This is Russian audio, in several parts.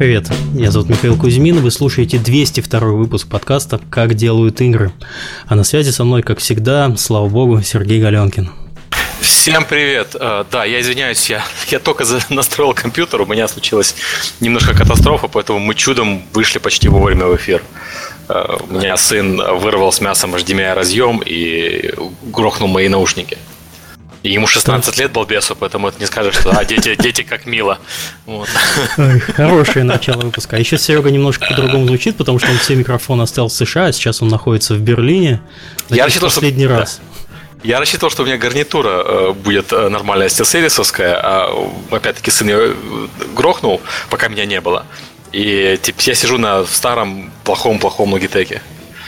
Привет, меня зовут Михаил Кузьмин, вы слушаете 202 выпуск подкаста «Как делают игры». А на связи со мной, как всегда, слава богу, Сергей Галенкин. Всем привет. Да, я извиняюсь, я только настроил компьютер, у меня случилась немножко катастрофа, поэтому мы чудом вышли почти вовремя в эфир. У меня сын вырвал с мясом HDMI разъем и грохнул мои наушники. И ему 16 лет балбесу, поэтому это не скажешь, что дети как мило. Вот. Ой, хорошее начало выпуска. А еще Серега немножко по-другому звучит, потому что он все микрофоны оставил в США, а сейчас он находится в Берлине. Я рассчитывал, последний раз. Да. Я рассчитывал, что у меня гарнитура будет нормальная стилсервисовская, а опять-таки сын ее грохнул, пока меня не было. И я сижу на старом плохом логитеке.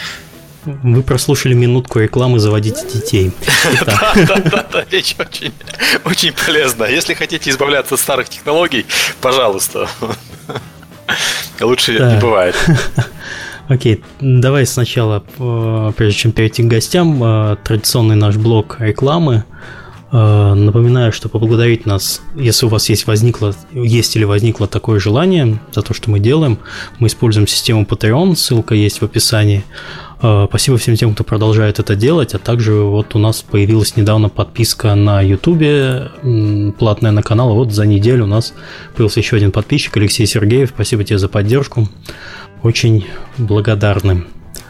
Вы прослушали минутку рекламы «Заводите детей». Да, вещь очень полезна. Если хотите избавляться от старых технологий, пожалуйста. Лучше не бывает. Окей, давай сначала, прежде чем перейти к гостям, традиционный наш блок рекламы. Напоминаю, что поблагодарить нас, если у вас есть или возникло такое желание за то, что мы делаем. Мы используем систему Patreon, ссылка есть в описании. Спасибо всем тем, кто продолжает это делать, а также вот у нас появилась недавно подписка на YouTube, платная на канал, и вот за неделю у нас появился еще один подписчик, Алексей Сергеев, спасибо тебе за поддержку, очень благодарны.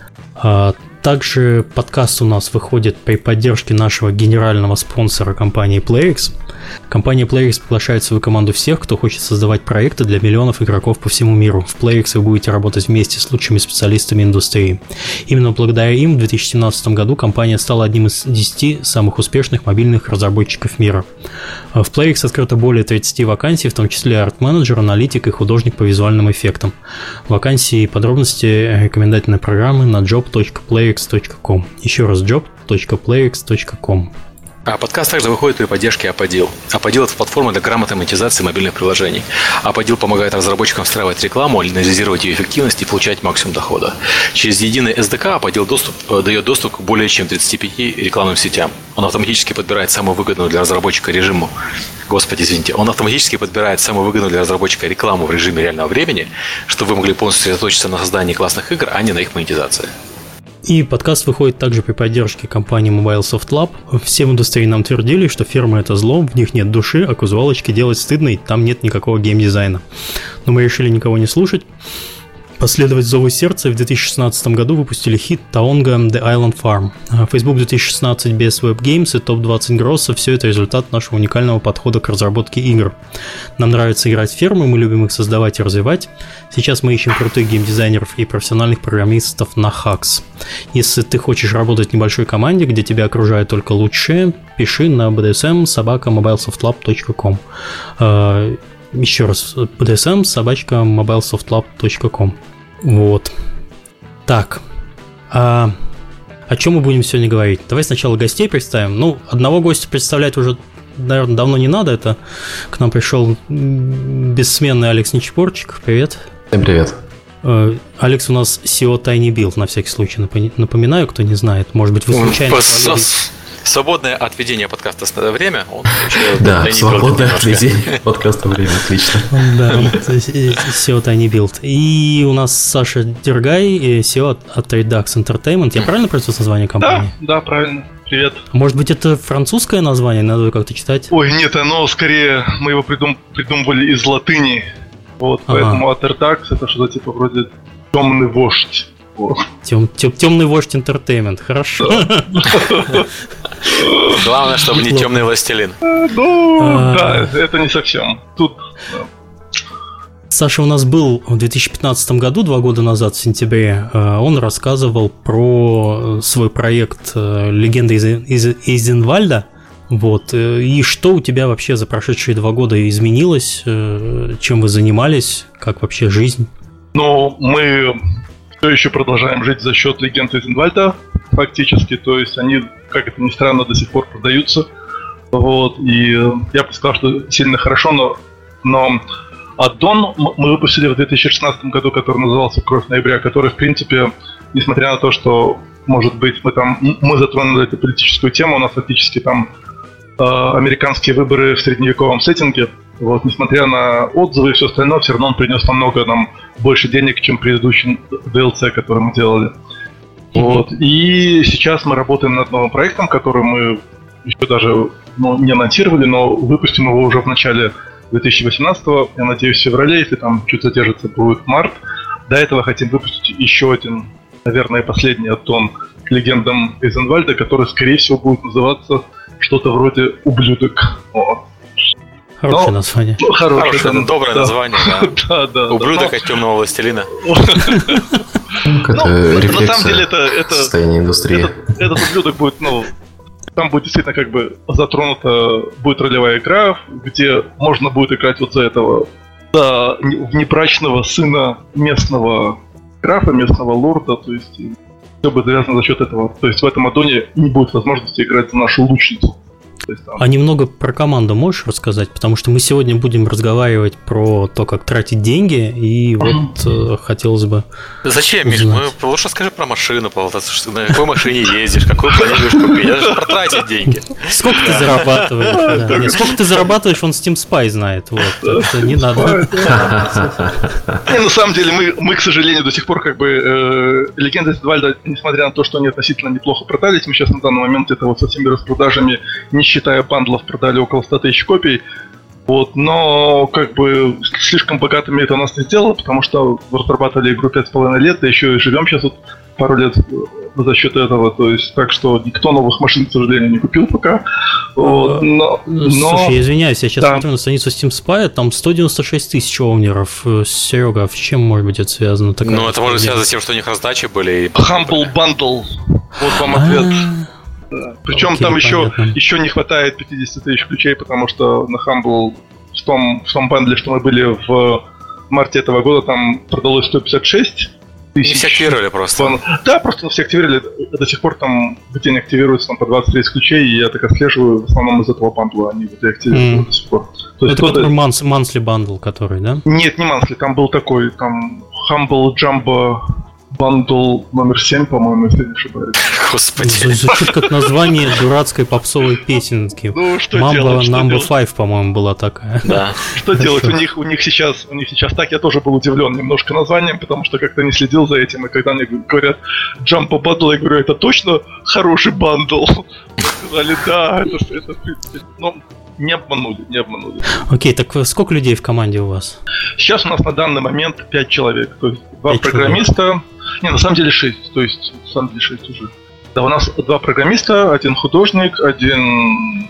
Также подкаст у нас выходит при поддержке нашего генерального спонсора компании PlayX. Компания PlayX приглашает в свою команду всех, кто хочет создавать проекты для миллионов игроков по всему миру. В PlayX вы будете работать вместе с лучшими специалистами индустрии. Именно благодаря им в 2017 году компания стала одним из 10 самых успешных мобильных разработчиков мира. В PlayX открыто более 30 вакансий, в том числе арт-менеджер, аналитик и художник по визуальным эффектам. Вакансии и подробности рекомендательной программы на job.playx.com. Еще раз job.playx.com. А подкаст также выходит при поддержке Apodil. Apodil – это платформа для грамотной монетизации мобильных приложений. Apodil помогает разработчикам встраивать рекламу, анализировать ее эффективность и получать максимум дохода. Через единый SDK Apodil дает доступ к более чем 35 рекламным сетям. Он автоматически подбирает самую выгодную для разработчика режиму. Он автоматически подбирает самую выгодную для разработчика рекламу в режиме реального времени, чтобы вы могли полностью сосредоточиться на создании классных игр, а не на их монетизации. И подкаст выходит также при поддержке компании Mobilesoft Lab. Все в индустрии нам твердили, что фермы — это зло, в них нет души, а казуалочки делать стыдно, и там нет никакого геймдизайна. Но мы решили никого не слушать, последовать зову сердца, и в 2016 году выпустили хит Taonga The Island Farm. Facebook 2016 без Web Games и топ-20 Гросса — все это результат нашего уникального подхода к разработке игр. Нам нравится играть в фермы, мы любим их создавать и развивать. Сейчас мы ищем крутых геймдизайнеров и профессиональных программистов на Hacks. Если ты хочешь работать в небольшой команде, где тебя окружают только лучшие, пиши на bdsm@mobilesoftlab.com. Еще раз, bdsm@mobilesoftlab.com. Вот. Так. О чем мы будем сегодня говорить? Давай сначала гостей представим. Одного гостя представлять уже, наверное, давно не надо. Это к нам пришел бессменный Алекс Нечепорчик. Привет. Всем привет. Алекс у нас SEO Tiny Build, на всякий случай напоминаю, кто не знает. Может быть, вы случайно... Свободное от ведения подкаста время. Да, свободное от ведения подкаста время, отлично. Да, SEO Tiny Build. И у нас Саша Дергай, SEO от Redux Entertainment. Я правильно произнес название компании? Да, правильно. Привет. Может быть, это французское название? Надо как-то читать? Ой, нет, оно скорее мы его придумывали из латыни. Вот, поэтому от Redux это что-то типа вроде темный вождь. Темный вождь Entertainment, хорошо. Главное, чтобы не темный властелин. Да, это не совсем. Тут. Саша у нас был в 2015 году, 2 года назад, в сентябре. Он рассказывал про свой проект «Легенда из Эйзенвальда». Вот. И что у тебя вообще за прошедшие 2 года изменилось? Чем вы занимались? Как вообще жизнь? Мы все еще продолжаем жить за счет легенд Эйзенвальда, фактически. То есть они, как это ни странно, до сих пор продаются. Вот. И я бы сказал, что сильно хорошо, но аддон мы выпустили в 2016 году, который назывался «Кровь ноября», который, в принципе, несмотря на то, что, может быть, мы затронули эту политическую тему, у нас фактически там американские выборы в средневековом сеттинге, Вот, несмотря на отзывы и все остальное, все равно он принес намного нам больше денег, чем предыдущий DLC, который мы делали. Вот. И сейчас мы работаем над новым проектом, который мы еще даже не анонсировали, но выпустим его уже в начале 2018-го, я надеюсь, в феврале, если там чуть задержится, будет март. До этого хотим выпустить еще один, наверное, последний аддон к легендам Эйзенвальда, который, скорее всего, будет называться что-то вроде «Ублюдок». Хорошее название. Хорошее, доброе название, да. Да. «Ублюдок» от темного властелина. На самом деле это состояние индустрии. Этот ублюдок будет, там будет действительно как бы затронута будет ролевая игра, где можно будет играть вот за этого внебрачного сына местного графа, местного лорда, то есть все будет завязано за счет этого. То есть в этом аддоне не будет возможности играть за нашу лучницу. А немного про команду можешь рассказать? Потому что мы сегодня будем разговаривать про то, как тратить деньги, и вот хотелось бы... Зачем, Миш? Лучше скажи про машину, на какой машине ездишь, какую планируешь купить. Это же про тратить деньги. Сколько ты зарабатываешь? Нет, сколько ты зарабатываешь, он Steam Spy знает. Вот, это не надо. На самом деле, мы, к сожалению, до сих пор как бы Легенды Эйзенвальда, несмотря на то, что они относительно неплохо продались, мы сейчас на данный момент это вот со всеми распродажами, не считая бандлов, продали около 100 тысяч копий. Вот, но как бы слишком богатыми это нас не сделало, потому что разрабатывали игру 5,5 лет, да еще и живем сейчас вот пару лет за счет этого, то есть так что никто новых машин, к сожалению, не купил пока. Вот, Слушай, извиняюсь, я сейчас смотрю на страницу Steam Spy, там 196 тысяч овнеров. Серега, с чем может быть это связано? Это может связано с тем, что у них раздачи были. Humble Bundle, вот вам ответ. Причем там еще не хватает 50 тысяч ключей, потому что на Humble в том бандле, что мы были в марте этого года, там продалось 156 тысяч. Не все активировали просто. Да, просто все активировали. До сих пор там в день активируется там по 20-30 ключей, и я так отслеживаю в основном из этого бандла, они вот и активируют до сих пор. То есть это который monthly бандл, который, да? Нет, не monthly, там был такой, там Humble Jumbo Бандл номер 7, по-моему, если не ошибаюсь. Господи. Звучит как название дурацкой попсовой песенки. Ну, что делать? Number 5, по-моему, была такая. Да. Что делать? У них сейчас так, я тоже был удивлен немножко названием, потому что как-то не следил за этим, и когда мне говорят Jumbo Bundle, я говорю, это точно хороший бандл? Сказали, да, это в принципе. Но не обманули. Окей, так сколько людей в команде у вас? Сейчас у нас на данный момент 5 человек, то есть 2 программиста. Не, на самом деле 6, то есть на самом деле 6 уже. Да, у нас 2 программиста, 1 художник, 1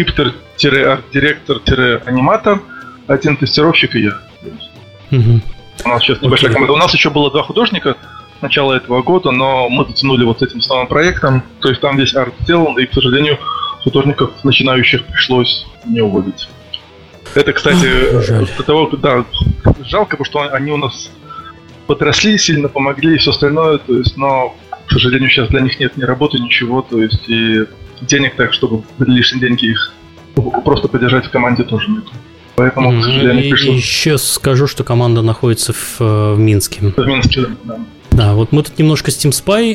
криптор-арт-директор-аниматор, 1 тестировщик и я. У нас сейчас небольшая команда. У нас еще было 2 художника с начала этого года, но мы затянули вот с этим самым проектом. То есть там весь арт сделан, и, к сожалению, художников начинающих пришлось не уводить. Это, кстати, до того, да, жалко, потому что они у нас подросли, сильно помогли и все остальное, то есть, но, к сожалению, сейчас для них нет ни работы, ничего, то есть, и денег так, чтобы лишние деньги их просто поддержать в команде тоже нет. Поэтому, к сожалению, пришлось. Еще скажу, что команда находится в Минске. В Минске, да. Да, вот мы тут немножко Steam Spy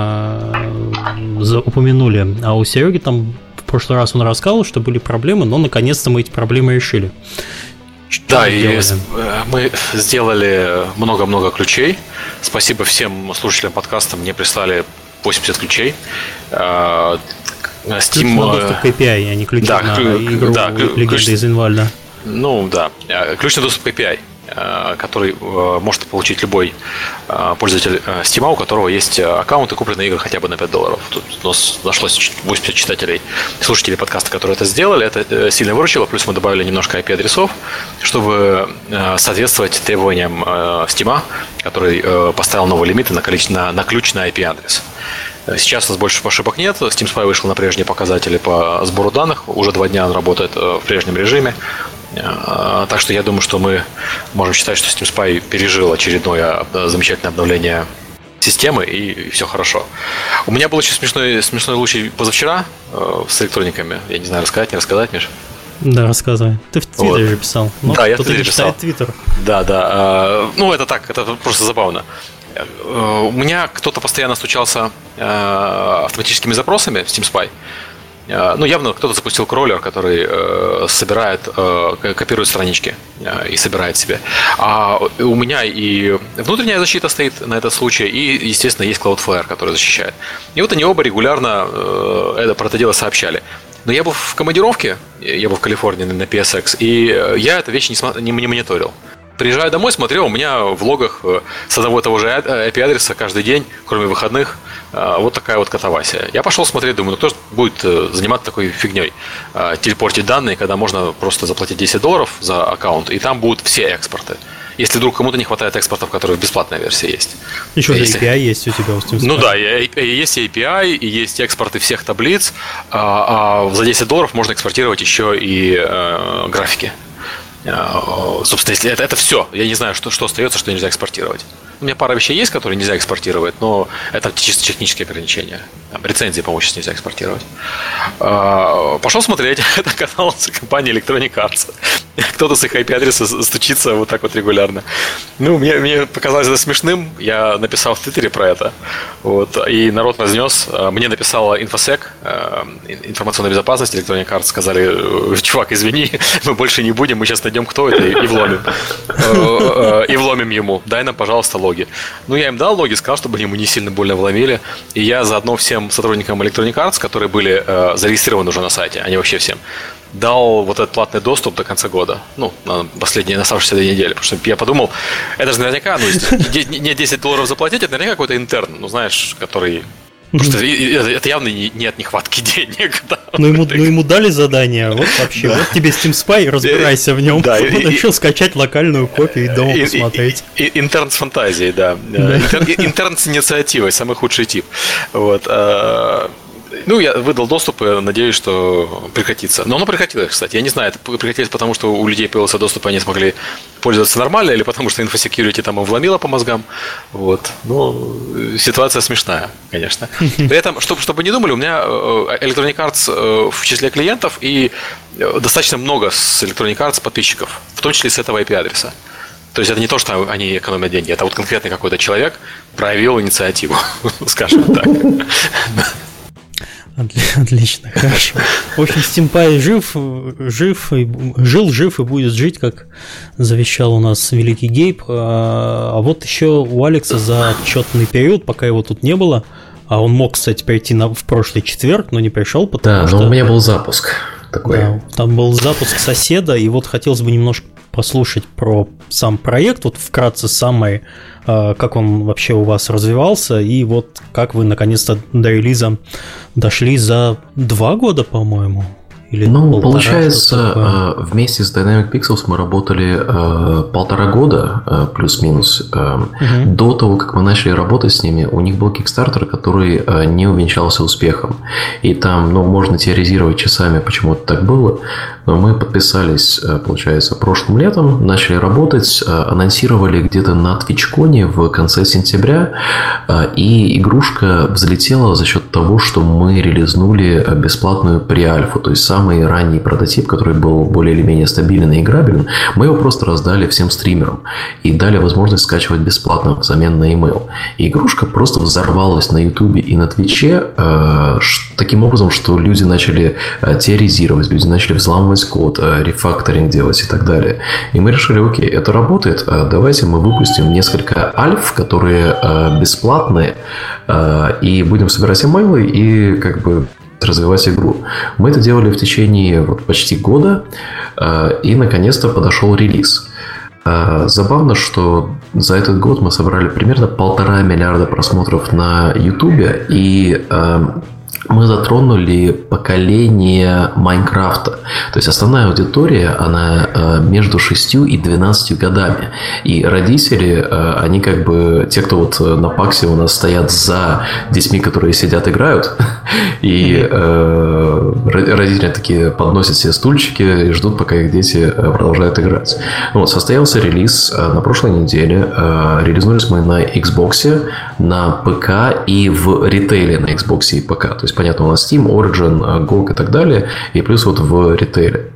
упомянули, а у Сереги там в прошлый раз он рассказал, что были проблемы, но наконец-то мы эти проблемы решили. Да, и мы сделали много-много ключей. Спасибо всем слушателям подкаста, мне прислали 80 ключей. Steam... доступ к API, а не ключи на игру Легенды Эйзенвальда. Ну да, ключ на доступ к API, который может получить любой пользователь Steam, у которого есть аккаунт и купленные игры хотя бы на $5. Тут у нас нашлось 80 читателей, слушателей подкаста, которые это сделали. Это сильно выручило, плюс мы добавили немножко IP-адресов, чтобы соответствовать требованиям Steam, который поставил новые лимиты на ключ на IP-адрес. Сейчас у нас больше ошибок нет. Steam Spy вышел на прежние показатели по сбору данных. Уже 2 дня он работает в прежнем режиме. Так что я думаю, что мы можем считать, что Steam Spy пережил очередное замечательное обновление системы, и все хорошо. У меня был очень смешной случай позавчера с электрониками. Я не знаю, рассказать, не рассказать, Миш? Да, рассказывай. Ты в Твиттере же писал. Да, я в Твиттере писал. Твиттер. Да. Ну, это так, это просто забавно. У меня кто-то постоянно стучался автоматическими запросами в Steam Spy. явно кто-то запустил кроллер, который копирует странички и собирает себе. А у меня и внутренняя защита стоит на этот случай, и, естественно, есть Cloudflare, который защищает. И вот они оба регулярно про это дело сообщали. Но я был в командировке, я был в Калифорнии на PSX, и я эту вещь не мониторил. Приезжаю домой, смотрю, у меня в логах с одного и того же IP-адреса каждый день, кроме выходных, вот такая вот катавасия. Я пошел смотреть, думаю, кто же будет заниматься такой фигней? Телепортить данные, когда можно просто заплатить $10 за аккаунт, и там будут все экспорты. Если вдруг кому-то не хватает экспортов, которые в бесплатной версии есть. Еще API есть у тебя. Ну да, есть API, и есть экспорты всех таблиц, а за $10 можно экспортировать еще и графики. Собственно, если это все, я не знаю, что остается, что нельзя экспортировать. У меня пара вещей есть, которые нельзя экспортировать, но это чисто технические ограничения. Там, рецензии, по-моему, сейчас нельзя экспортировать. Пошел смотреть, это оказалась компания Electronic Arts. Кто-то с их IP-адреса стучится вот так вот регулярно. Мне показалось это смешным. Я написал в Твиттере про это. Вот, и народ разнес. Мне написала InfoSec, информационная безопасность, Electronic Arts. Сказали, чувак, извини, мы больше не будем, мы сейчас найдем, кто это, и вломим. И вломим ему. Дай нам, пожалуйста, логи. Я им дал логи, сказал, чтобы ему не сильно больно вломили. И я заодно всем сотрудникам Electronic Arts, которые были зарегистрированы уже на сайте, они вообще всем, дал вот этот платный доступ до конца года. На последние оставшиеся 2 недели. Потому что я подумал, это же наверняка, не $10 заплатить, это наверняка какой-то интерн, знаешь, который... Потому что это явно не от нехватки денег. Да. Ему дали задание, вот вообще, вот тебе Steam Spy, разбирайся в нем. Да, он решил скачать локальную копию и дома посмотреть. Интерн с фантазией, да. Интерн с инициативой, самый худший тип. Вот. Я выдал доступ и надеюсь, что прекратится. Но оно прекратилось, кстати. Я не знаю, это прекратилось потому, что у людей появился доступ, и они смогли пользоваться нормально, или потому что InfoSecurity там им вломило по мозгам. Вот. Ситуация смешная, конечно. При этом, чтобы не думали, у меня Electronic Arts в числе клиентов и достаточно много с Electronic Arts подписчиков, в том числе с этого IP-адреса. То есть это не то, что они экономят деньги, это вот конкретный какой-то человек проявил инициативу, скажем так. Отлично, хорошо. В общем, SteamPy жив и будет жить, как завещал у нас великий Гейб. А вот еще у Алекса за отчетный период, пока его тут не было, а он мог, кстати, прийти в прошлый четверг, но не пришел, потому что... Да, но у меня был запуск такой. Да, там был запуск соседа, и вот хотелось бы немножко послушать про сам проект, вот вкратце самый, как он вообще у вас развивался, и вот как вы наконец-то до релиза дошли за 2 года, по-моему. Или получается, вместе с Dynamic Pixels мы работали 1,5 года, плюс-минус. До того, как мы начали работать с ними, у них был Kickstarter, который не увенчался успехом. И там, можно теоризировать часами, почему это так было. Но мы подписались, получается, прошлым летом, начали работать, анонсировали где-то на TwitchCon в конце сентября, и игрушка взлетела за счет того, что мы релизнули бесплатную pre-альфу, то есть самый ранний прототип, который был более или менее стабилен и играбелен, мы его просто раздали всем стримерам и дали возможность скачивать бесплатно взамен на email. И игрушка просто взорвалась на YouTube и на Твиче таким образом, что люди начали теоризировать, люди начали взламывать код, рефакторинг делать и так далее. И мы решили, окей, это работает, давайте мы выпустим несколько альф, которые бесплатные, и будем собирать имейлы и развивать игру. Мы это делали в течение почти года, и наконец-то подошел релиз. Забавно, что за этот год мы собрали примерно 1,5 миллиарда просмотров на YouTube, и мы затронули поколение Майнкрафта. То есть основная аудитория, она между 6 и 12 годами. И родители, они те, кто на паксе у нас стоят за детьми, которые сидят, играют. И родители такие подносят себе стульчики и ждут, пока их дети продолжают играть. Состоялся релиз на прошлой неделе. Релизнулись мы на Xbox, на ПК и в ритейле на Xbox и ПК. То есть, понятно, у нас Steam, Origin, GOG и так далее, и плюс в ритейле.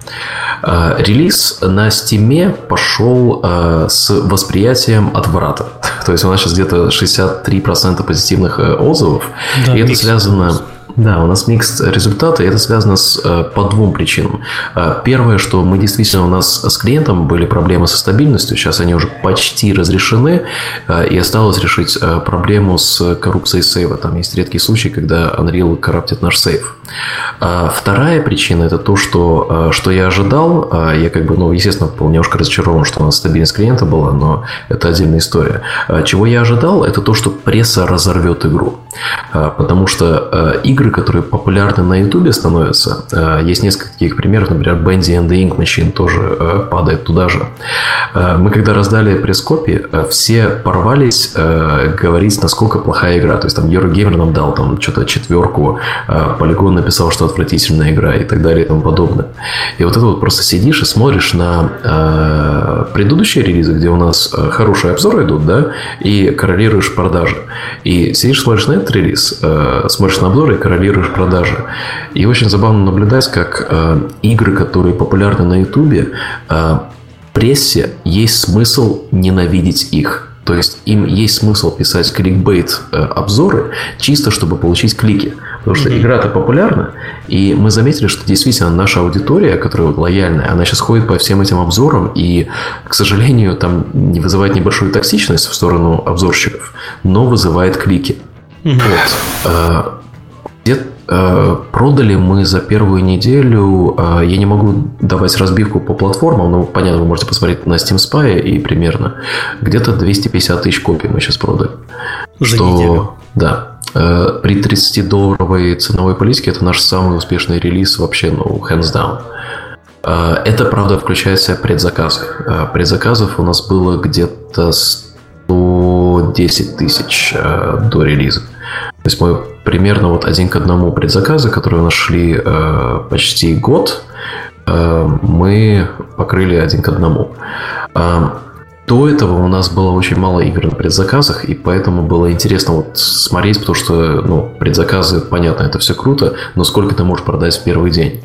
Релиз на Steam пошел с восприятием отврата. То есть у нас сейчас где-то 63% позитивных отзывов, да, и это связано... Да, у нас микс результаты, и это связано по двум причинам. Первое, что мы действительно, у нас с клиентом были проблемы со стабильностью, сейчас они уже почти разрешены, и осталось решить проблему с коррупцией сейва. Там есть редкий случай, когда Unreal корруптит наш сейв. Вторая причина – это то, что я ожидал. Я естественно, был немножко разочарован, что у нас стабильность клиента была, но это отдельная история. Чего я ожидал – это то, что пресса разорвет игру. Потому что игры, которые популярны на Ютубе становятся, есть несколько таких примеров, например, Bendy and the Ink Machine тоже падает туда же. Мы когда раздали пресс-копии, все порвались говорить, насколько плохая игра. То есть там Eurogamer нам дал там что-то 4, Polygon написал, что отвратительная игра и так далее и тому подобное. И вот это вот просто сидишь и смотришь на предыдущие релизы, где у нас хорошие обзоры идут, да, и коррелируешь продажи. И сидишь, смотришь на этот релиз, смотришь на обзоры и коррелируешь продажи. И очень забавно наблюдать, как игры, которые популярны на Ютубе, прессе есть смысл ненавидеть их. То есть им есть смысл писать кликбейт обзоры чисто, чтобы получить клики. Потому что игра-то популярна, и мы заметили, что действительно наша аудитория, которая вот лояльная, она сейчас ходит по всем этим обзорам, и, к сожалению, там не вызывает небольшую токсичность в сторону обзорщиков, но вызывает клики. Вот. Продали мы за первую неделю, я не могу давать разбивку по платформам, но, понятно, вы можете посмотреть на Steam Spy, и примерно где-то 250 тысяч копий мы сейчас продали. За неделю? Да. При $30 ценовой политике это наш самый успешный релиз вообще, hands down. Это, правда, включает в себя предзаказы. Предзаказов у нас было где-то 110 тысяч до релиза. То есть мы примерно вот 1 к 1 предзаказы, которые у нас шли почти год, мы покрыли 1 к 1. До этого у нас было очень мало игр на предзаказах, и поэтому было интересно вот смотреть, потому что предзаказы, понятно, это все круто, но сколько ты можешь продать в первый день.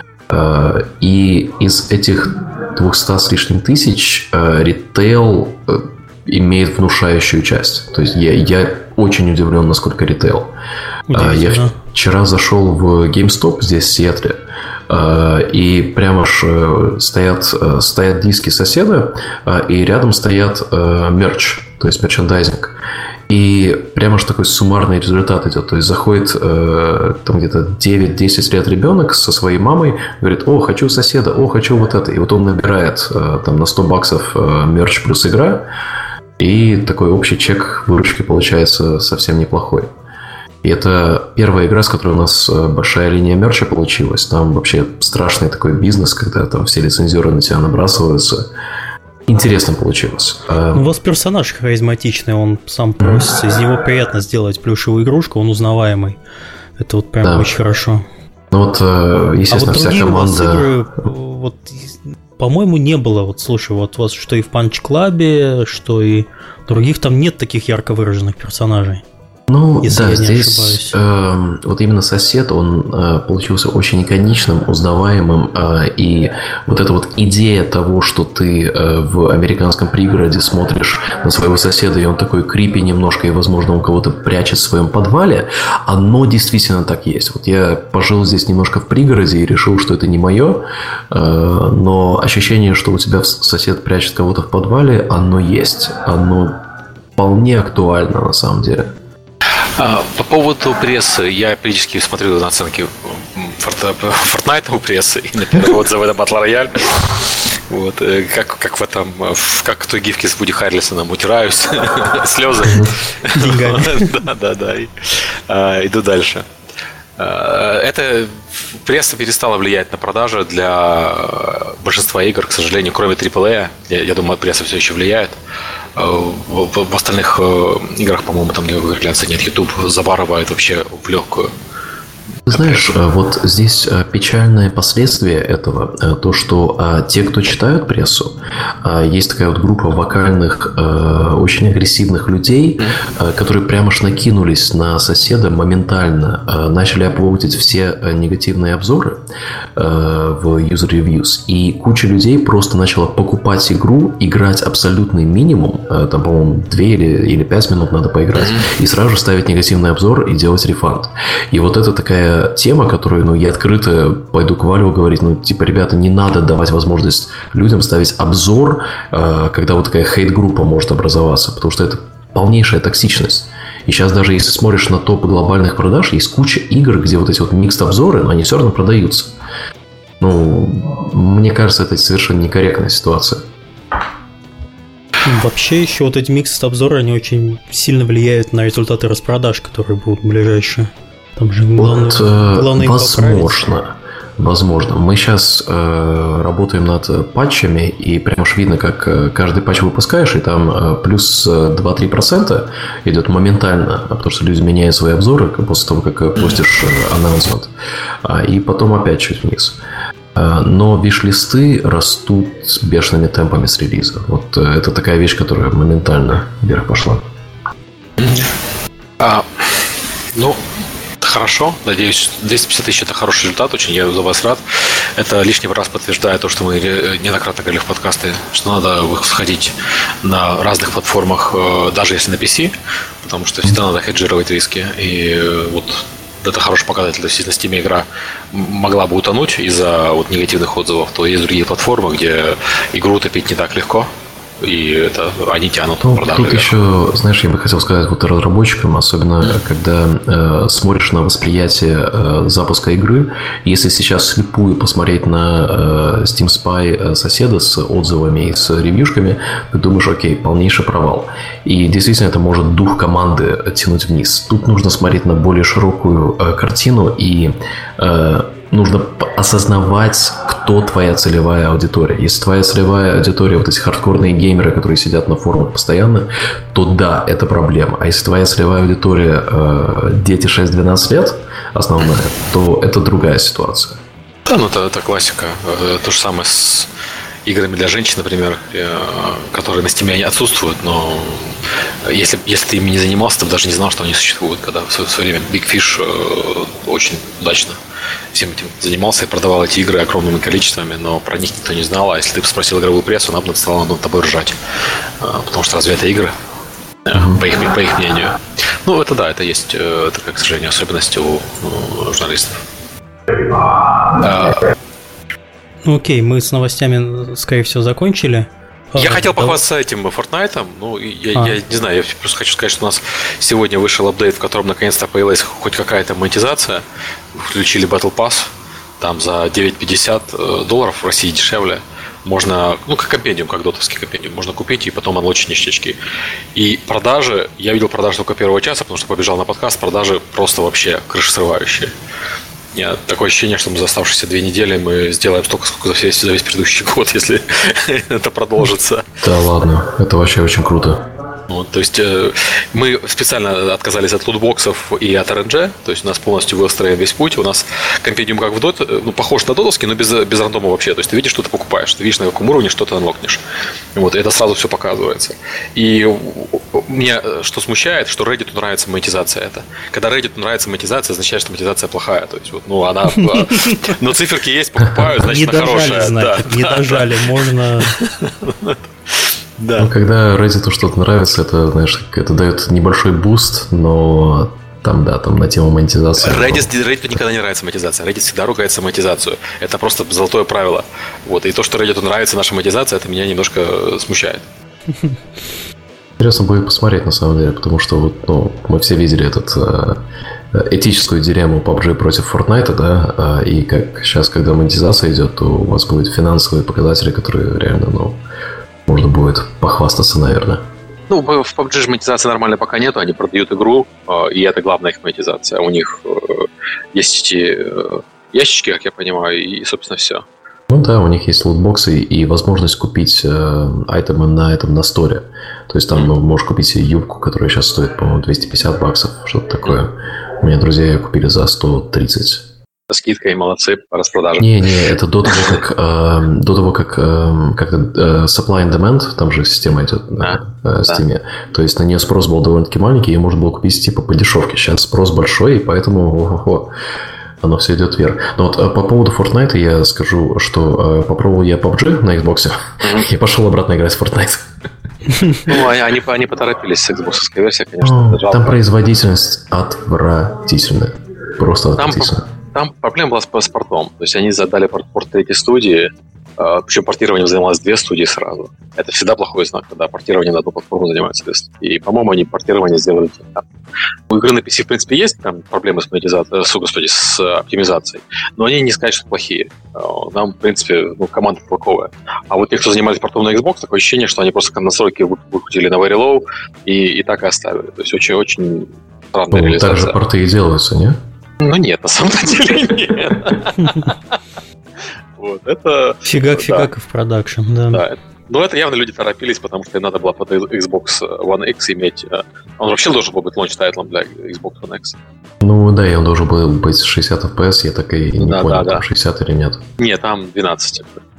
И из этих 200 с лишним тысяч ритейл имеет внушающую часть. То есть я очень удивлен, насколько ритейл. Я вчера зашел в GameStop здесь, в Сиэтле, и прямо ж стоят диски соседа, и рядом стоят мерч, то есть мерчендайзинг. И прямо же такой суммарный результат идет. То есть заходит там где-то 9-10 лет ребенок со своей мамой, говорит: о, хочу соседа, о, хочу вот это. И вот он набирает там на $100 мерч плюс игра, и такой общий чек выручки получается совсем неплохой. И это первая игра, с которой у нас большая линия мерча получилась. Там вообще страшный такой бизнес, когда там все лицензеры на тебя набрасываются. Интересно получилось. У вас персонаж харизматичный, он сам просится. Из него приятно сделать плюшевую игрушку, он узнаваемый. Это вот прям очень хорошо. Ну вот, естественно, вся команда... игры, вот, по-моему, не было. Вот слушай, вот у вас что и в Punch Club, что и других там нет таких ярко выраженных персонажей. Ну, да, здесь вот именно сосед, он получился очень иконичным, узнаваемым, и вот эта вот идея того, что ты в американском пригороде смотришь на своего соседа, и он такой крипи немножко, и, возможно, он кого-то прячет в своем подвале, оно действительно так есть. Вот я пожил здесь немножко в пригороде и решил, что это не мое, но ощущение, что у тебя сосед прячет кого-то в подвале, оно есть. Оно вполне актуально на самом деле. По поводу прессы, я периодически смотрю на оценки Fortnite прессы и на первые отзывы на Battle Royale. Вот, как в этом, как в той гифке с Вуди Харрельсоном, утираюсь, слезы. Да. Иду дальше. Эта пресса перестала влиять на продажи для большинства игр, к сожалению, кроме AAA. Я думаю, пресса все еще влияет. В остальных играх, по-моему, там никакой корреляции нет. YouTube забарывает вообще в легкую. Знаешь, вот здесь печальное последствие этого, то, что те, кто читают прессу, есть такая вот группа вокальных, очень агрессивных людей, которые прямо ж накинулись на соседа моментально, начали апвотить все негативные обзоры в user reviews, и куча людей просто начала покупать игру, играть абсолютный минимум, там, по-моему, 2 или 5 минут надо поиграть, и сразу же ставить негативный обзор и делать рефанд. И вот это такая такая тема, которую, я открыто пойду к Valve говорить, ребята, не надо давать возможность людям ставить обзор, когда вот такая хейт-группа может образоваться, потому что это полнейшая токсичность. И сейчас даже если смотришь на топы глобальных продаж, есть куча игр, где вот эти вот микс-обзоры, но они все равно продаются. Мне кажется, это совершенно некорректная ситуация. Вообще еще вот эти микс-обзоры, они очень сильно влияют на результаты распродаж, которые будут ближайшие. Там же главное Возможно. Мы сейчас работаем над патчами, и прям уж видно, как каждый патч выпускаешь, и там плюс 2-3% идет моментально, потому что люди меняют свои обзоры после того, как постишь анонсмент, и потом опять чуть вниз. Но виш-листы растут бешеными темпами с релиза. Вот это такая вещь, которая моментально вверх пошла. Хорошо, надеюсь, 250 тысяч – это хороший результат, очень я за вас рад. Это лишний раз подтверждает то, что мы неоднократно говорили в подкасте, что надо сходить на разных платформах, даже если на PC, потому что всегда надо хеджировать риски. И вот это хороший показатель. То есть, если на Steam игра могла бы утонуть из-за негативных отзывов, то есть другие платформы, где игру утопить не так легко. И это они тянут продажи. Тут еще, знаешь, я бы хотел сказать вот разработчикам, особенно когда смотришь на восприятие запуска игры, если сейчас слепую посмотреть на Steam Spy соседа с отзывами и с ревьюшками, ты думаешь, окей, полнейший провал. И действительно это может дух команды тянуть вниз. Тут нужно смотреть на более широкую картину и нужно осознавать, кто твоя целевая аудитория. Если твоя целевая аудитория вот эти хардкорные геймеры, которые сидят на форумах постоянно, то да, это проблема. А если твоя целевая аудитория дети 6-12 лет, основная, то это другая ситуация. Да, это классика. То же самое с играми для женщин, например, которые на Steam отсутствуют, но если ты ими не занимался, ты даже не знал, что они существуют. Когда в свое время Big Fish очень удачно всем этим занимался и продавал эти игры огромными количествами, но про них никто не знал. А если ты спросил игровую прессу, она бы стала над тобой ржать. Потому что разве это игры? По их мнению. Это да, это есть, это, к сожалению, особенность у журналистов. Окей, мы с новостями, скорее всего, закончили. Я хотел похвастаться этим Fortnite. Я не знаю, я просто хочу сказать, что у нас сегодня вышел апдейт, в котором наконец-то появилась хоть какая-то монетизация. Включили Battle Pass. Там за $9.50 в России дешевле. Можно, как компендиум, как дотовский компендиум, можно купить и потом анлочить ништячки. И продажи, я видел продажи только первого часа, потому что побежал на подкаст, продажи просто вообще крышесрывающие. У меня такое ощущение, что мы за оставшиеся 2 недели мы сделаем столько, сколько за весь предыдущий год, если это продолжится. Да ладно, это вообще очень круто. То есть мы специально отказались от лутбоксов и от RNG, то есть у нас полностью выстроен весь путь. У нас компендиум как в Dota, похож на дотовский, но без рандома вообще. То есть ты видишь, что ты покупаешь, ты видишь, на каком уровне что ты анлокнешь. И это сразу все показывается. И меня что смущает, что Reddit нравится монетизация это. Когда Reddit нравится монетизация, означает, что монетизация плохая. То есть она... Но циферки есть, покупают, значит она хорошая. Не дожали, можно... Да. Когда Reddit что-то нравится, это, знаешь, это дает небольшой буст, но там на тему монетизации. Reddit никогда не нравится монетизация. Reddit всегда ругается монетизацию. Это просто золотое правило. И то, что Reddit нравится наша монетизация, это меня немножко смущает. Интересно будет посмотреть, на самом деле, потому что мы все видели этическую дилемму PUBG против Fortnite, да, и как сейчас, когда монетизация идет, то у вас будут финансовые показатели, которые реально, можно будет похвастаться, наверное. В PUBG же монетизации нормальной пока нету, они продают игру, и это главная их монетизация. У них есть эти ящички, как я понимаю, и, собственно, все. Да, у них есть лутбоксы и возможность купить айтемы на сторе. То есть там можешь купить юбку, которая сейчас стоит, по-моему, $250, что-то такое. У меня друзья ее купили за 130. Со скидкой, молодцы, по распродаже. Не, это до того, как supply and demand, там же система идет на Steam. То есть на нее спрос был довольно-таки маленький, ее можно было купить по дешевке. Сейчас спрос большой, и поэтому оно все идет вверх. Но по поводу Fortnite я скажу, что попробовал я PUBG на Xbox и пошел обратно играть в Fortnite. Они поторопились с Xbox-овской версией, конечно. Там производительность отвратительная. просто откатиться? Там проблема была с портом. То есть они задали порт третьей студии, причем портированием занималось 2 студии сразу. Это всегда плохой знак, когда портирование на одну платформу занимается 2 студии. И, по-моему, они портирование сделали там. У игры на PC, в принципе, есть там проблемы с оптимизацией, но они не сказать, что плохие. Нам, в принципе, команда толковая. А вот те, кто занимались портом на Xbox, такое ощущение, что они просто настройки выкрутили на very low и так и оставили. То есть очень-очень странная реализация. Так же порты и делаются, не? Ну нет, на самом деле нет. Вот, это... Фигак в продакшн, да. Но это явно люди торопились, потому что им надо было под Xbox One X иметь... Он вообще должен был быть лонч-тайтлом для Xbox One X. Ну да, и он должен был быть 60 FPS, я так и не понял, там 60 или нет. Нет, там 12.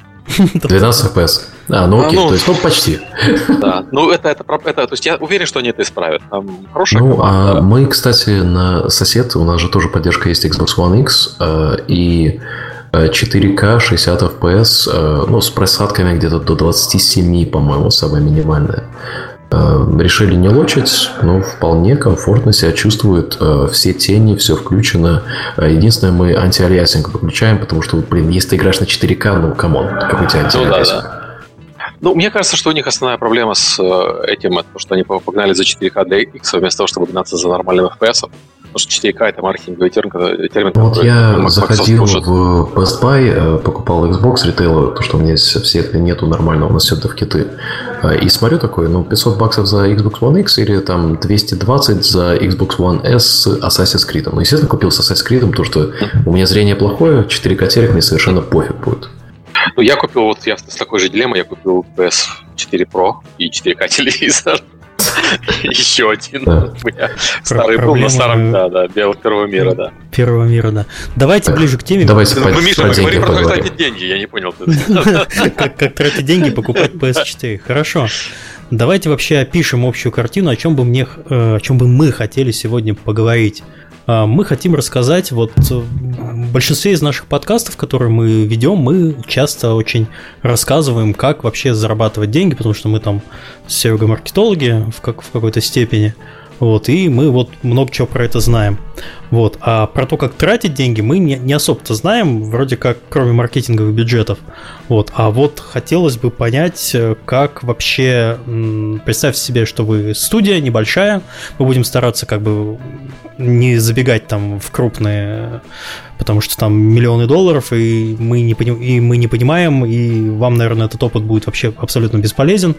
12 FPS? Окей, то есть, почти. Да, то есть я уверен, что они это исправят. Там хорошая команда. Мы, кстати, на сосед, у нас же тоже поддержка есть Xbox One X, и 4К 60 FPS, с просадками где-то до 27, по-моему, самое минимальное. Решили не лочить, но вполне комфортно себя чувствует. Все тени, все включено. Единственное, мы антиалиасинг выключаем, потому что, если ты играешь на 4К, камон, какой у тебя антиалиасинг? Мне кажется, что у них основная проблема с этим, это то, что они погнали за 4К для X, вместо того, чтобы гнаться за нормальным FPS. Потому что 4К — это маркетинговый термин. Вот я заходил в Best Buy, покупал Xbox ритейл, то, что у меня здесь в Сиэтле нету нормального, у нас все это в киты. И смотрю такой, $500 за Xbox One X или там 220 за Xbox One S с Assassin's Creed. Естественно, купил с Assassin's Creed, потому что у меня зрение плохое, 4К телек мне совершенно пофиг будет. Я купил, я с такой же дилеммой, я купил PS4 Pro и 4К телевизор. Еще один. У меня старый был, но старым, первого мира, да. Первого мира, да. Давайте ближе к теме. Давайте Миша, мы говорим про то, как тратить деньги, я не понял. Как тратить деньги, покупать PS4. Хорошо. Давайте вообще опишем общую картину, о чем бы мы хотели сегодня поговорить. Мы хотим рассказать, в большинстве из наших подкастов, которые мы ведем, мы часто очень рассказываем, как вообще зарабатывать деньги, потому что мы там с Серегой маркетологи в какой-то степени, и мы много чего про это знаем. А про то, как тратить деньги, мы не особо-то знаем, вроде как, кроме маркетинговых бюджетов. Хотелось бы понять, как вообще... Представьте себе, что вы студия небольшая, мы будем стараться не забегать там в крупные, потому что там миллионы долларов, и мы не понимаем, и вам, наверное, этот опыт будет вообще абсолютно бесполезен.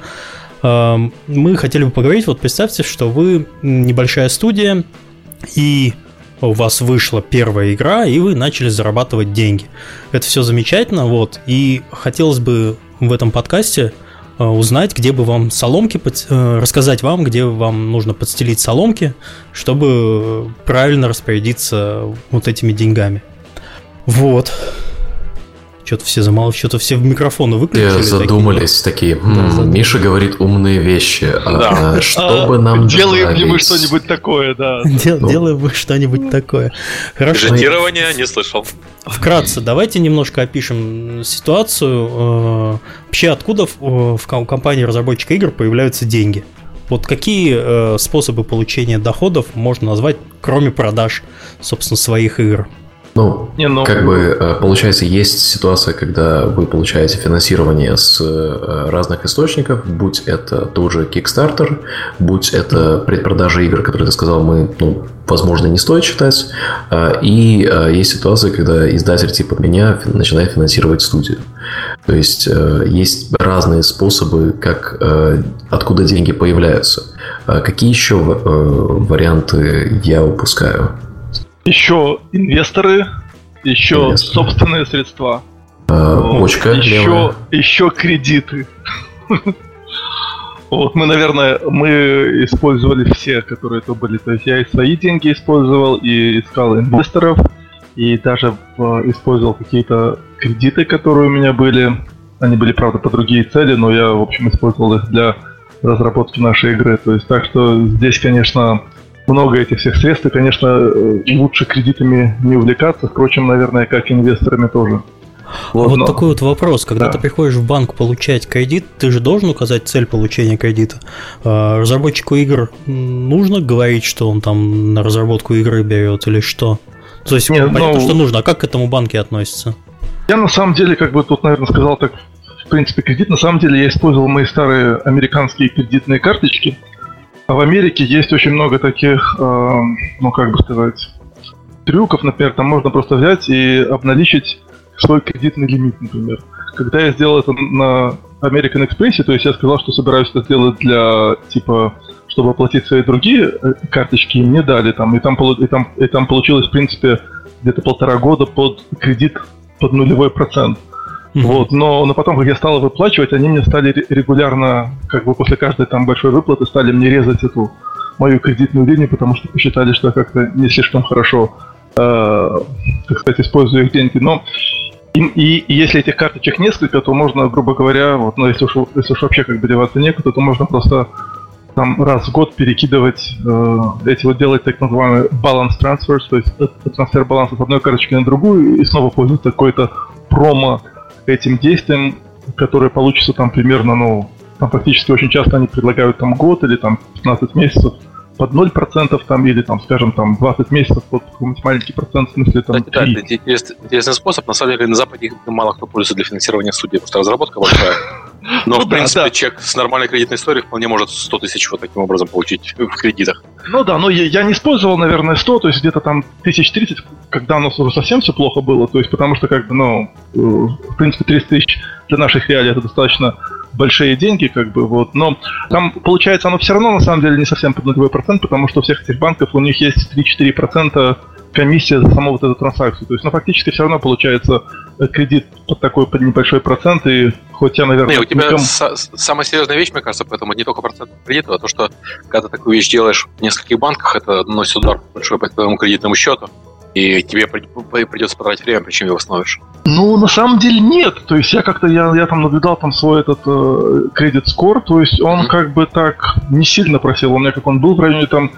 Мы хотели бы поговорить, представьте, что вы небольшая студия, и у вас вышла первая игра, и вы начали зарабатывать деньги. Это все замечательно, и хотелось бы в этом подкасте узнать, где бы вам соломки, рассказать вам, где вам нужно подстелить соломки, чтобы правильно распорядиться этими деньгами. Что-то все что-то все в микрофоны выключили. Задумались такие. Миша говорит умные вещи. Что бы нам делаем ли мы что-нибудь такое, да. Делаем мы что-нибудь такое. Хорошо. Бюджетирование не слышал. Вкратце, давайте немножко опишем ситуацию. Вообще, откуда в компании разработчика игр появляются деньги? Какие способы получения доходов можно назвать, кроме продаж, собственно, своих игр? Получается, есть ситуация, когда вы получаете финансирование с разных источников, будь это тот же Kickstarter, будь это предпродажа игр, которые ты сказал, возможно, не стоит считать, и есть ситуация, когда издатель типа меня начинает финансировать студию. То есть есть разные способы, откуда деньги появляются. Какие еще варианты я упускаю? Еще инвесторы, собственные средства. Почка левая. Еще кредиты. Мы использовали все, которые то были. То есть я и свои деньги использовал, и искал инвесторов, и даже использовал какие-то кредиты, которые у меня были. Они были, правда, по другие цели, но я, в общем, использовал их для разработки нашей игры. То есть так что здесь, конечно, много этих всех средств, и, конечно, лучше кредитами не увлекаться, впрочем, наверное, как инвесторами тоже. Такой вопрос. Когда ты приходишь в банк получать кредит, ты же должен указать цель получения кредита. Разработчику игр нужно говорить, что он там на разработку игры берет или что? То есть понятно, что нужно, а как к этому банки относятся? Я на самом деле, как бы тут, наверное, сказал так, в принципе, кредит. На самом деле я использовал мои старые американские кредитные карточки. А в Америке есть очень много таких, ну как бы сказать, трюков, например, там можно просто взять и обналичить свой кредитный лимит, например. Когда я сделал это на American Express, то есть я сказал, что собираюсь это сделать для, типа, чтобы оплатить свои другие карточки, и мне дали там, и там получилось, в принципе, где-то 1,5 года под кредит под 0%. Вот, но потом, как я стал выплачивать, они мне стали регулярно, как бы после каждой там большой выплаты, стали мне резать эту мою кредитную линию, потому что посчитали, что я как-то не слишком хорошо, так сказать, использую их деньги. Но и если этих карточек несколько, то можно, грубо говоря, вот, ну, если уж вообще как бы деваться некуда, то можно просто там раз в год перекидывать, делать так называемый balance transfers, то есть трансфер баланса с одной карточки на другую, и снова пользоваться какой-то промо этим действием, которое получится там примерно, ну, там фактически очень часто они предлагают там год или там 15 месяцев под 0% там, или там, скажем, там 20 месяцев под какой-нибудь маленький процент, в смысле там 3. Да, это интересный способ. На самом деле на Западе мало кто пользуется для финансирования студии, потому что разработка большая. Но, в принципе, человек с нормальной кредитной историей вполне может 100 тысяч вот таким образом получить в кредитах. Ну да, но я не использовал, наверное, 100, то есть где-то там 1030, когда у нас уже совсем все плохо было, то есть потому что, как бы, ну, в принципе, 30 тысяч для наших реалий это достаточно большие деньги, как бы, вот, но там, получается, оно все равно, на самом деле, не совсем под 0%, потому что у всех этих банков, у них есть 3-4% комиссия за саму вот эту транзакцию, то есть, ну, фактически все равно получается кредит под такой, под небольшой процент, и хоть я, наверное... Не, у тебя самая серьезная вещь, мне кажется, поэтому не только процент кредита, а то, что когда ты такую вещь делаешь в нескольких банках, это наносит удар большой по твоему кредитному счету, и тебе придется потратить время, причем его восстановишь. Ну, на самом деле нет. То есть я как-то, я там наблюдал там свой этот кредит-скор, то есть он как бы так не сильно просел. У меня как он был в районе там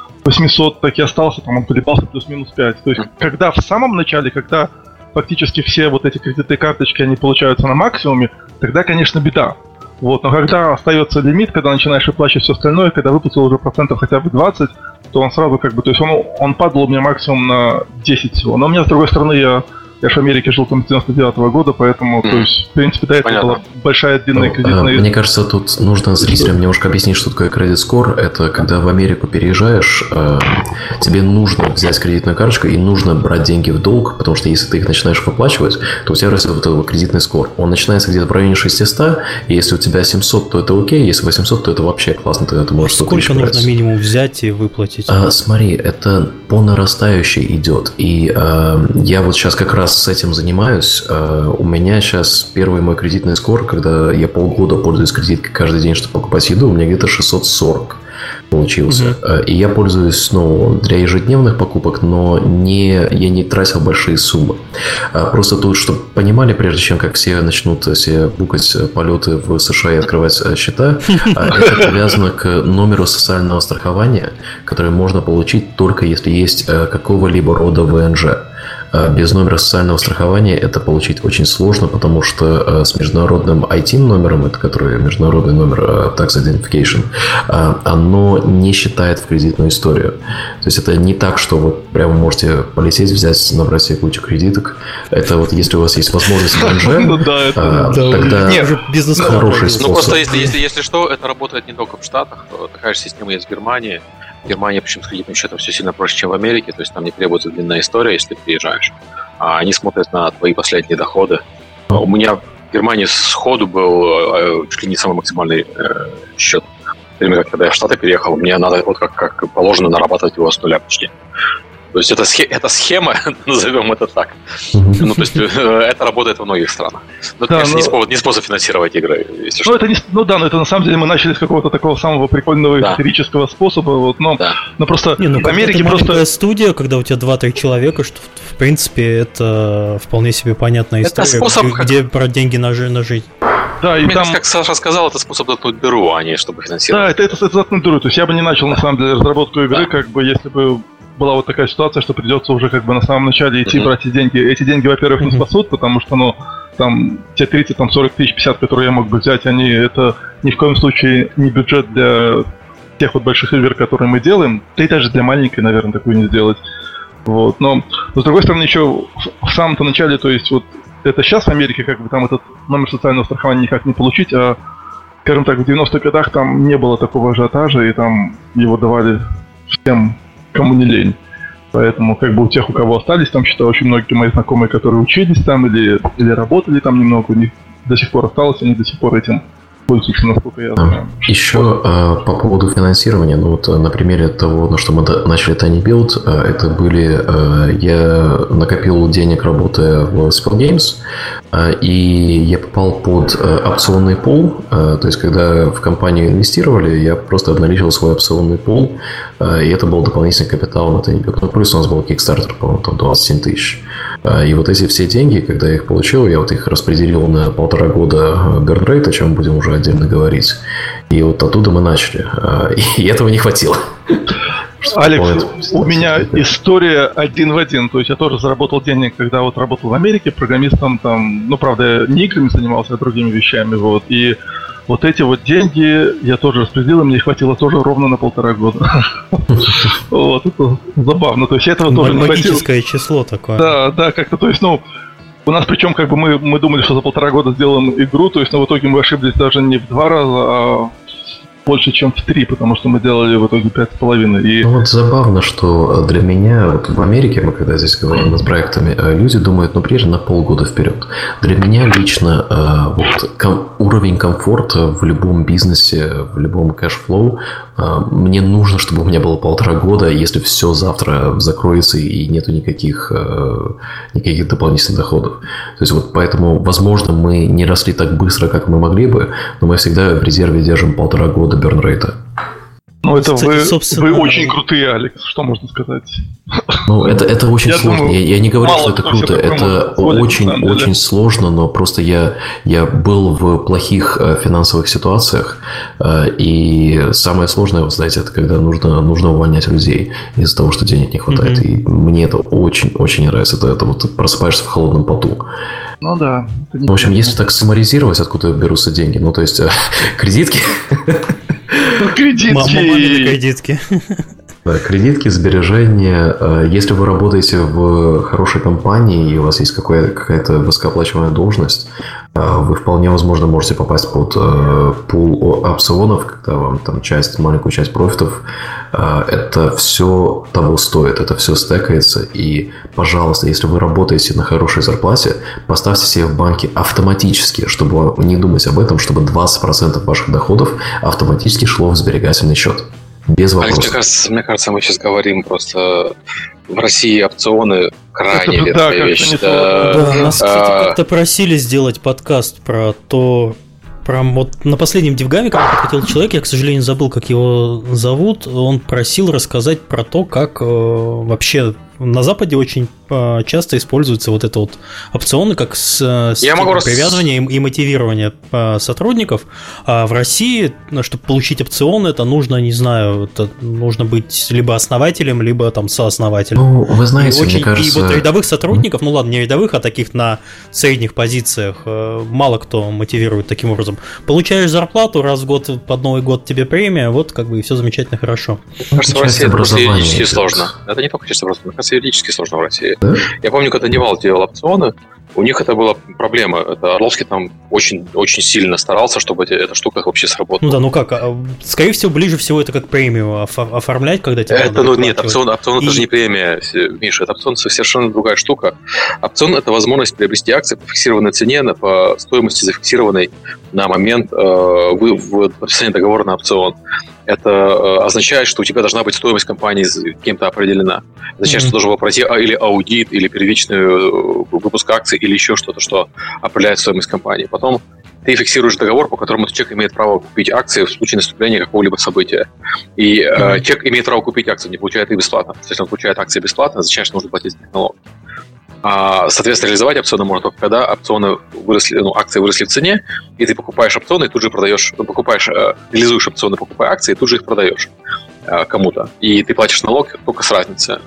800, так и остался, там он колебался плюс-минус 5. То есть когда в самом начале, когда фактически все вот эти кредитные карточки, они получаются на максимуме, тогда, конечно, беда. Вот, но когда остается лимит, когда начинаешь выплачивать все остальное, когда выплатил уже процентов хотя бы 20, то он сразу как бы, то есть он падал у меня максимум на 10 всего. Но у меня, с другой стороны, я же в Америке жил там с 99-го года, поэтому, то есть, в принципе, до этого была большая длинная кредитная... Мне кажется, тут нужно зрителям немножко объяснить, что такое кредит скор. Это когда в Америку переезжаешь, тебе нужно взять кредитную карточку и нужно брать деньги в долг, потому что если ты их начинаешь выплачивать, то у тебя растет вот этот кредитный скор. Он начинается где-то в районе 600, и если у тебя 700, то это окей, если 800, то это вообще классно, тогда ты можешь 100 тысяч брать. Сколько нужно минимум взять и выплатить? Смотри, это по нарастающей идет, и я вот сейчас как раз с этим занимаюсь. У меня сейчас первый мой кредитный скор, когда я полгода пользуюсь кредиткой каждый день, чтобы покупать еду, у меня где-то 640 получился. И я пользуюсь, ну, для ежедневных покупок, но я не тратил большие суммы. Просто тут, чтобы понимали, прежде чем как все начнут себе букать полеты в США и открывать счета, это привязано к номеру социального страхования, которое можно получить только если есть какого-либо рода ВНЖ. Без номера социального страхования это получить очень сложно, потому что с международным IT-номером, это который международный номер Tax Identification, оно не считает в кредитную историю. То есть это не так, что вот прямо можете полететь, взять, набрать себе кучу кредиток. Это вот если у вас есть возможность ВНЖ, тогда хороший способ. Ну просто если что, это работает не только в Штатах, такая же система есть в Германии. В Германии, причем с кредитным счетом все сильно проще, чем в Америке, то есть там не требуется длинная история, если ты приезжаешь. А они смотрят на твои последние доходы. У меня в Германии сходу был чуть ли не самый максимальный счет. Например, когда я в Штаты переехал, мне надо вот как положено нарабатывать его с нуля почти. То есть это схема, назовем это так. Ну, то есть это работает во многих странах. Но это, конечно, не способ финансировать игры, если что. Но это на самом деле мы начали с какого-то такого самого прикольного эзотерического способа, вот, но просто в Америке просто... студия, когда у тебя 2-3 человека, что, в принципе, это вполне себе понятная история, способ, где брать деньги на жизнь. Да, и мне там... кажется, как Саша сказал, это способ заткнуть дыру, а не чтобы финансировать. Да, это заткнуть дыру. То есть я бы не начал, на самом деле, разработку игры, как бы, если бы была вот такая ситуация, что придется уже как бы на самом начале идти брать эти деньги. Эти деньги, во-первых, не спасут, потому что, ну, там, те 30, там, 40 тысяч, 50, которые я мог бы взять, они, это ни в коем случае не бюджет для тех вот больших игр, которые мы делаем, да и даже для маленькой, наверное, такую не сделать. Вот. Но с другой стороны, еще в самом-то начале, то есть вот это сейчас в Америке как бы там этот номер социального страхования никак не получить, а, скажем так, в 90-х годах там не было такого ажиотажа, и там его давали всем, кому не лень. Поэтому как бы у тех, у кого остались, там, считаю, очень многие мои знакомые, которые учились там или работали там немного, у них до сих пор осталось, они до сих пор этим пользуются, насколько я знаю. Еще по поводу финансирования, ну вот на примере того, на что мы начали Tiny Build, это были, я накопил денег, работая в Spell Games, и я попал под опционный пул, то есть когда в компанию инвестировали, я просто обналичил свой опционный пул, и это был дополнительный капитал на Tiny Build. Ну, плюс у нас был Kickstarter, по-моему, там 27 тысяч. И вот эти все деньги, когда я их получил, я вот их распределил на 1,5 года burn rate, о чем будем уже отдельно говорить. И вот оттуда мы начали. И этого не хватило. Алекс, у меня история один в один. То есть я тоже заработал денег, когда вот работал в Америке программистом там, ну, правда, не играми занимался, а другими вещами. Вот. И вот эти вот деньги я тоже распределил, мне их хватило тоже ровно на 1,5 года. Вот, это забавно. То есть этого тоже не хватило. Магическое число такое. Да, как-то, то есть, ну, у нас причем как бы мы думали, что за 1,5 года сделаем игру, то есть, но в итоге мы ошиблись даже не в 2 раза, а больше, чем в 3, потому что мы делали в итоге 5,5. И... Ну вот забавно, что для меня, вот в Америке, мы когда здесь говорим над проектами, люди думают, ну, примерно на полгода вперед. Для меня лично вот, уровень комфорта в любом бизнесе, в любом кэшфлоу, мне нужно, чтобы у меня было 1,5 года, если все завтра закроется и нету никаких дополнительных доходов. То есть вот поэтому, возможно, мы не росли так быстро, как мы могли бы, но мы всегда в резерве держим 1,5 года бернрейта. Ну, это кстати, вы очень крутые, Алекс, что можно сказать? Ну, это очень сложно. Думаю, я не говорю, что это круто. Это очень сложно, но просто я был в плохих финансовых ситуациях, и самое сложное, вы знаете, это когда нужно увольнять людей из-за того, что денег не хватает. И мне это очень нравится. Это вот ты просыпаешься в холодном поту. Ну да. В общем, если так саммаризировать, откуда берутся деньги, ну, то есть кредитки... Мамины кредитки. Да, кредитки, сбережения. Если вы работаете в хорошей компании и у вас есть какая-то высокооплачиваемая должность, вы вполне возможно можете попасть под пул опционов, когда вам там маленькую часть профитов. Это все того стоит, это все стекается. И, пожалуйста, если вы работаете на хорошей зарплате, поставьте себе в банке автоматически, чтобы не думать об этом, чтобы 20% ваших доходов автоматически шло в сберегательный счет. Без вопросов. Алекс, мне кажется, мы сейчас говорим просто... В России опционы крайне редкая вещь. Да, нас, кстати, как-то просили сделать подкаст про то... Вот на последнем Дивгаме, когда подхватил человек, я, к сожалению, забыл, как его зовут, он просил рассказать про то, как вообще на Западе очень часто используются вот это вот опционы как привязывание и мотивирование сотрудников, а в России, чтобы получить опционы, это нужно, не знаю, это нужно быть либо основателем, либо там сооснователем. Ну, вы знаете, мне кажется... И вот рядовых сотрудников, ну ладно, не рядовых, а таких на средних позициях, мало кто мотивирует таким образом. Получаешь зарплату, раз в год под Новый год тебе премия, вот как бы и все замечательно, хорошо. Мне кажется, в России это просто юридически сложно. Это не только чисто просто, мне кажется, юридически сложно в России. Да? Я помню, когда Невал делал опционы, у них это была проблема. Это Орловский там очень сильно старался, чтобы эта штука вообще сработала. Ну да, ну как, скорее всего, ближе всего это как премию оформлять, когда тебе это, ну нет, опцион это же не премия, Миша, это опцион совершенно другая штука. Опцион — это возможность приобрести акции по фиксированной цене, по стоимости зафиксированной на момент подписания договора на опцион. Это означает, что у тебя должна быть стоимость компании кем-то определена. Означает, что должен был пройти или аудит, или первичный выпуск акций, или еще что-то, что определяет стоимость компании. Потом ты фиксируешь договор, по которому человек имеет право купить акции в случае наступления какого-либо события. И человек имеет право купить акции, не получает их бесплатно. Если он получает акции бесплатно, означает, что нужно платить налог. Соответственно, реализовать опционы можно только когда акции выросли в цене, и ты покупаешь опционы и тут же продаешь, реализуешь опционы, покупая акции, и тут же их продаешь кому-то. И ты платишь налог только с разницы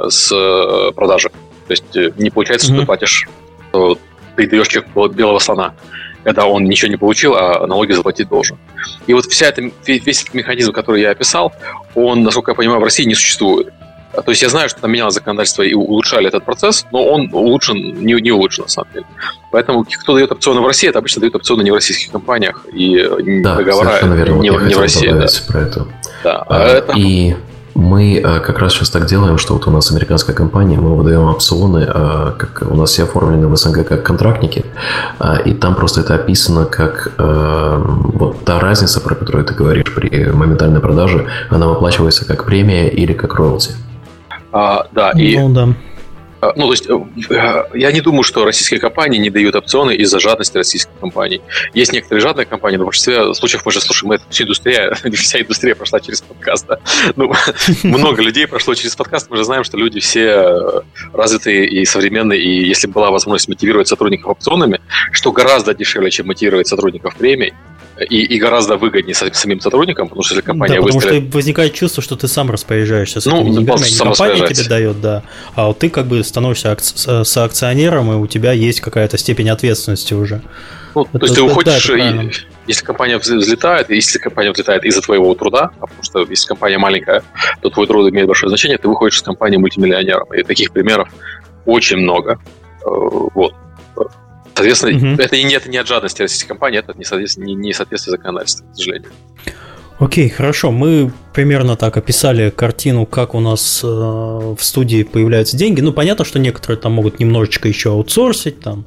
с продажи. То есть не получается, что ты платишь, что ты даешь человеку белого слона, когда он ничего не получил, а налоги заплатить должен. И вот весь этот механизм, который я описал, он, насколько я понимаю, в России не существует. То есть я знаю, что там менялось законодательство и улучшали этот процесс, но он улучшен, не улучшен на самом деле. Поэтому кто дает опционы в России, это обычно дают опционы не в российских компаниях и договора не в России. Да. Про это. Да. И мы как раз сейчас так делаем, что вот у нас американская компания, мы выдаем опционы, как у нас все оформлены в СНГ как контрактники, и там просто это описано как вот та разница, про которую ты говоришь при моментальной продаже, она выплачивается как премия или как роялти. Да, и... то есть, я не думаю, что российские компании не дают опционы из-за жадности российских компаний. Есть некоторые жадные компании, но в большинстве случаев мы же слушаем, вся индустрия прошла через подкаст. Да? Много людей прошло через подкаст, мы же знаем, что люди все развитые и современные, и если была возможность мотивировать сотрудников опционами, что гораздо дешевле, чем мотивировать сотрудников премией, и гораздо выгоднее самим сотрудникам, потому что если компания потому что возникает чувство, что ты сам распоряжаешься с этими деньгами, не компания тебе дает, да, а вот ты как бы становишься соакционером, и у тебя есть какая-то степень ответственности уже. То есть ты уходишь, если компания взлетает, если компания взлетает из-за твоего труда, потому что если компания маленькая, то твой труд имеет большое значение, ты выходишь из компании мультимиллионером, и таких примеров очень много. Вот. Соответственно, это не от жадности российской компании, это не соответствие законодательству, к сожалению. Окей, хорошо. Мы примерно так описали картину, как у нас в студии появляются деньги. Ну, понятно, что некоторые там могут немножечко еще аутсорсить, там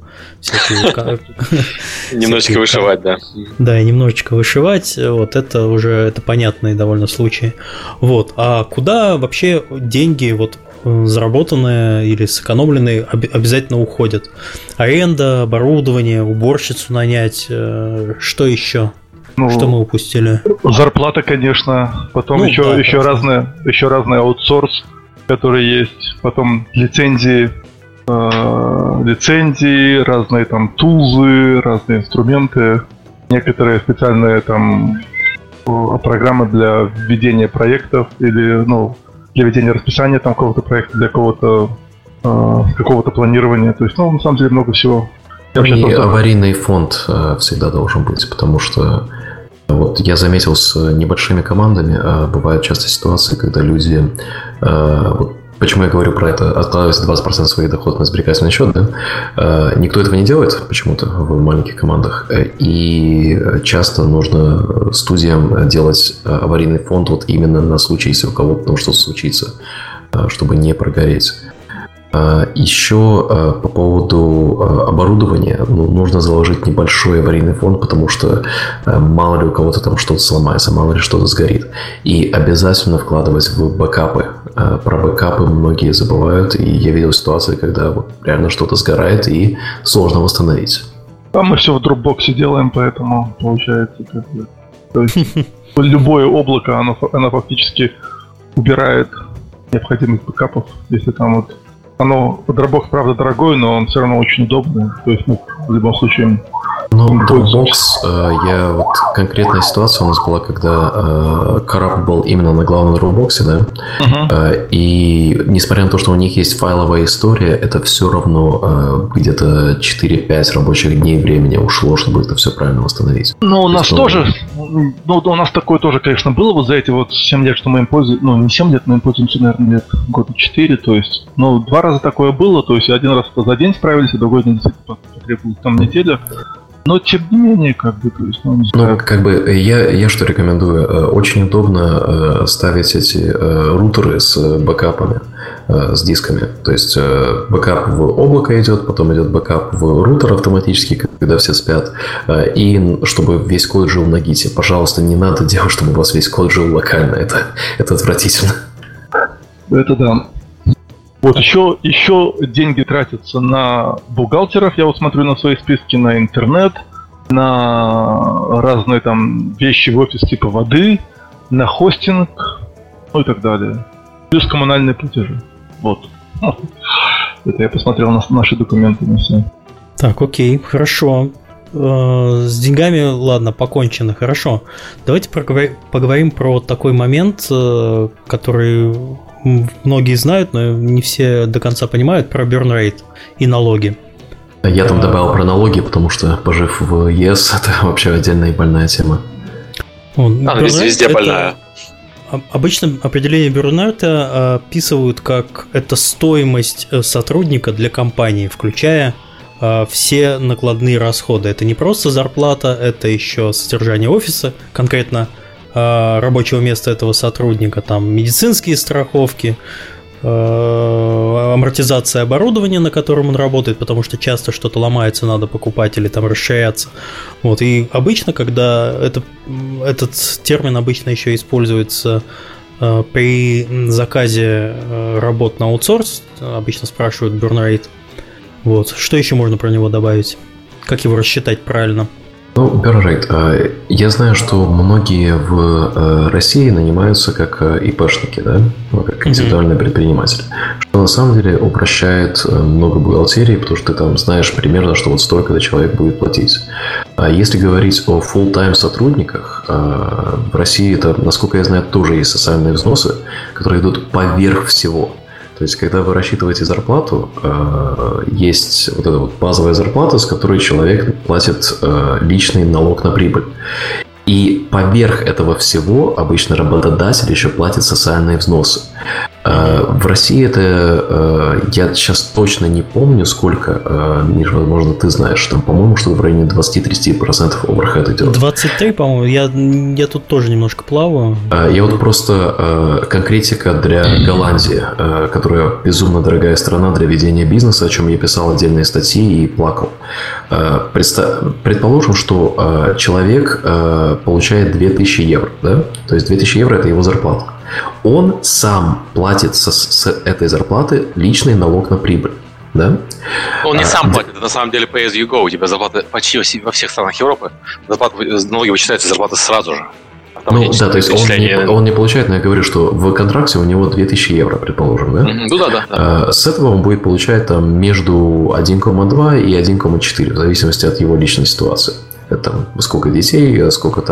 немножечко вышивать, да. Да, и немножечко вышивать. Вот это уже понятные довольно случаи. Вот. А куда вообще деньги вот заработанные или сэкономленные обязательно уходят? Аренда, оборудование, уборщицу нанять, что еще? Что мы упустили? Зарплата, конечно, потом еще разный аутсорс, который есть, потом лицензии, разные там тулзы, разные инструменты, некоторые специальные там программы для введения проектов или для ведения расписания там какого-то проекта, для какого-то планирования. То есть, на самом деле много всего. И аварийный фонд всегда должен быть, потому что вот я заметил с небольшими командами, бывают часто ситуации, когда люди... Вот почему я говорю про это? Откладывать 20% своих доходов на сберегательный счет, да? Никто этого не делает почему-то в маленьких командах. И часто нужно студиям делать аварийный фонд вот именно на случай, если у кого-то там что-то случится, чтобы не прогореть. Еще по поводу оборудования, нужно заложить небольшой аварийный фонд, потому что мало ли у кого-то там что-то сломается, мало ли что-то сгорит. И обязательно вкладывать в бэкапы. Про бэкапы многие забывают, и я видел ситуации, когда вот реально что-то сгорает и сложно восстановить. А мы все в Dropbox делаем, поэтому получается То есть любое облако, оно фактически убирает необходимых бэкапов, если там вот Dropbox, правда, дорогой, но он все равно очень удобный. То есть, в любом случае... Dropbox, вот конкретная ситуация у нас была, когда Караб был именно на главном Dropbox, да? И несмотря на то, что у них есть файловая история, это все равно где-то 4-5 рабочих дней времени ушло, чтобы это все правильно восстановить. У нас тоже, у нас такое тоже, конечно, было вот за эти вот 7 лет, что мы им пользуемся, не 7 лет, мы им пользуемся, наверное, лет года 4, то есть, 2 раза такое было, то есть, один раз за день справились, а другой день действительно потребовалось там неделю. Но тем не менее, то есть, я что рекомендую, очень удобно ставить эти рутеры с бэкапами, с дисками. То есть бэкап в облако идет, потом идет бэкап в рутер автоматически, когда все спят, и чтобы весь код жил на гите. Пожалуйста, не надо делать, чтобы у вас весь код жил локально, это отвратительно. Это да. Вот еще деньги тратятся на бухгалтеров, я вот смотрю на свои списки, на интернет, на разные там вещи в офис типа воды, на хостинг, и так далее. Плюс коммунальные платежи. Вот. Это я посмотрел на наши документы на все. Так, окей, хорошо. С деньгами, ладно, покончено, хорошо. Давайте поговорим про такой момент, который многие знают, но не все до конца понимают, про burn rate и налоги. Я там добавил про налоги, потому что, пожив в ЕС, это вообще отдельная и больная тема. Везде больная. Обычно определение Бернарда описывают как это стоимость сотрудника для компании, включая все накладные расходы. Это не просто зарплата, это еще содержание офиса, конкретно рабочего места этого сотрудника, там медицинские страховки, амортизация оборудования, на котором он работает, потому что часто что-то ломается, надо покупать или там расширяться. Вот. И обычно, когда этот термин обычно еще используется при заказе работ на аутсорс, обычно спрашивают burn rate. Вот. Что еще можно про него добавить? Как его рассчитать правильно? Ну, burn rate. Я знаю, что многие в России нанимаются как ИПшники, да? Как индивидуальные предприниматели. Что на самом деле упрощает много бухгалтерии, потому что ты там знаешь примерно, что вот столько-то человек будет платить. А если говорить о full-time сотрудниках, в России это, насколько я знаю, тоже есть социальные взносы, которые идут поверх всего. То есть, когда вы рассчитываете зарплату, есть вот эта вот базовая зарплата, с которой человек платит личный налог на прибыль. И поверх этого всего обычно работодатель еще платит социальные взносы. В России это, я сейчас точно не помню, сколько, Миш, возможно, ты знаешь, там, по-моему, что в районе 20-30% оверхед идет. 23, по-моему, я тут тоже немножко плаваю. Я вот просто конкретика для Голландии, которая безумно дорогая страна для ведения бизнеса, о чем я писал отдельные статьи и плакал. Предположим, что человек получает 2000 евро, да? То есть 2000 евро – это его зарплата. Он сам платит с этой зарплаты личный налог на прибыль. Да? Он не сам платит, это на самом деле pay as you go. У тебя зарплата почти во всех странах Европы, налоги вычисляются зарплаты сразу же. Ну да, то есть он не получает, но я говорю, что в контракте у него 2000 евро, предположим, да? Ну да. С этого он будет получать там между 1,2 и 1,4, в зависимости от его личной ситуации. Это там сколько детей, сколько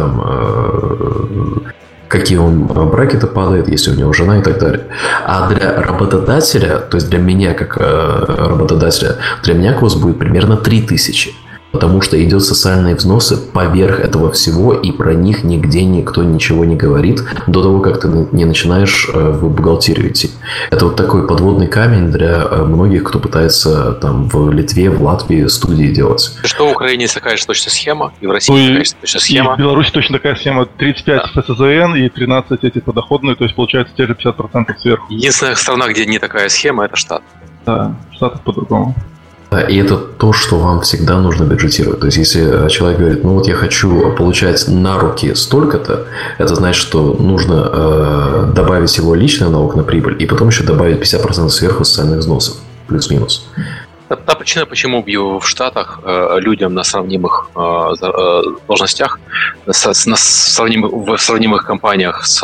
там... какие он браки-то падает, если у него жена и так далее. А для работодателя, то есть для меня как работодателя, для меня кост будет примерно 3000. Потому что идет социальные взносы поверх этого всего, и про них нигде никто ничего не говорит до того, как ты не начинаешь в бухгалтерию идти. Это вот такой подводный камень для многих, кто пытается там в Литве, в Латвии студии делать. Что в Украине такая же точно схема, и в России такая же точно схема. И в Беларуси точно такая схема. 35 ФСЗН и 13 эти подоходные, то есть получается те же 50% сверху. Единственная страна, где не такая схема, это Штат. Да, в Штатах по-другому. И это то, что вам всегда нужно бюджетировать. То есть, если человек говорит, ну вот я хочу получать на руки столько-то, это значит, что нужно добавить его личный налог на прибыль и потом еще добавить 50% сверху социальных взносов, плюс-минус. Та причина, почему в Штатах людям на сравнимых должностях, в сравнимых компаниях с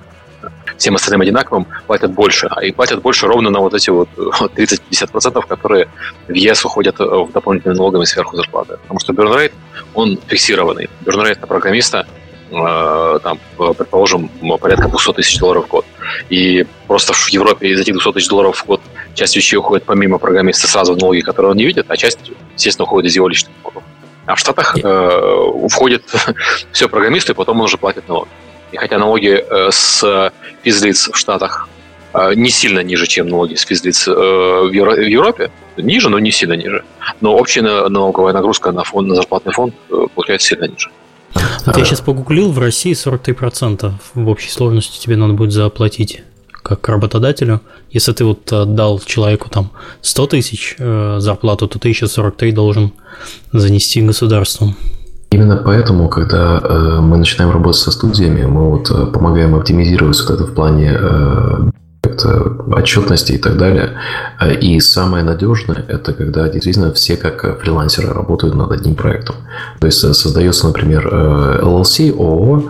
всем остальным одинаковым, платят больше. И платят больше ровно на вот эти вот 30-50%, которые в ЕС уходят в дополнительные налогами сверху зарплаты. Потому что burn rate, он фиксированный. Burn rate на программиста, там, предположим, порядка $200,000 в год. И просто в Европе из этих $200,000 в год часть вещей уходит помимо программиста сразу в налоги, которые он не видит, а часть, естественно, уходит из его личных налогов. А в Штатах входит все программисты, и потом он уже платит налоги. И хотя налоги с физлиц в Штатах не сильно ниже, чем налоги с физлиц в Европе, ниже, но не сильно ниже, но общая налоговая нагрузка на зарплатный фонд получается сильно ниже. Вот я сейчас погуглил, в России 43% в общей сложности тебе надо будет заплатить как работодателю. Если ты вот отдал человеку там 100 тысяч зарплату, то ты еще 43 должен занести государству. Именно поэтому, когда мы начинаем работать со студиями, мы вот помогаем оптимизировать вот это в плане отчетности и так далее. И самое надежное – это когда действительно все как фрилансеры работают над одним проектом. То есть создается, например, LLC, ООО,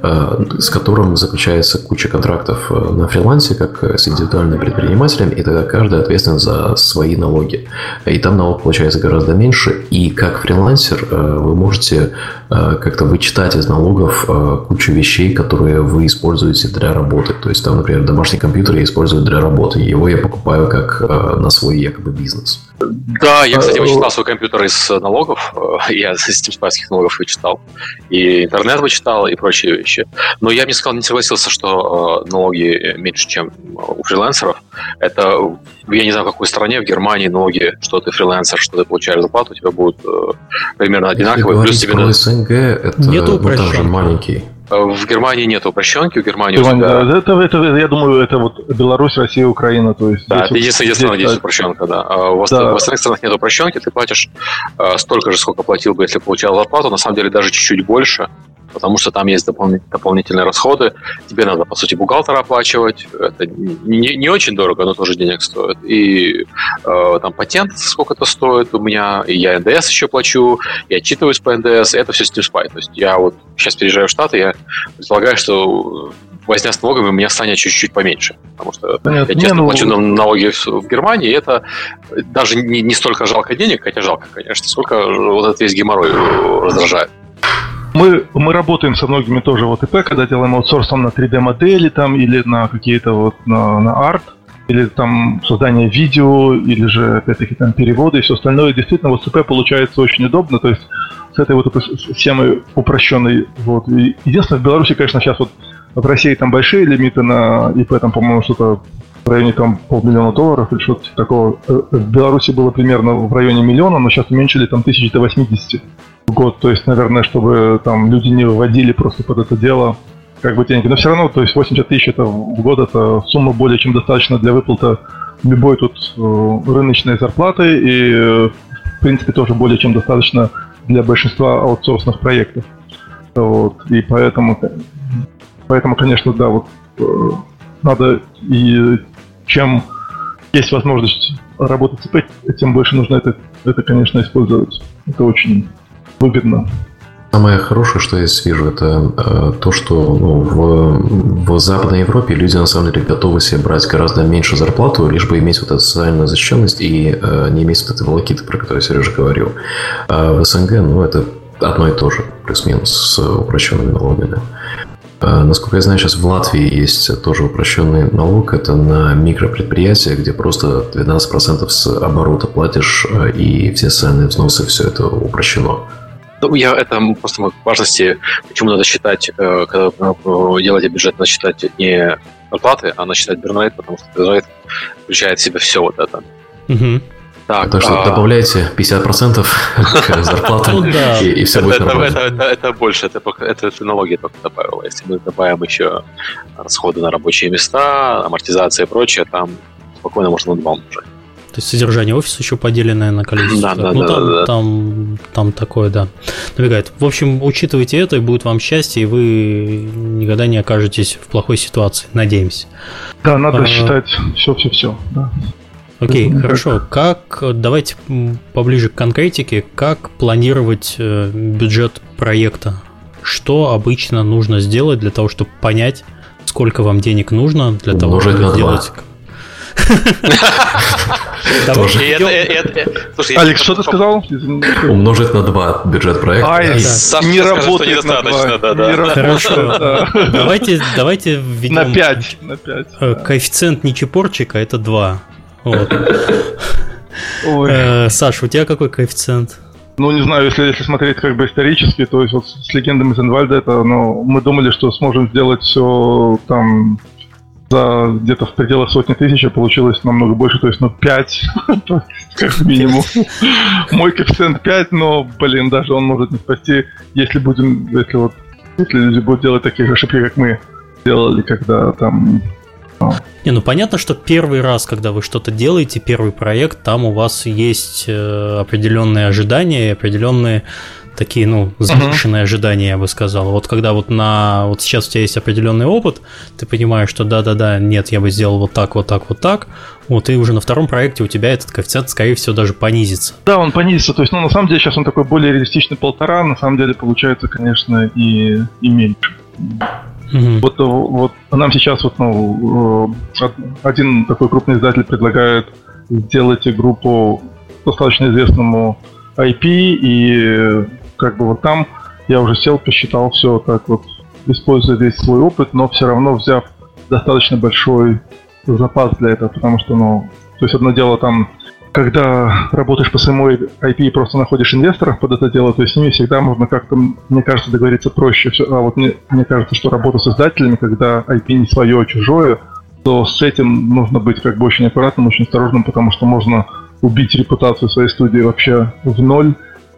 с которым заключается куча контрактов на фрилансе, как с индивидуальным предпринимателем, и тогда каждый ответственен за свои налоги. И там налог получается гораздо меньше, и как фрилансер вы можете как-то вычитать из налогов кучу вещей, которые вы используете для работы. То есть там, например, домашний компьютер я использую использовать для работы. Его я покупаю как на свой якобы бизнес. Да, я, кстати, вычитал свой компьютер из налогов. Я из стимспайских налогов вычитал. И интернет вычитал, и прочие вещи. Но я бы не согласился, что налоги меньше, чем у фрилансеров. Это, я не знаю, в какой стране, в Германии налоги, что ты фрилансер, что ты получаешь зарплату, у тебя будут примерно одинаковые. Плюс тебе про СНГ, это тоже маленький. В Германии нет упрощенки, в Германии это, я думаю, это вот Беларусь, Россия, Украина, то есть... Да, это единственная страна, где есть упрощенка, да. В остальных странах нет упрощенки, ты платишь столько же, сколько платил бы, если получал зарплату, на самом деле даже чуть-чуть больше, потому что там есть дополнительные расходы, тебе надо, по сути, бухгалтера оплачивать, это не очень дорого, но тоже денег стоит, и там патент сколько-то стоит у меня, и я НДС еще плачу, я отчитываюсь по НДС, это все SteamSpy, то есть я вот сейчас переезжаю в Штаты, я предполагаю, что возня с налогами у меня станет чуть-чуть поменьше, потому что я честно плачу налоги в Германии, и это даже не столько жалко денег, хотя жалко, конечно, сколько вот этот весь геморрой раздражает. Мы работаем со многими тоже вот ИП, когда делаем аутсорсом на 3D-модели там, или на какие-то вот на арт, или там создание видео, или же опять-таки там переводы и все остальное. Действительно, вот с ИП получается очень удобно, то есть с этой вот схемой упрощенной. Вот. И единственное, в Беларуси, конечно, сейчас вот в России там большие лимиты на ИП, там, по-моему, что-то в районе там $500 000 или что-то такого. В Беларуси было примерно в районе 1 миллиона, но сейчас уменьшили там 1000 до 80 в год. То есть, наверное, чтобы там люди не выводили просто под это дело как бы деньги. Но все равно, то есть 80 тысяч это в год, это сумма более чем достаточно для выплаты любой тут рыночной зарплаты и, в принципе, тоже более чем достаточно для большинства аутсорсных проектов. Вот. И поэтому, конечно, да, вот надо, и чем есть возможность работать с ИП, тем больше нужно это, конечно, использовать. Это очень выгодно. Самое хорошее, что я здесь вижу, это то, что в Западной Европе люди на самом деле готовы себе брать гораздо меньше зарплату, лишь бы иметь вот эту социальную защищенность и не иметь вот этой волокиты, про которую Сережа говорил. А в СНГ, это одно и то же, плюс-минус, с упрощенными налогами. Насколько я знаю, сейчас в Латвии есть тоже упрощенный налог. Это на микропредприятия, где просто 12% с оборота платишь, и все социальные взносы, все это упрощено. Это просто важности, почему надо считать, когда делаете бюджет, надо считать не зарплаты, а надо считать burn rate, потому что burn rate включает в себя все вот это. Угу. Так что добавляйте 50% к зарплатам, и все будет нормально. Это больше, это налоги только добавило. Если мы добавим еще расходы на рабочие места, амортизация и прочее, там спокойно можно на 2 умножать. То есть содержание офиса еще поделенное на количество. Там такое, да, набегает. В общем, учитывайте это, и будет вам счастье, и вы никогда не окажетесь в плохой ситуации. Надеемся. Да, надо считать все. Да. Окей, хорошо. Давайте поближе к конкретике. Как планировать бюджет проекта? Что обычно нужно сделать для того, чтобы понять, сколько вам денег нужно для того, чтобы сделать... Алекс, что ты сказал? Умножить на 2 бюджет проекта. Не работает недостаточно. Хорошо. Давайте введем... На 5. Коэффициент ничепорчика – это 2. Саш, у тебя какой коэффициент? Не знаю, если смотреть как бы исторически, то есть вот с легендами Зенвальда, это, мы думали, что сможем сделать все там за где-то в пределах 100 тысяч, а получилось намного больше, то есть 5, как минимум. Мой коэффициент 5, но, даже он может не спасти, если люди будут делать такие же ошибки, как мы делали, когда там... понятно, что первый раз, когда вы что-то делаете, первый проект, там у вас есть определенные ожидания, определенные такие, завышенные ожидания, я бы сказал. Вот когда вот сейчас у тебя есть определенный опыт, ты понимаешь, что да, нет, я бы сделал вот так, и уже на втором проекте у тебя этот коэффициент, скорее всего, даже понизится. Да, он понизится, то есть, на самом деле сейчас он такой более реалистичный 1,5, на самом деле получается, конечно, и меньше. Вот нам сейчас один такой крупный издатель предлагает сделать игру по достаточно известному IP, и как бы там я уже сел, посчитал все так вот, используя весь свой опыт, но все равно взяв достаточно большой запас для этого, потому что, то есть одно дело там, когда работаешь по своему IP и просто находишь инвесторов под это дело, то есть с ними всегда можно как-то, мне кажется, договориться проще. А вот мне кажется, что работа с издателями, когда IP не свое, а чужое, то с этим нужно быть как бы очень аккуратным, очень осторожным, потому что можно убить репутацию своей студии вообще в ноль,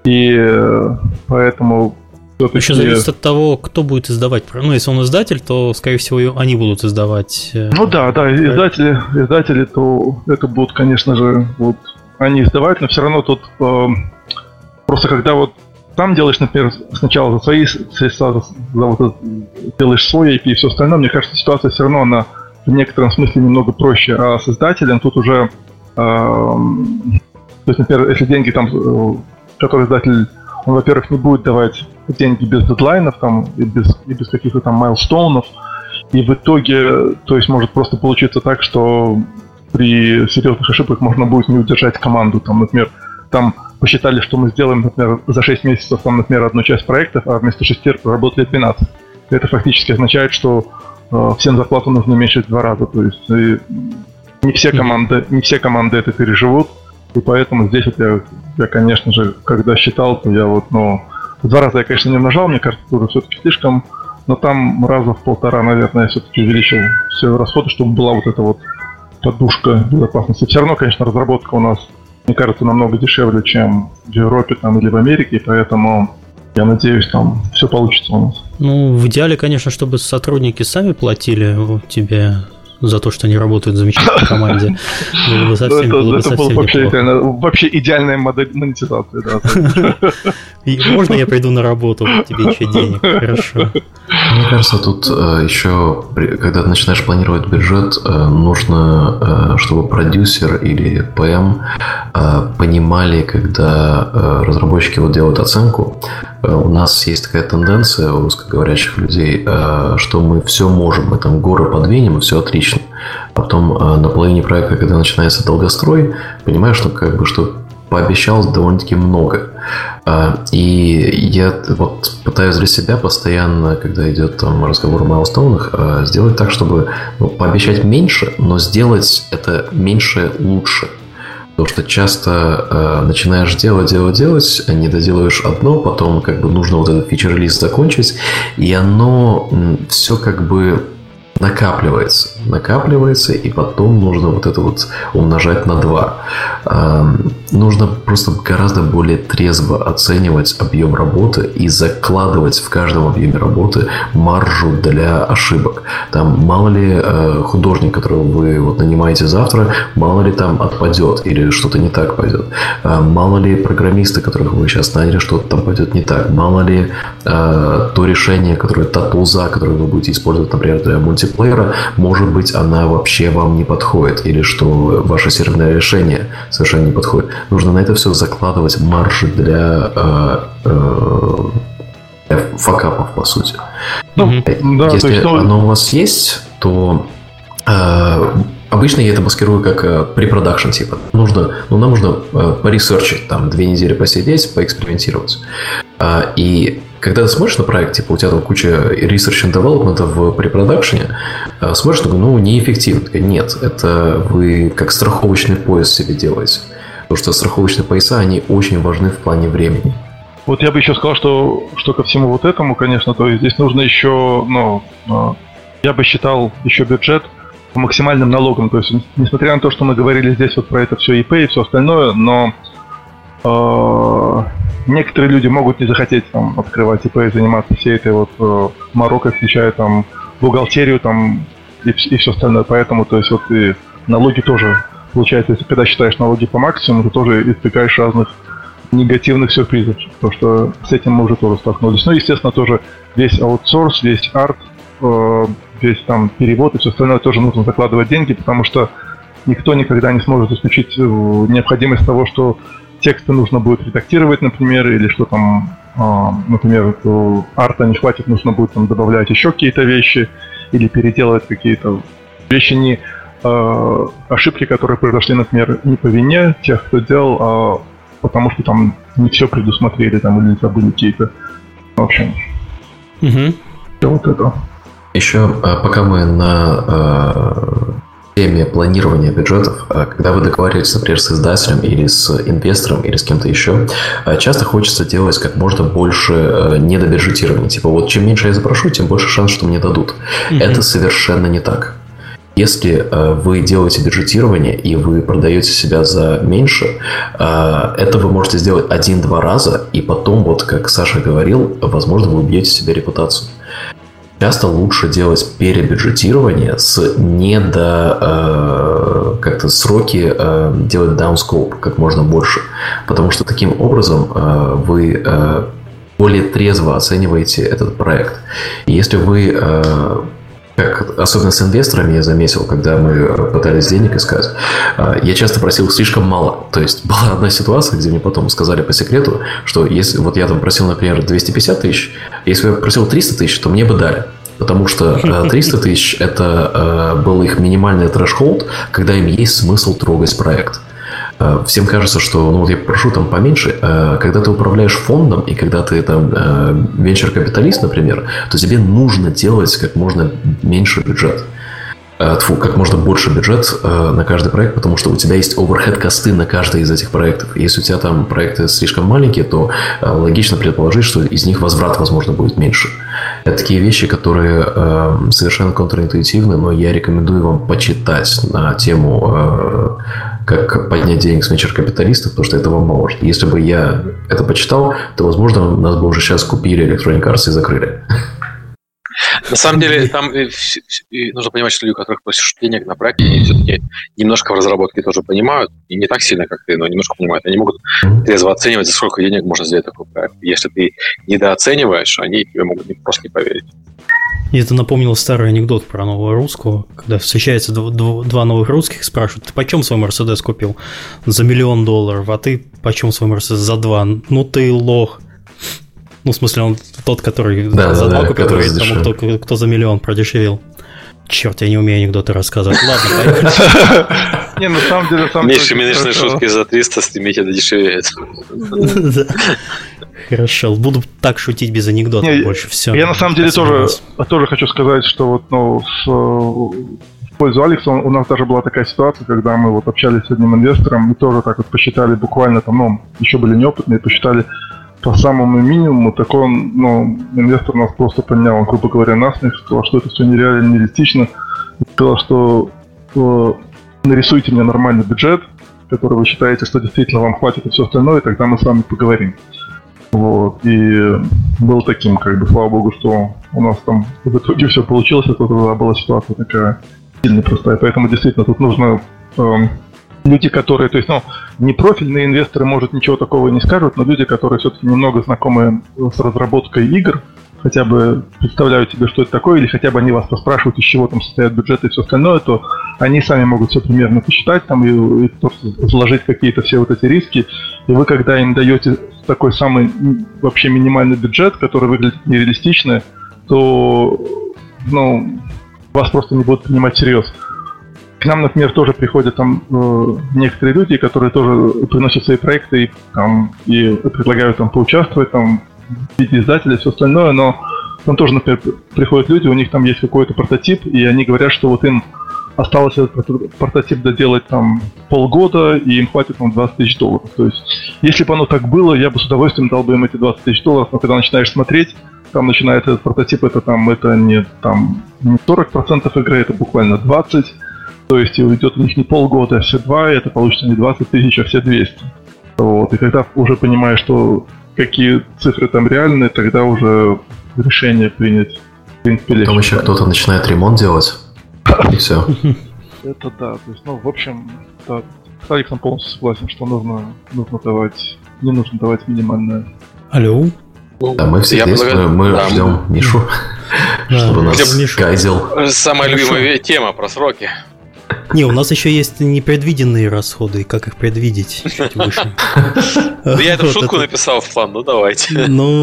и поэтому... Еще зависит от того, кто будет издавать. Если он издатель, то, скорее всего, они будут издавать. Да, издатели, то это будут, конечно же, они издавать, но все равно тут просто когда сам делаешь, например, сначала за свои средства, делаешь свой IP и все остальное, мне кажется, ситуация все равно, она в некотором смысле немного проще, а с издателем тут уже, то есть, например, если деньги там, который издатель, он, во-первых, не будет давать деньги без дедлайнов там, и без каких-то там майлстоунов. И в итоге, то есть может просто получиться так, что при серьезных ошибках можно будет не удержать команду. Там, например, там посчитали, что мы сделаем, например, за 6 месяцев, там, например, одну часть проектов, а вместо 6 проработали 12. Это фактически означает, что всем зарплату нужно уменьшить в 2 раза. То есть не все команды это переживут. И поэтому здесь я, конечно же, когда считал, то я в 2 раза я, конечно, не умножал, мне кажется, это все-таки слишком, но там раза в 1,5, наверное, я все-таки увеличил все расходы, чтобы была эта подушка безопасности. Все равно, конечно, разработка у нас, мне кажется, намного дешевле, чем в Европе там, или в Америке, поэтому я надеюсь, там все получится у нас. В идеале, конечно, чтобы сотрудники сами платили тебе за то, что они работают в замечательной команде. Было бы совсем вообще идеальная модель монетизации, да. Можно я приду на работу, тебе еще денег? Хорошо. Мне кажется, тут еще, когда ты начинаешь планировать бюджет, нужно, чтобы продюсер или ПМ понимали, когда разработчики делают оценку. У нас есть такая тенденция у русскоговорящих людей, что мы все можем, мы там горы подвинем, и все отлично. А потом на половине проекта, когда начинается долгострой, понимаешь, что пообещал довольно-таки много. И я пытаюсь для себя постоянно, когда идет там разговор о майлстоунах, сделать так, чтобы пообещать меньше, но сделать это меньше лучше. Потому что часто начинаешь делать, не доделаешь одно, потом нужно этот фичер-лист закончить, и оно все накапливается, и потом нужно это умножать на 2. Нужно просто гораздо более трезво оценивать объем работы и закладывать в каждом объеме работы маржу для ошибок. Там мало ли художник, которого вы нанимаете завтра, мало ли там отпадет или что-то не так пойдет. Мало ли программисты, которых вы сейчас наняли, что-то там пойдет не так. Мало ли то решение, та тулза, которую вы будете использовать, например, для мультиплеера, может быть, она вообще вам не подходит, или что ваше серверное решение совершенно не подходит. Нужно на это все закладывать маржи для факапов, по сути. Если оно у вас есть, то обычно я это маскирую как препродакшн типа. Нам нужно поресерчить, 2 недели посидеть, поэкспериментировать. И когда ты смотришь на проект, у тебя там куча research and development в препродакшене, смотришь, неэффективно. Нет, это вы как страховочный пояс себе делаете. Потому что страховочные пояса, они очень важны в плане времени. Я бы еще сказал, что ко всему этому, конечно, то есть здесь нужно еще, я бы считал еще бюджет по максимальным налогам. То есть, несмотря на то, что мы говорили здесь про это все ИП и все остальное, но некоторые люди могут не захотеть открывать ИП и заниматься всей этой морокой, включая бухгалтерию и все остальное. Поэтому, то есть, и налоги тоже, получается, если когда считаешь налоги по максимуму, ты тоже избегаешь разных негативных сюрпризов, потому что с этим мы уже тоже столкнулись. Естественно, тоже весь аутсорс, весь арт, весь перевод и все остальное тоже нужно закладывать деньги, потому что никто никогда не сможет исключить необходимость того, что тексты нужно будет редактировать, например, или что например, арта не хватит, нужно будет добавлять еще какие-то вещи, или переделывать какие-то вещи, ошибки, которые произошли, например, не по вине тех, кто делал, а потому что не все предусмотрели, или забыли какие-то. В общем, все это. Еще пока мы теме планирования бюджетов, когда вы договариваетесь, например, с издателем или с инвестором или с кем-то еще, часто хочется делать как можно больше недобюджетирования. Типа вот чем меньше я запрошу, тем больше шанс, что мне дадут. Это совершенно не так. Если вы делаете бюджетирование и вы продаете себя за меньше, это вы можете сделать 1-2 раза, и потом, вот как Саша говорил, возможно, вы убьете себе репутацию. Часто лучше делать перебюджетирование с как-то сроки делать downscope как можно больше, потому что таким образом вы более трезво оцениваете этот проект. И если вы, особенно с инвесторами я заметил, когда мы пытались денег искать, я часто просил слишком мало. То есть была одна ситуация, где мне потом сказали по секрету, что если вот я там просил, например, 250 тысяч, если я просил 300 тысяч, то мне бы дали. Потому что 300 тысяч – это был их минимальный трэш-холд, когда им есть смысл трогать проект. Всем кажется, что ну вот я прошу там поменьше. Когда ты управляешь фондом и когда ты там венчур-капиталист, например, то тебе нужно делать как можно меньше бюджет. Как можно больше бюджет на каждый проект, потому что у тебя есть оверхед-косты на каждый из этих проектов. Если у тебя там проекты слишком маленькие, то логично предположить, что из них возврат, возможно, будет меньше. Это такие вещи, которые совершенно контринтуитивны, но я рекомендую вам почитать на тему как поднять денег с венчур-капиталистов, потому что это вам поможет. Если бы я это почитал, то, возможно, нас бы уже сейчас купили Electronic Arts и закрыли. На самом деле, там нужно понимать, что люди, у которых просишь денег на проект, они все-таки немножко в разработке тоже понимают, и не так сильно, как ты, но немножко понимают. Они могут трезво оценивать, за сколько денег можно сделать такой проект. Если ты недооцениваешь, они тебе могут просто не поверить. И это напомнило старый анекдот про нового русского, когда встречаются два новых русских, спрашивают: ты почем свой Мерседес купил? За $1 миллион. А ты почем свой Мерседес? За 2. Ну ты лох. Ну, в смысле, он тот, который за 2 купил, говорит тому, кто за $1 миллион продешевил. Черт, я не умею анекдоты рассказывать. Ладно, поехали. Не, на самом деле... Меньше шутки за 300 стримите дешевеет. Хорошо, буду так шутить без анекдотов больше. Все. Я на самом деле тоже хочу сказать, что вот, в пользу Алекса у нас даже была такая ситуация, когда мы вот общались с одним инвестором, мы тоже так вот посчитали буквально там, еще были неопытные, посчитали по самому минимуму, такой инвестор нас просто поднял, грубо говоря, насмех, сказал, что это все нереально, нереалистично, сказал, что нарисуйте мне нормальный бюджет, который вы считаете, что действительно вам хватит и все остальное, и тогда мы с вами поговорим. Вот, и был таким, слава богу, что у нас там в итоге все получилось, это была ситуация такая сильно простая, поэтому действительно тут нужно... люди, которые, то есть, не профильные инвесторы, может, ничего такого и не скажут, но люди, которые все-таки немного знакомы с разработкой игр, хотя бы представляют себе, что это такое, или хотя бы они вас поспрашивают, из чего там состоят бюджеты и все остальное, то они сами могут все примерно посчитать там и просто заложить какие-то все вот эти риски. И вы, когда им даете такой самый вообще минимальный бюджет, который выглядит нереалистично, то, вас просто не будут принимать всерьез. К нам, например, тоже приходят там некоторые люди, которые тоже приносят свои проекты и предлагают там поучаствовать там, в виде издателя и все остальное, но там тоже, например, приходят люди, у них там есть какой-то прототип, и они говорят, что вот им осталось этот прототип доделать там полгода, и им хватит там $20 тысяч. То есть, если бы оно так было, я бы с удовольствием дал бы им эти $20 тысяч, но когда начинаешь смотреть, там начинается этот прототип, это не 40% игры, это буквально 20%. То есть уйдет у них не полгода, а все 2, и это получится не 20 тысяч, а все 200. Вот. И когда уже понимаешь, что какие цифры там реальные, тогда уже решение принять, в принципе, легче. Потом еще кто-то начинает ремонт делать, и все. Это да. То есть, в общем, да, с Алексом полностью согласен, что не нужно давать минимальное. Алло? Да, мы все здесь, мы ждем Мишу, чтобы нас гайзил. Самая любимая тема про сроки. Не, у нас еще есть непредвиденные расходы, как их предвидеть чуть выше. Я эту шутку написал в план, давайте.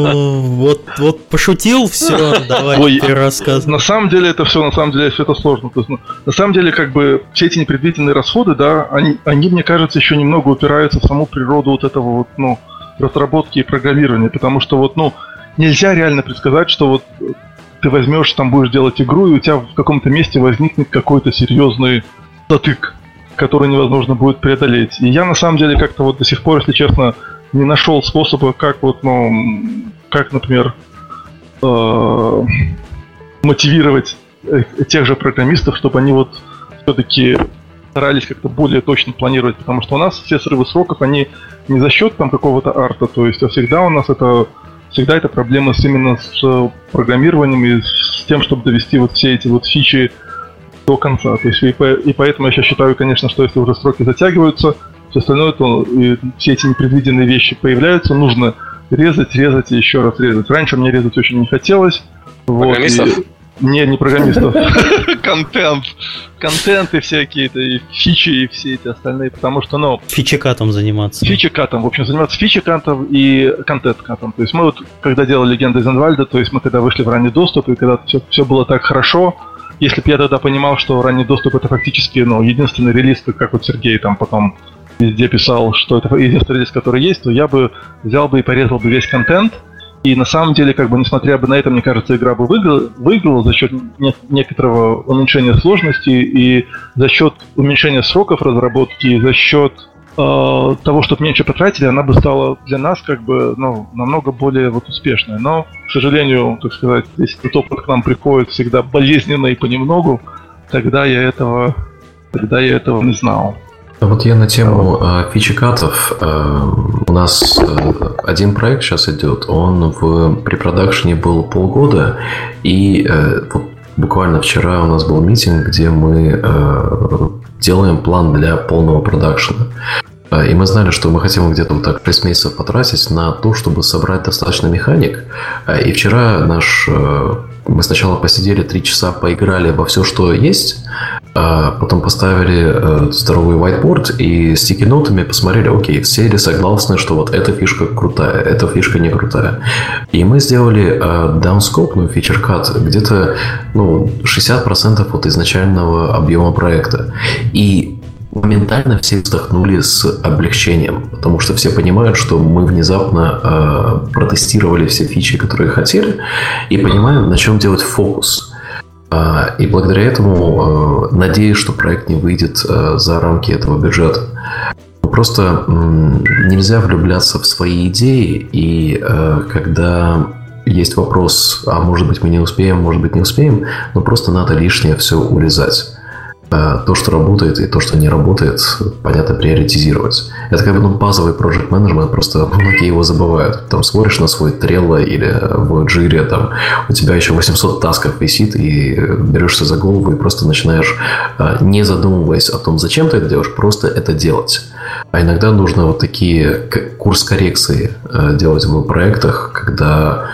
Вот пошутил, все, давай рассказывай. На самом деле это все сложно. То есть, на самом деле, все эти непредвиденные расходы, да, они, мне кажется, еще немного упираются в саму природу вот этого вот, разработки и программирования, потому что нельзя реально предсказать, что ты возьмешь, там будешь делать игру, и у тебя в каком-то месте возникнет какой-то серьезный затык, который невозможно будет преодолеть. И я на самом деле как-то вот до сих пор, если честно, не нашел способа, как вот, как, например, мотивировать тех же программистов, чтобы они вот все-таки старались как-то более точно планировать, потому что у нас все срывы сроков, они не за счет там какого-то арта, то есть, а всегда у нас всегда это проблема именно с программированием и с тем, чтобы довести вот все эти вот фичи до конца. То есть, и поэтому я сейчас считаю, конечно, что если уже сроки затягиваются, все остальное, то и все эти непредвиденные вещи появляются, нужно резать и еще раз резать. Раньше мне резать очень не хотелось. Программистов? Не программистов. Контент и всякие и фичи и все эти остальные, потому что, фичекатом заниматься. В общем, заниматься фичекатом и контент-катом. То есть мы вот, когда делали «Легенды Зенвальда», то есть мы когда вышли в ранний доступ, и когда все было так хорошо, если бы я тогда понимал, что ранний доступ это фактически, единственный релиз, как вот Сергей там потом везде писал, что это единственный релиз, который есть, то я бы взял бы и порезал бы весь контент. И на самом деле, несмотря бы на это, мне кажется, игра бы выиграла за счет некоторого уменьшения сложности и за счет уменьшения сроков разработки, и за счет того, чтобы меньше потратили, она бы стала для нас намного более успешной. Но, к сожалению, так сказать, если этот опыт к нам приходит всегда болезненно и понемногу, тогда я этого не знал. Вот я на тему фичекатов. У нас один проект сейчас идет, он в препродакшене был полгода, и вот буквально вчера у нас был митинг, где мы делаем план для полного продакшена. И мы знали, что мы хотим где-то 6 месяцев потратить на то, чтобы собрать достаточно механик. И вчера мы сначала посидели 3 часа, поиграли во все, что есть, потом поставили здоровый whiteboard и стики-нотами посмотрели, окей, все ли согласны, что вот эта фишка крутая, эта фишка не крутая. И мы сделали даунскопную фичер-кат, где-то 60% от изначального объема проекта. И моментально все вздохнули с облегчением, потому что все понимают, что мы внезапно протестировали все фичи, которые хотели, и понимаем, на чем делать фокус. И благодаря этому надеюсь, что проект не выйдет за рамки этого бюджета. Просто нельзя влюбляться в свои идеи, и когда есть вопрос, а может быть мы не успеем, может быть не успеем, но просто надо лишнее все урезать. То, что работает, и то, что не работает, понятно, приоритизировать. Это базовый project management, просто многие его забывают. Там смотришь на свой Trello или в Jira, там у тебя еще 800 тасков висит, и берешься за голову и просто начинаешь, не задумываясь о том, зачем ты это делаешь, просто это делать. А иногда нужно такие курс коррекции делать в проектах, когда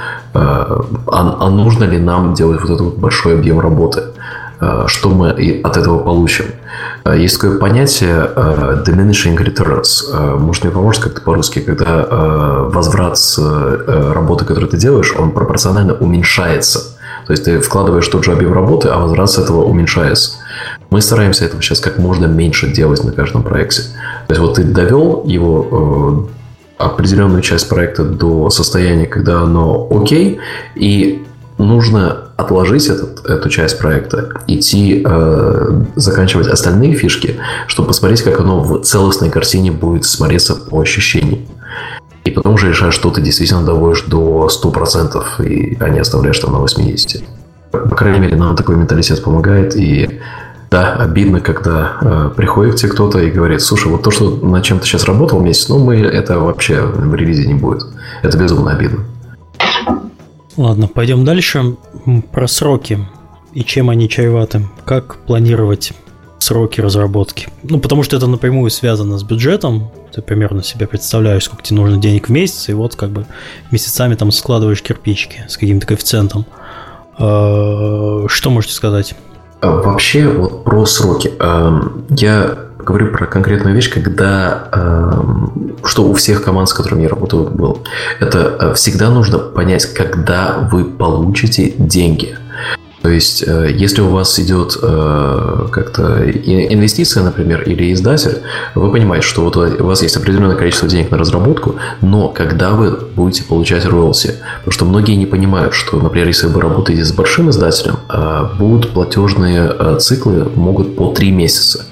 нужно ли нам делать этот большой объем работы. Что мы от этого получим. Есть такое понятие diminishing returns. Может, мне поможет как-то по-русски, когда возврат с работы, которую ты делаешь, он пропорционально уменьшается. То есть ты вкладываешь тот же объем работы, а возврат с этого уменьшается. Мы стараемся этого сейчас как можно меньше делать на каждом проекте. То есть ты довел его определенную часть проекта до состояния, когда оно окей, и нужно отложить эту часть проекта, идти заканчивать остальные фишки, чтобы посмотреть, как оно в целостной картине будет смотреться по ощущениям. И потом уже решаешь, что ты действительно доводишь до 100%, а не оставляешь там на 80%. По крайней мере, нам такой менталитет помогает. И да, обидно, когда приходит к тебе кто-то и говорит: слушай, вот то, что над чем ты сейчас работал месяц, это вообще в релизе не будет. Это безумно обидно. Ладно, пойдем дальше. Про сроки и чем они чреваты. Как планировать сроки разработки? Потому что это напрямую связано с бюджетом. Ты примерно себе представляешь, сколько тебе нужно денег в месяц, и месяцами там складываешь кирпичики с каким-то коэффициентом. Что можете сказать? Вообще, про сроки. Я говорю про конкретную вещь, что у всех команд, с которыми я работаю, было. Это всегда нужно понять, когда вы получите деньги. То есть, если у вас идет как-то инвестиция, например, или издатель, вы понимаете, что у вас есть определенное количество денег на разработку, но когда вы будете получать роялти? Потому что многие не понимают, что, например, если вы работаете с большим издателем, будут платежные циклы, могут по 3 месяца.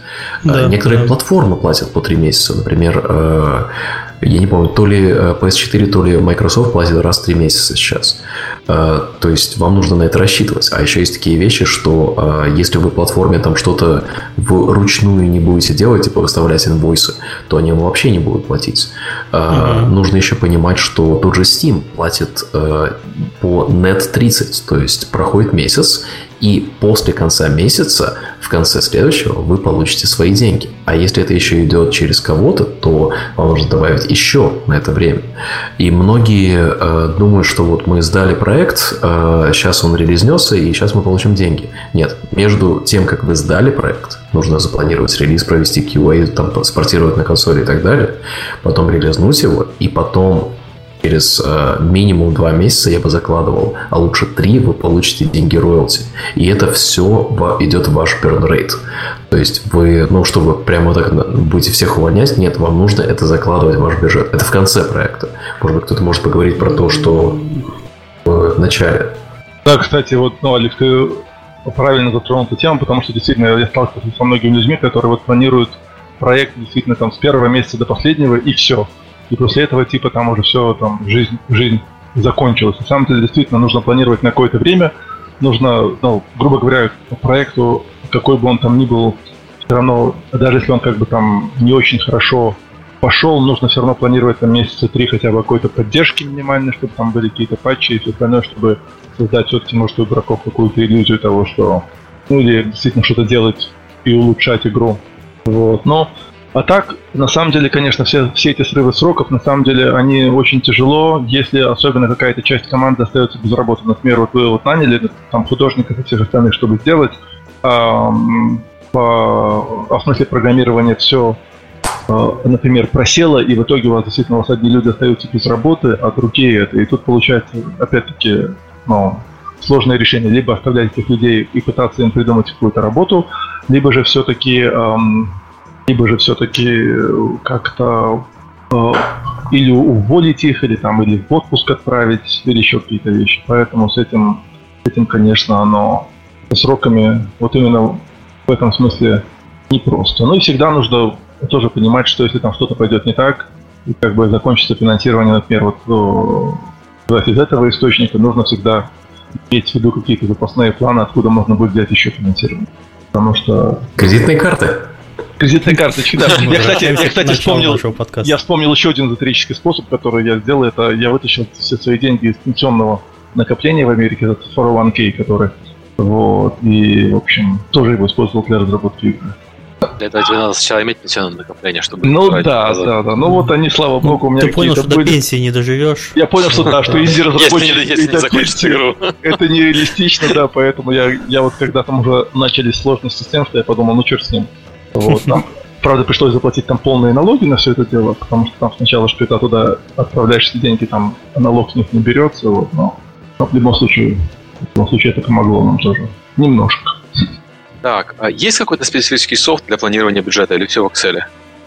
Да, некоторые платформы платят по 3 месяца. Например, я не помню, то ли PS4, то ли Microsoft платит раз в 3 месяца сейчас. То есть вам нужно на это рассчитывать. А еще есть такие вещи, что если вы в платформе там что-то вручную не будете делать, типа выставлять инвойсы, то они вам вообще не будут платить. Нужно еще понимать, что тот же Steam платит по net 30, то есть проходит месяц, и после конца месяца, в конце следующего, вы получите свои деньги. А если это еще идет через кого-то, то вам нужно добавить еще на это время. И многие думают, что вот мы сдали проект, сейчас он релизнется, и сейчас мы получим деньги. Нет, между тем, как вы сдали проект, нужно запланировать релиз, провести QA, там, спортировать на консоли и так далее, потом релизнуть его, и потом через минимум 2 месяца, я бы закладывал, а лучше 3, вы получите деньги роялти. И это все идет в ваш burn rate. То есть вы, чтобы прямо так будете всех увольнять, нет, вам нужно это закладывать в ваш бюджет. Это в конце проекта. Может быть, кто-то может поговорить про то, что в начале. Да, кстати, вот, Алекс, ты правильно затронул эту тему, потому что действительно я сталкивался со многими людьми, которые вот планируют проект действительно там с первого месяца до последнего, и все. И после этого типа там уже все, там жизнь закончилась. На самом деле действительно нужно планировать на какое-то время. Нужно, грубо говоря, по проекту, какой бы он там ни был, все равно, даже если он как бы там не очень хорошо пошел, нужно все равно планировать там месяца 3 хотя бы какой-то поддержки минимальной, чтобы там были какие-то патчи и все остальное, чтобы создать все-таки, может, у игроков какую-то иллюзию того, что или действительно что-то делать и улучшать игру. Вот. Но а так, на самом деле, конечно, все эти срывы сроков, на самом деле, они очень тяжело, если особенно какая-то часть команды остается без работы. Например, вот вы наняли там художников и всех остальных, чтобы сделать, в смысле программирования все, например, просело, и в итоге у вас действительно одни люди остаются без работы, а другие это. И тут получается, опять-таки, сложное решение. Либо оставлять этих людей и пытаться им придумать какую-то работу, либо же все-таки как-то или уволить их, или в отпуск отправить, или еще какие-то вещи. Поэтому с этим, конечно, оно с сроками вот именно в этом смысле непросто. Ну и всегда нужно тоже понимать, что если там что-то пойдет не так, и как бы закончится финансирование, например, из этого источника, нужно всегда иметь в виду какие-то запасные планы, откуда можно будет взять еще финансирование. Потому что... Кредитные карты. Кредитные карточки, да. Я, кстати, вспомнил еще один эзотерический способ, который я сделал. Это я вытащил все свои деньги из пенсионного накопления в Америке, это 401k, который. Вот. И, в общем, тоже его использовал для разработки игры. Для этого тебе надо сначала иметь пенсионное накопление, чтобы... Да. Ну вот они, слава богу, у меня ты понял, что до пенсии не доживешь? Я понял, что да, что инди-разработчик... Если не закончить игру. Это нереалистично, да, поэтому я вот когда там уже начались сложности с тем, что я подумал, черт с ним. Вот, нам, правда, пришлось заплатить там полные налоги на все это дело, потому что там сначала, что ты туда отправляешь все деньги, там налог с них не берется, вот, но в любом случае это помогло нам тоже. Немножко. Так, а есть какой-то специфический софт для планирования бюджета или все в Excel?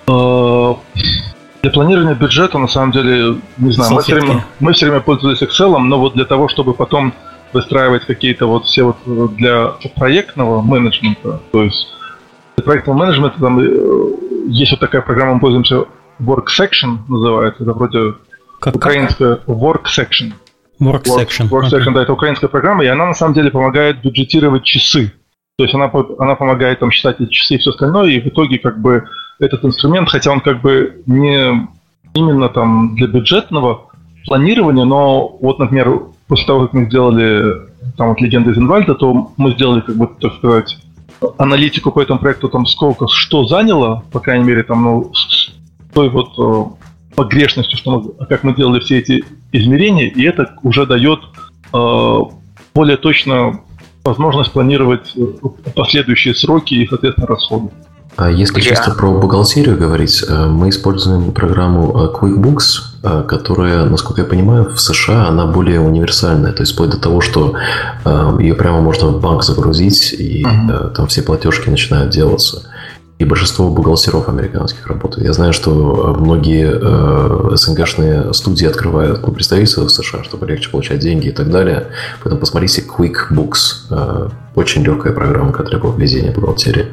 Для планирования бюджета, на самом деле, не знаю, мы все время пользовались Excel, но вот для того, чтобы потом выстраивать какие-то вот все вот для проектного менеджмента, то есть для проектного менеджмента там есть вот такая программа, мы пользуемся WorkSection называется, это вроде украинская WorkSection. WorkSection, да, это украинская программа, и она на самом деле помогает бюджетировать часы. То есть она помогает там считать эти часы и все остальное, и в итоге как бы этот инструмент, хотя он как бы не именно там для бюджетного планирования, но вот, например, после того, как мы сделали там вот «Легенды Зенвальда», то мы сделали, как бы, так сказать, аналитику по этому проекту, там сколько, что заняло, по крайней мере, там, с той вот погрешностью, как мы делали все эти измерения, и это уже дает более точно возможность планировать последующие сроки и, соответственно, расходы. А если чисто про бухгалтерию говорить, мы используем программу QuickBooks, которая, насколько я понимаю, в США она более универсальная. То есть вплоть до того, что ее прямо можно в банк загрузить, и там все платежки начинают делаться. И большинство бухгалтеров американских работают. Я знаю, что многие СНГшные студии открывают представительства в США, чтобы легче получать деньги и так далее. Поэтому посмотрите QuickBooks. Очень легкая программа, которая по введению бухгалтерии.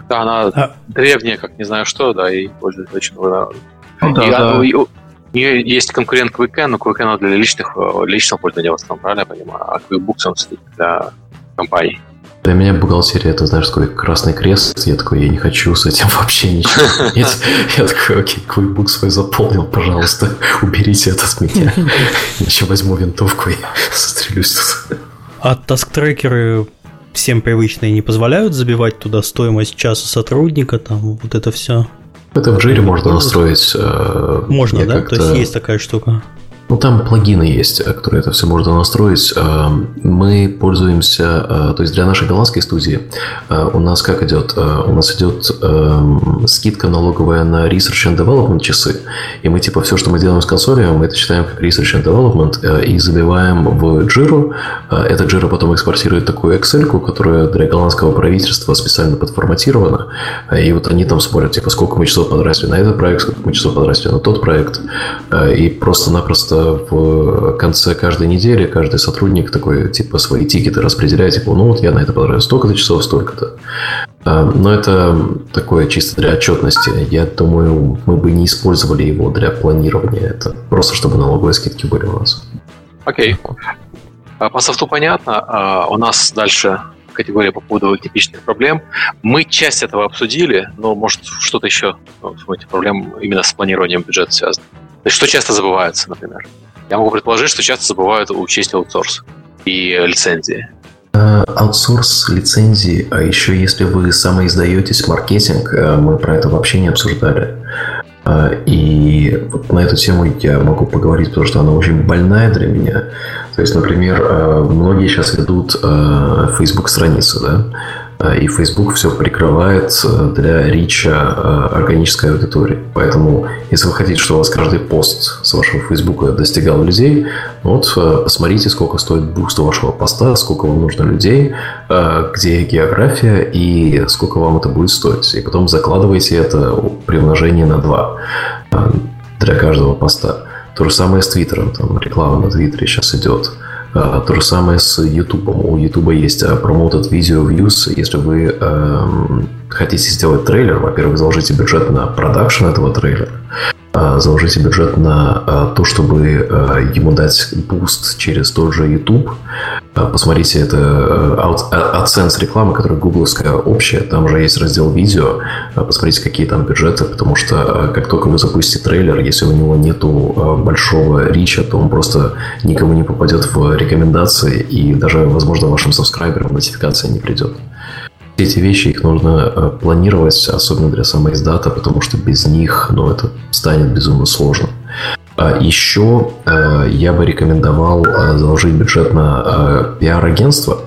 Да, она древняя, как не знаю что, да, и пользуется очень много народу. У нее есть конкурент QuickN, но QuickN для личного пользования в основном, правильно я понимаю? А QuickBooks он стоит для компаний. Для меня бухгалтерия, это, знаешь, такой красный крест. Я такой, я не хочу с этим вообще ничего иметь. Я такой, окей, QuickBooks свой заполнил, пожалуйста, уберите это с меня. Я еще возьму винтовку и застрелюсь тут. А таск-трекеры всем привычные не позволяют забивать туда стоимость часа сотрудника, там вот это все? Это в Jira можно настроить. Можно, да? То есть есть такая штука? Ну, там плагины есть, которые это все можно настроить. Мы пользуемся, то есть для нашей голландской студии у нас как идет? У нас идет скидка налоговая на Research and Development часы. И мы типа все, что мы делаем с консолью, мы это считаем как Research and Development и забиваем в Jira. Эта Jira потом экспортирует такую Excel-ку, которая для голландского правительства специально подформатирована. И вот они там смотрят, типа, сколько мы часов потратили на этот проект, сколько мы часов потратили на тот проект. И просто-напросто в конце каждой недели каждый сотрудник такой, типа, свои тикеты распределяет, типа, ну вот я на это потратил столько-то часов, столько-то. Но это такое чисто для отчетности. Я думаю, мы бы не использовали его для планирования. Это просто, чтобы налоговые скидки были у нас. Окей. По софту понятно. У нас дальше категория по поводу типичных проблем. Мы часть этого обсудили, но, может, что-то еще проблем именно с планированием бюджета связано. То есть, что часто забывается, например? Я могу предположить, что часто забывают учесть аутсорс и лицензии. Аутсорс, лицензии, а еще если вы самоиздаетесь маркетинг, мы про это вообще не обсуждали. И вот на эту тему я могу поговорить, потому что она очень больная для меня. То есть, например, многие сейчас ведут Facebook-страницу, да? И Facebook все прикрывает для рича органической аудитории. Поэтому, если вы хотите, чтобы у вас каждый пост с вашего Facebook достигал людей, вот посмотрите, сколько стоит буст у вашего поста, сколько вам нужно людей, где география и сколько вам это будет стоить. И потом закладывайте это при умножении на 2 для каждого поста. То же самое с Твиттером. Там реклама на Твиттере сейчас идет. То же самое с Ютубом. У Ютуба есть Promoted Video Views. Если вы хотите сделать трейлер, во-первых, заложите бюджет на продакшн этого трейлера, заложите бюджет на то, чтобы ему дать буст через тот же YouTube. Посмотрите, это AdSense реклама, которая гугловская общая. Там же есть раздел видео. Посмотрите, какие там бюджеты, потому что как только вы запустите трейлер, если у него нету большого рича, то он просто никому не попадет в рекомендации, и даже, возможно, вашим сабскрайберам нотификация не придет. Эти вещи, их нужно планировать, особенно для самоиздата, потому что без них, это станет безумно сложно. Еще я бы рекомендовал заложить бюджет на пиар-агентство.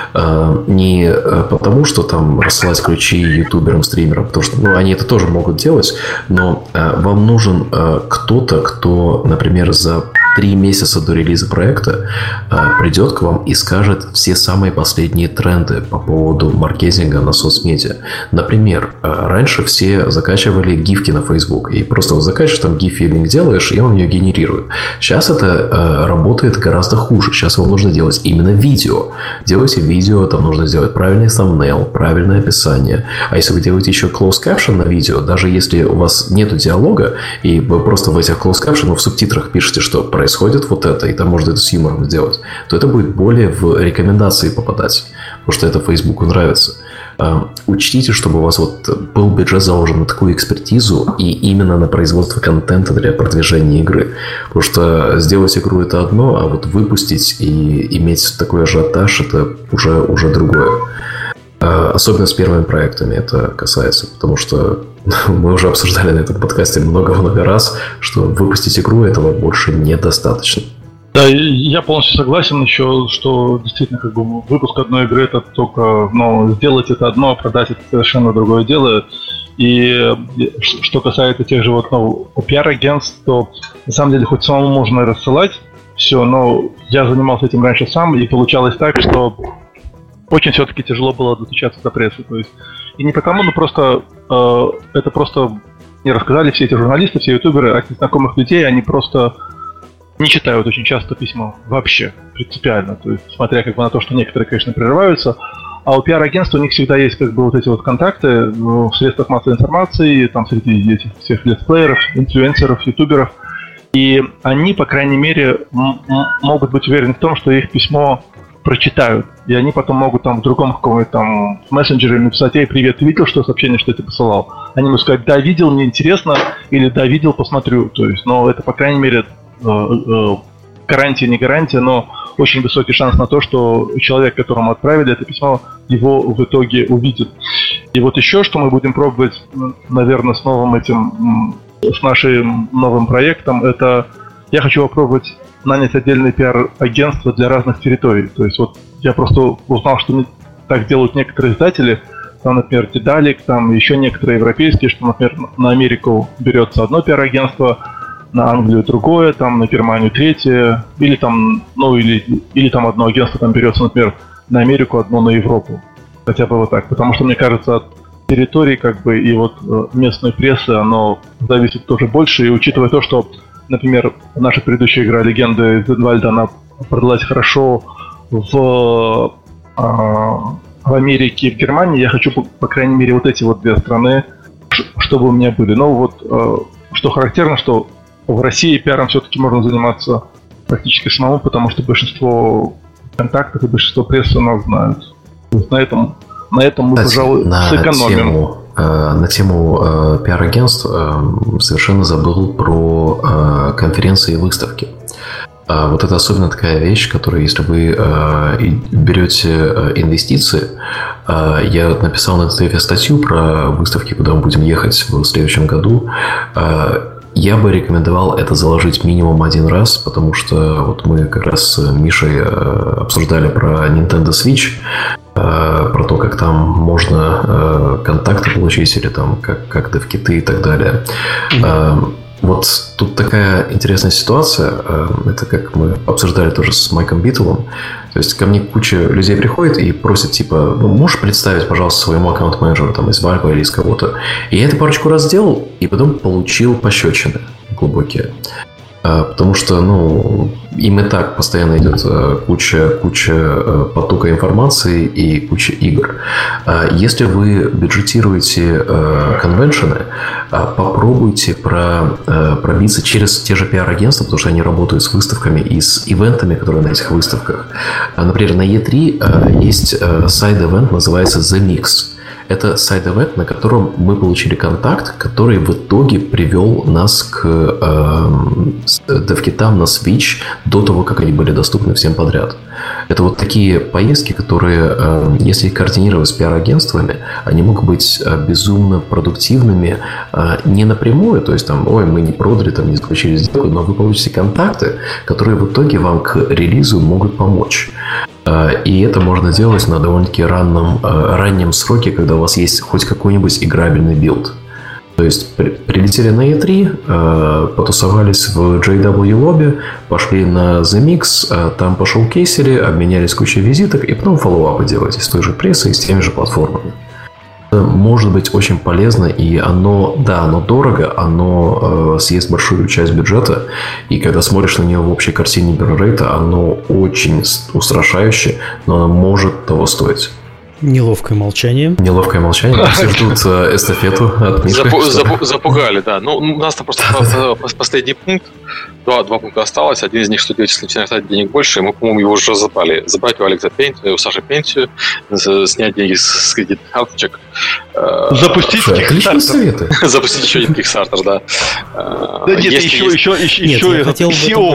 Не потому, что там рассылать ключи ютуберам, стримерам, потому что они это тоже могут делать, но вам нужен кто-то, кто, например, за 3 месяца до релиза проекта придет к вам и скажет все самые последние тренды по поводу маркетинга на соцмедиа. Например, раньше все закачивали гифки на Facebook, и просто вот закачиваешь, там гиф-филинг делаешь, и он ее генерирует. Сейчас это работает гораздо хуже. Сейчас вам нужно делать именно видео. Делайте видео, там нужно сделать правильный thumbnail, правильное описание. А если вы делаете еще closed caption на видео, даже если у вас нету диалога, и вы просто в этих closed caption в субтитрах пишете, что происходит вот это, и там можно это с юмором сделать, то это будет более в рекомендации попадать, потому что это Фейсбуку нравится. Учтите, чтобы у вас был бюджет заложен на такую экспертизу и именно на производство контента для продвижения игры. Потому что сделать игру — это одно, а вот выпустить и иметь такой ажиотаж — это уже другое. Особенно с первыми проектами это касается, потому что мы уже обсуждали на этом подкасте много-много раз, что выпустить игру — этого больше недостаточно. Да, я полностью согласен еще, что действительно выпуск одной игры — это только, сделать это одно, а продать — это совершенно другое дело. И что касается тех же пиар-агентств, то на самом деле хоть самому можно рассылать все, но я занимался этим раньше сам, и получалось так, что очень все-таки тяжело было достучаться до прессы. То есть, и не потому, просто это просто мне рассказали все эти журналисты, все ютуберы, от незнакомых людей, они просто не читают очень часто письма вообще, принципиально. То есть, смотря на то, что некоторые, конечно, прерываются, А у пиар-агентства у них всегда есть как бы вот эти вот контакты в средствах массовой информации, там среди этих всех летсплееров, инфлюенсеров, ютуберов. И они, по крайней мере, могут быть уверены в том, что их письмо прочитают. И они потом могут там в другом каком-нибудь там мессенджере написать: «Эй, привет, ты видел, что сообщение, что я тебе посылал?» Они могут сказать: «Да, видел, мне интересно», или «Да, видел, посмотрю». То есть, но это, по крайней мере, гарантия, не гарантия, но очень высокий шанс на то, что человек, которому отправили это письмо, его в итоге увидит. И вот еще, что мы будем пробовать, наверное, с нашим новым проектом, это я хочу попробовать нанять отдельное пиар-агентство для разных территорий. То есть вот я просто узнал, что так делают некоторые издатели, там, например, Тедалик, там еще некоторые европейские, что, например, на Америку берется одно пиар-агентство, на Англию другое, там на Германию третье, или там, или там одно агентство там берется, например, на Америку, одно на Европу. Хотя бы вот так. Потому что, мне кажется, от территории как бы и вот местной прессы оно зависит тоже больше. И учитывая то, что, например, наша предыдущая игра «Легенда из Эдвальда», она продалась хорошо в Америке и в Германии, я хочу, по крайней мере, вот эти вот две страны, чтобы у меня были. Но вот что характерно, что в России пиаром все-таки можно заниматься практически самому, потому что большинство контактов и большинство прессы нас знают. То есть на этом мы, пожалуй, сэкономим. На тему пиар-агентств совершенно забыл про конференции и выставки. Вот это особенно такая вещь, которая, если вы берете инвестиции, я написал на ТТФ статью про выставки, куда мы будем ехать в следующем году. Я бы рекомендовал это заложить минимум один раз, потому что вот мы как раз с Мишей обсуждали про Nintendo Switch, про то, как там можно контакты получить или там как дев-киты и так далее. Вот тут такая интересная ситуация. Это как мы обсуждали тоже с Майком Битлом. То есть ко мне куча людей приходит и просит, типа, можешь представить, пожалуйста, своему аккаунт-менеджеру там, из Valve или из кого-то. И я это парочку раз сделал, и потом получил пощечины глубокие. Потому что, им и так постоянно идет куча потока информации и куча игр. Если вы бюджетируете конвеншены, попробуйте пробиться через те же пиар-агентства, потому что они работают с выставками и с ивентами, которые на этих выставках. Например, на E3 есть сайд-эвент, называется The Mix. Это сайд-эвент, на котором мы получили контакт, который в итоге привел нас к дев-китам на Switch до того, как они были доступны всем подряд. Это вот такие поездки, которые, если их координировать с пиар-агентствами, они могут быть безумно продуктивными не напрямую, то есть там, мы не продали, там не заключили сделку, но вы получите контакты, которые в итоге вам к релизу могут помочь. И это можно делать на довольно-таки раннем сроке, когда у вас есть хоть какой-нибудь играбельный билд. То есть прилетели на E3, потусовались в JW лобби, пошли на The Mix, там пошоукейсили, обменялись кучей визиток и потом фоллоуапы делаете с той же прессой и с теми же платформами. Это может быть очень полезно, и оно дорого, оно съест большую часть бюджета, и когда смотришь на нее в общей картине бюррейта, оно очень устрашающе, но оно может того стоить. Неловкое молчание. Все ждут эстафету от Миши. Запугали, да. У нас там просто последний пункт. Два пункта осталось. Один из них, что делать, если начинает тратить денег больше. Мы, по-моему, его уже забрали. Забрать у Алекса пенсию, у Саши пенсию, снять деньги с кредитных карточек. Запустить Kickstarter. Запустить еще один Kickstarter, да. Да нет, еще я хотел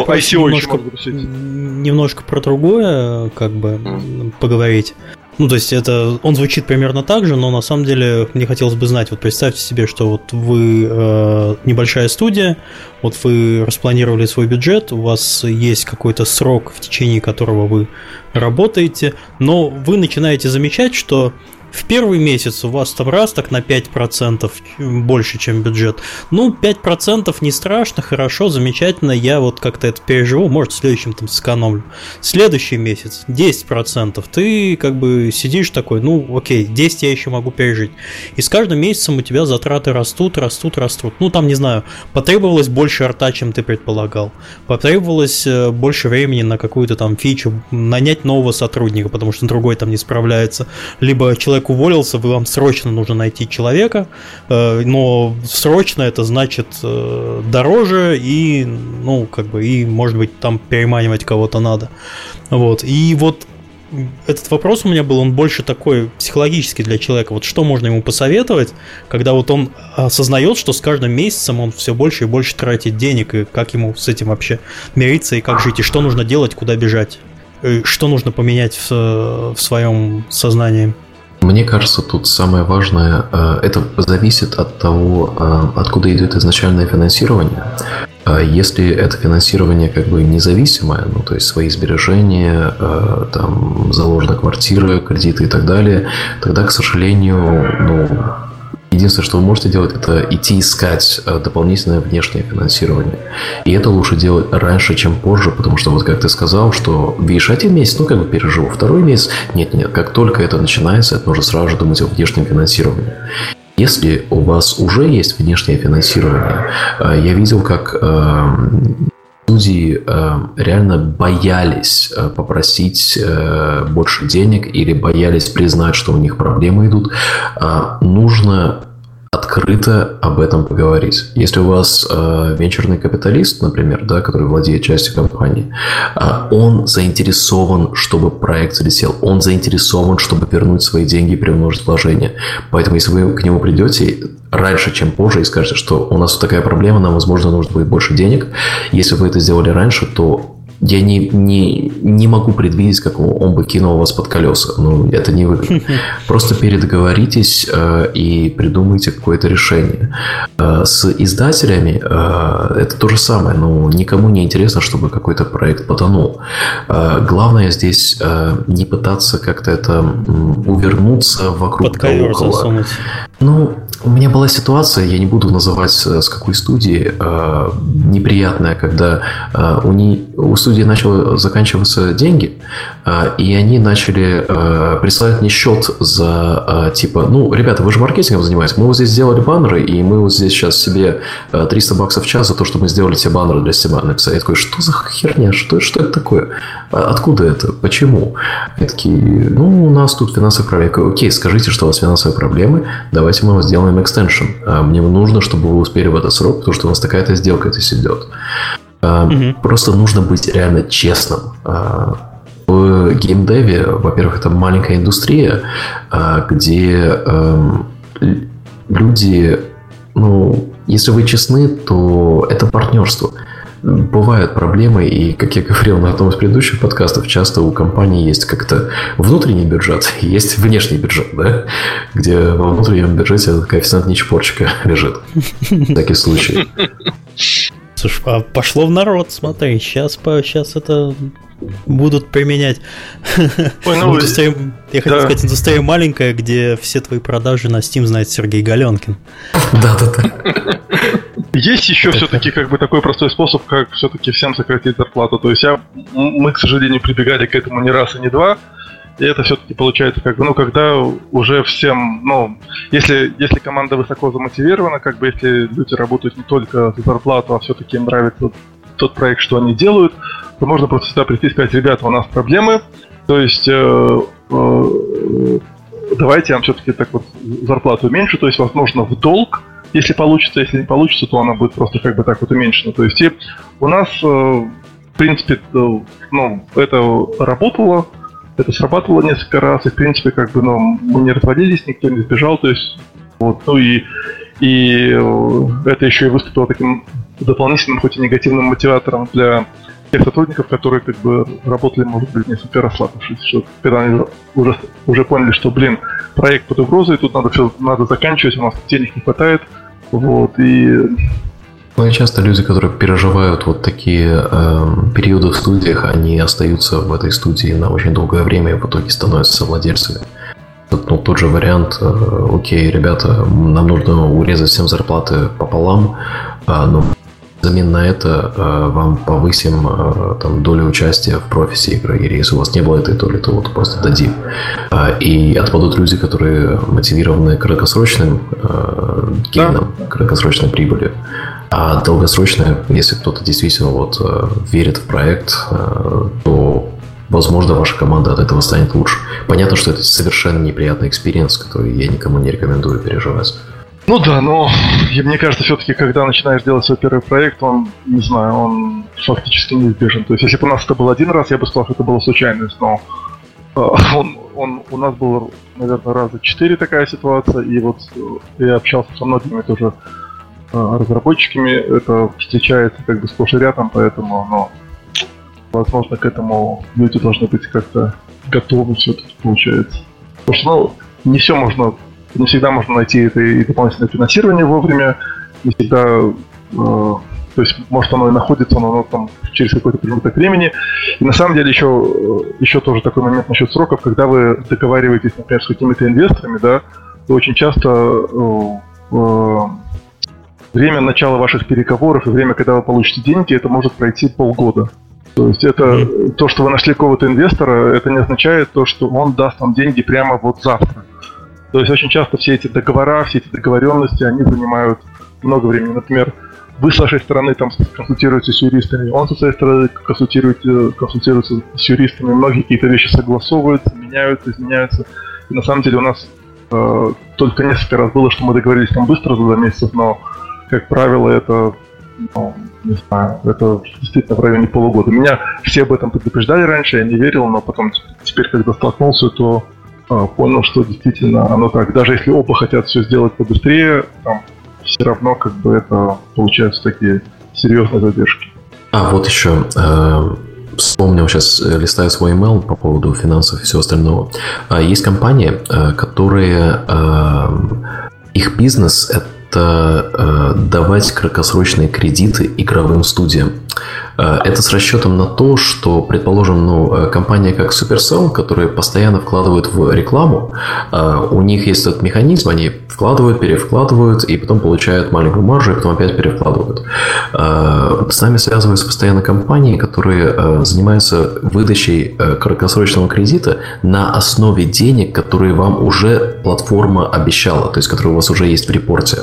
немножко про другое, как бы, поговорить. То есть он звучит примерно так же, но на самом деле мне хотелось бы знать, вот представьте себе, что вот вы небольшая студия, вот вы распланировали свой бюджет, у вас есть какой-то срок, в течение которого вы работаете, но вы начинаете замечать, что в первый месяц у вас там раз так на 5% больше, чем бюджет. Ну, 5% не страшно, хорошо, замечательно, я вот как-то это переживу, может, в следующем там сэкономлю. Следующий месяц 10%, ты как бы сидишь такой, ну, окей, 10 я еще могу пережить. И с каждым месяцем у тебя затраты растут. Ну, там, не знаю, потребовалось больше арта, чем ты предполагал. Потребовалось больше времени на какую-то там фичу, нанять нового сотрудника, потому что другой там не справляется. Либо человек уволился, вам срочно нужно найти человека, но срочно это значит дороже и, ну, как бы, и, может быть, там переманивать кого-то надо. Вот. И вот этот вопрос у меня был, он больше такой психологический для человека. Вот что можно ему посоветовать, когда вот он осознает, что с каждым месяцем он все больше и больше тратит денег, и как ему с этим вообще мириться, и как жить, и что нужно делать, куда бежать, и что нужно поменять в своем сознании. Мне кажется, тут самое важное, это зависит от того, откуда идет изначальное финансирование. Если это финансирование как бы независимое, ну, то есть свои сбережения, там, заложена квартира, кредиты и так далее, тогда, к сожалению, ну, единственное, что вы можете делать, это идти искать дополнительное внешнее финансирование. И это лучше делать раньше, чем позже, потому что, вот как ты сказал, что, видишь, один месяц, ну, как бы переживу, второй месяц, нет, как только это начинается, это нужно сразу же думать о внешнем финансировании. Если у вас уже есть внешнее финансирование, я видел, как люди реально боялись попросить больше денег или боялись признать, что у них проблемы идут, нужно открыто об этом поговорить. Если у вас венчурный капиталист, например, да, который владеет частью компании, он заинтересован, чтобы проект залетел, он заинтересован, чтобы вернуть свои деньги и приумножить вложения. Поэтому, если вы к нему придете раньше, чем позже, и скажете, что у нас вот такая проблема, нам, возможно, нужно будет больше денег, если вы это сделали раньше, то я не могу предвидеть, как он бы кинул вас под колеса. Ну, это не выгодно. Просто передоговоритесь и придумайте какое-то решение. С издателями это то же самое. Ну, никому не интересно, чтобы какой-то проект потонул. Главное здесь не пытаться как-то это увернуться вокруг под ковер засунуть. Ну, у меня была ситуация, я не буду называть с какой студии, неприятная, когда у студии начали заканчиваться деньги, и они начали присылать мне счет за, типа, ну, ребята, вы же маркетингом занимаетесь, мы вот здесь сделали баннеры, и мы вот здесь сейчас себе $300 в час за то, что мы сделали те баннеры для себя написали. Я такой, что за херня, что это такое? Откуда это? Почему? И такие, ну, у нас тут финансовые проблемы. Я говорю, окей, скажите, что у вас финансовые проблемы, давайте мы сделаем экстеншн. Мне нужно, чтобы вы успели в этот срок, потому что у нас такая-то сделка здесь идет. Просто нужно быть реально честным. В геймдеве, во-первых, это маленькая индустрия, где люди, ну, если вы честны, то это партнерство. Бывают проблемы, и, как я говорил на одном из предыдущих подкастов, часто у компании есть как-то внутренний бюджет, есть внешний бюджет, да, где во внутреннем бюджете коэффициент чепорчика лежит. В таких случаях. Слушай, пошло в народ, смотри, сейчас это будут применять. Ой, ну, я хотел сказать, индустрия маленькая, где все твои продажи на Steam знает Сергей Галенкин. Да. Есть еще все-таки как бы такой простой способ, как все-таки всем сократить зарплату. То есть мы, к сожалению, прибегали к этому не раз и не два. И это все-таки получается как бы, ну, когда уже всем, ну, если команда высоко замотивирована, как бы если люди работают не только за зарплату, а все-таки им нравится тот проект, что они делают, то можно просто сюда прийти и сказать, ребята, у нас проблемы, то есть давайте я вам все-таки так вот зарплату уменьшу, то есть возможно в долг, если получится, если не получится, то она будет просто как бы так вот уменьшена. То есть и у нас, в принципе, ну, это работало, это срабатывало несколько раз, и в принципе, как бы, ну, мы не разводились, никто не сбежал, то есть, вот, ну и это еще и выступило таким дополнительным, хоть и негативным мотиватором для тех сотрудников, которые как бы работали, может быть, не супер расслабившись, что когда они уже поняли, что, блин, проект под угрозой, тут надо заканчивать, у нас денег не хватает, вот, и... Ну и часто люди, которые переживают вот такие периоды в студиях, они остаются в этой студии на очень долгое время и в итоге становятся совладельцами. Ну, тот же вариант, окей, ребята, нам нужно урезать всем зарплаты пополам, но взамен на это вам повысим там, долю участия в профисе игры. Или если у вас не было этой доли, то вот просто дадим. И отпадут люди, которые мотивированы краткосрочным гейном, краткосрочной прибылью. А долгосрочная, если кто-то действительно вот верит в проект, то, возможно, ваша команда от этого станет лучше. Понятно, что это совершенно неприятный экспириенс, который я никому не рекомендую переживать. Ну да, но мне кажется, все-таки, когда начинаешь делать свой первый проект, он, не знаю, он фактически неизбежен. То есть, если бы у нас это был один раз, я бы сказал, что это была случайность, но у нас было, наверное, раза 4 такая ситуация, и вот я общался со многими тоже разработчиками, это встречается как бы сплошь и рядом, поэтому, возможно, к этому люди должны быть как-то готовы все-таки, получается. Потому что, не всегда можно найти это и дополнительное финансирование вовремя, не всегда, то есть, может, оно и находится, но оно там через какой-то промежуток времени. И на самом деле еще тоже такой момент насчет сроков, когда вы договариваетесь, например, с какими-то инвесторами, да, то очень часто время начала ваших переговоров и время, когда вы получите деньги, это может пройти полгода. То есть это то, что вы нашли какого-то инвестора, это не означает то, что он даст вам деньги прямо вот завтра. То есть очень часто все эти договора, все эти договоренности, они занимают много времени. Например, вы с вашей стороны там консультируетесь с юристами, он со своей стороны консультируется с юристами, многие какие-то вещи согласовываются, меняются, изменяются. И на самом деле у нас только несколько раз было, что мы договорились там быстро за 2 месяца, но, как правило, это, не знаю, это действительно в районе полугода. Меня все об этом предупреждали раньше, я не верил, но потом теперь, когда столкнулся, то понял, что действительно оно так. Даже если оба хотят все сделать побыстрее, там все равно как бы это получаются такие серьезные задержки. Вот еще вспомнил, сейчас листаю свой email по поводу финансов и всего остального. Есть компании, которые их бизнес — это давать краткосрочные кредиты игровым студиям. Это с расчетом на то, что, предположим, компания как Supercell, которые постоянно вкладывают в рекламу, у них есть этот механизм, они вкладывают, перевкладывают, и потом получают маленькую маржу, и потом опять перевкладывают. С нами связываются постоянно компании, которые занимаются выдачей краткосрочного кредита на основе денег, которые вам уже платформа обещала, то есть которые у вас уже есть в репорте.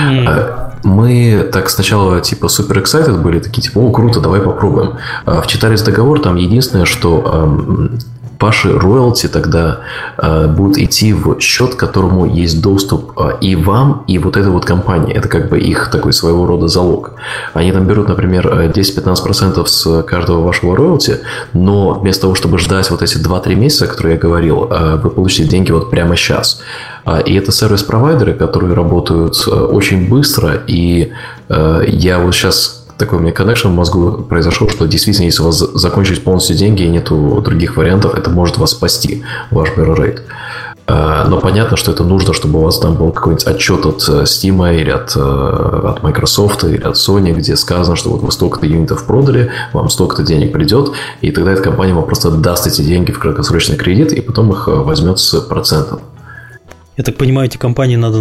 Мы так сначала типа супер excited были, такие типа, о, круто, давай попробуем. Вчитались в договор, там единственное, что ваши роялти тогда будут идти в счет, к которому есть доступ и вам, и вот этой вот компании. Это как бы их такой своего рода залог. Они там берут, например, 10-15% с каждого вашего роялти, но вместо того, чтобы ждать вот эти 2-3 месяца, которые я говорил, вы получите деньги вот прямо сейчас. И это сервис-провайдеры, которые работают очень быстро, и я вот сейчас... Такой у меня коннекшн в мозгу произошел, что действительно, если у вас закончились полностью деньги и нету других вариантов, это может вас спасти, ваш mirror rate. Но понятно, что это нужно, чтобы у вас там был какой-нибудь отчет от Steam или от Microsoft или от Sony, где сказано, что вот вы столько-то юнитов продали, вам столько-то денег придет, и тогда эта компания вам просто даст эти деньги в краткосрочный кредит, и потом их возьмет с процентом. Я так понимаю, эти компании надо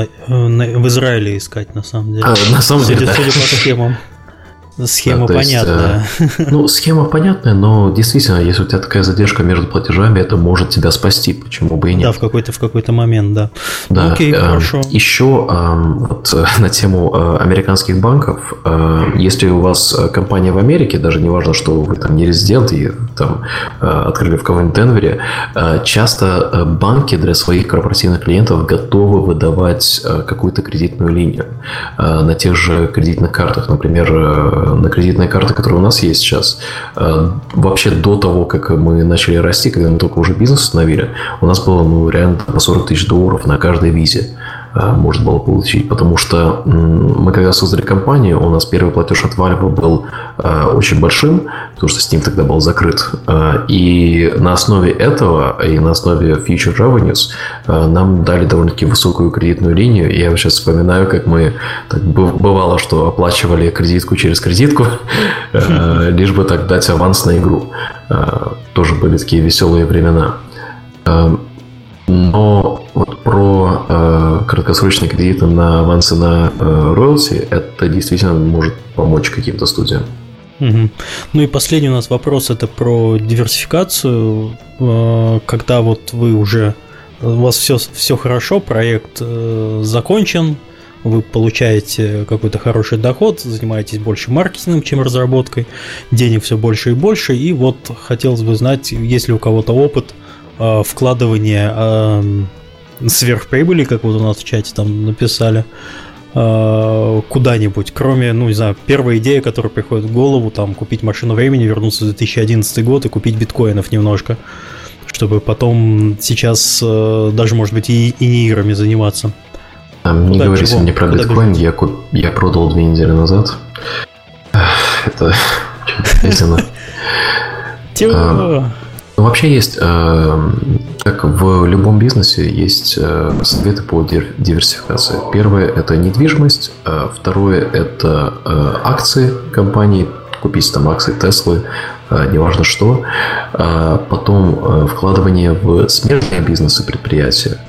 в Израиле искать, на самом деле. На самом деле, судя по схемам. Схема понятная. Схема понятная, но действительно, если у тебя такая задержка между платежами, это может тебя спасти, почему бы и нет. Да, в какой-то момент, да. Да. Окей, хорошо. Еще вот на тему американских банков, если у вас компания в Америке, даже не важно, что вы там не резидент и там открыли в каком-нибудь Денвере, часто банки для своих корпоративных клиентов готовы выдавать какую-то кредитную линию на тех же кредитных картах, например, на кредитные карты, которые у нас есть сейчас, вообще до того, как мы начали расти, когда мы только уже бизнес установили, у нас было реально по $40 тысяч на каждой визе можно было получить, потому что мы когда создали компанию, у нас первый платеж от Valve был очень большим, потому что Steam тогда был закрыт, и на основе этого и на основе Future Revenues нам дали довольно-таки высокую кредитную линию, и я сейчас вспоминаю, как мы, так бывало, что оплачивали кредитку через кредитку, лишь бы так дать аванс на игру. Тоже были такие веселые времена. Но вот про краткосрочные кредиты на авансы на роялти, это действительно может помочь каким-то студиям. Угу. Ну и последний у нас вопрос, это про диверсификацию. Когда вот вы уже, у вас все хорошо, проект закончен, вы получаете какой-то хороший доход, занимаетесь больше маркетингом, чем разработкой, денег все больше и больше, и вот хотелось бы знать, есть ли у кого-то опыт вкладывания сверхприбыли, как вот у нас в чате там написали, куда-нибудь, кроме, ну, не знаю, первая идея, которая приходит в голову, там, купить машину времени, вернуться в 2011 год и купить биткоинов немножко, чтобы потом сейчас даже, может быть, и не играми заниматься. Не говорите мне про биткоин, я продал 2 недели назад. Это очень болезненно. Ну, вообще есть, как в любом бизнесе, есть советы по диверсификации. Первое – это недвижимость, второе – это акции компании, купить там акции Теслы, неважно что. Потом вкладывание в смежные бизнесы, предприятия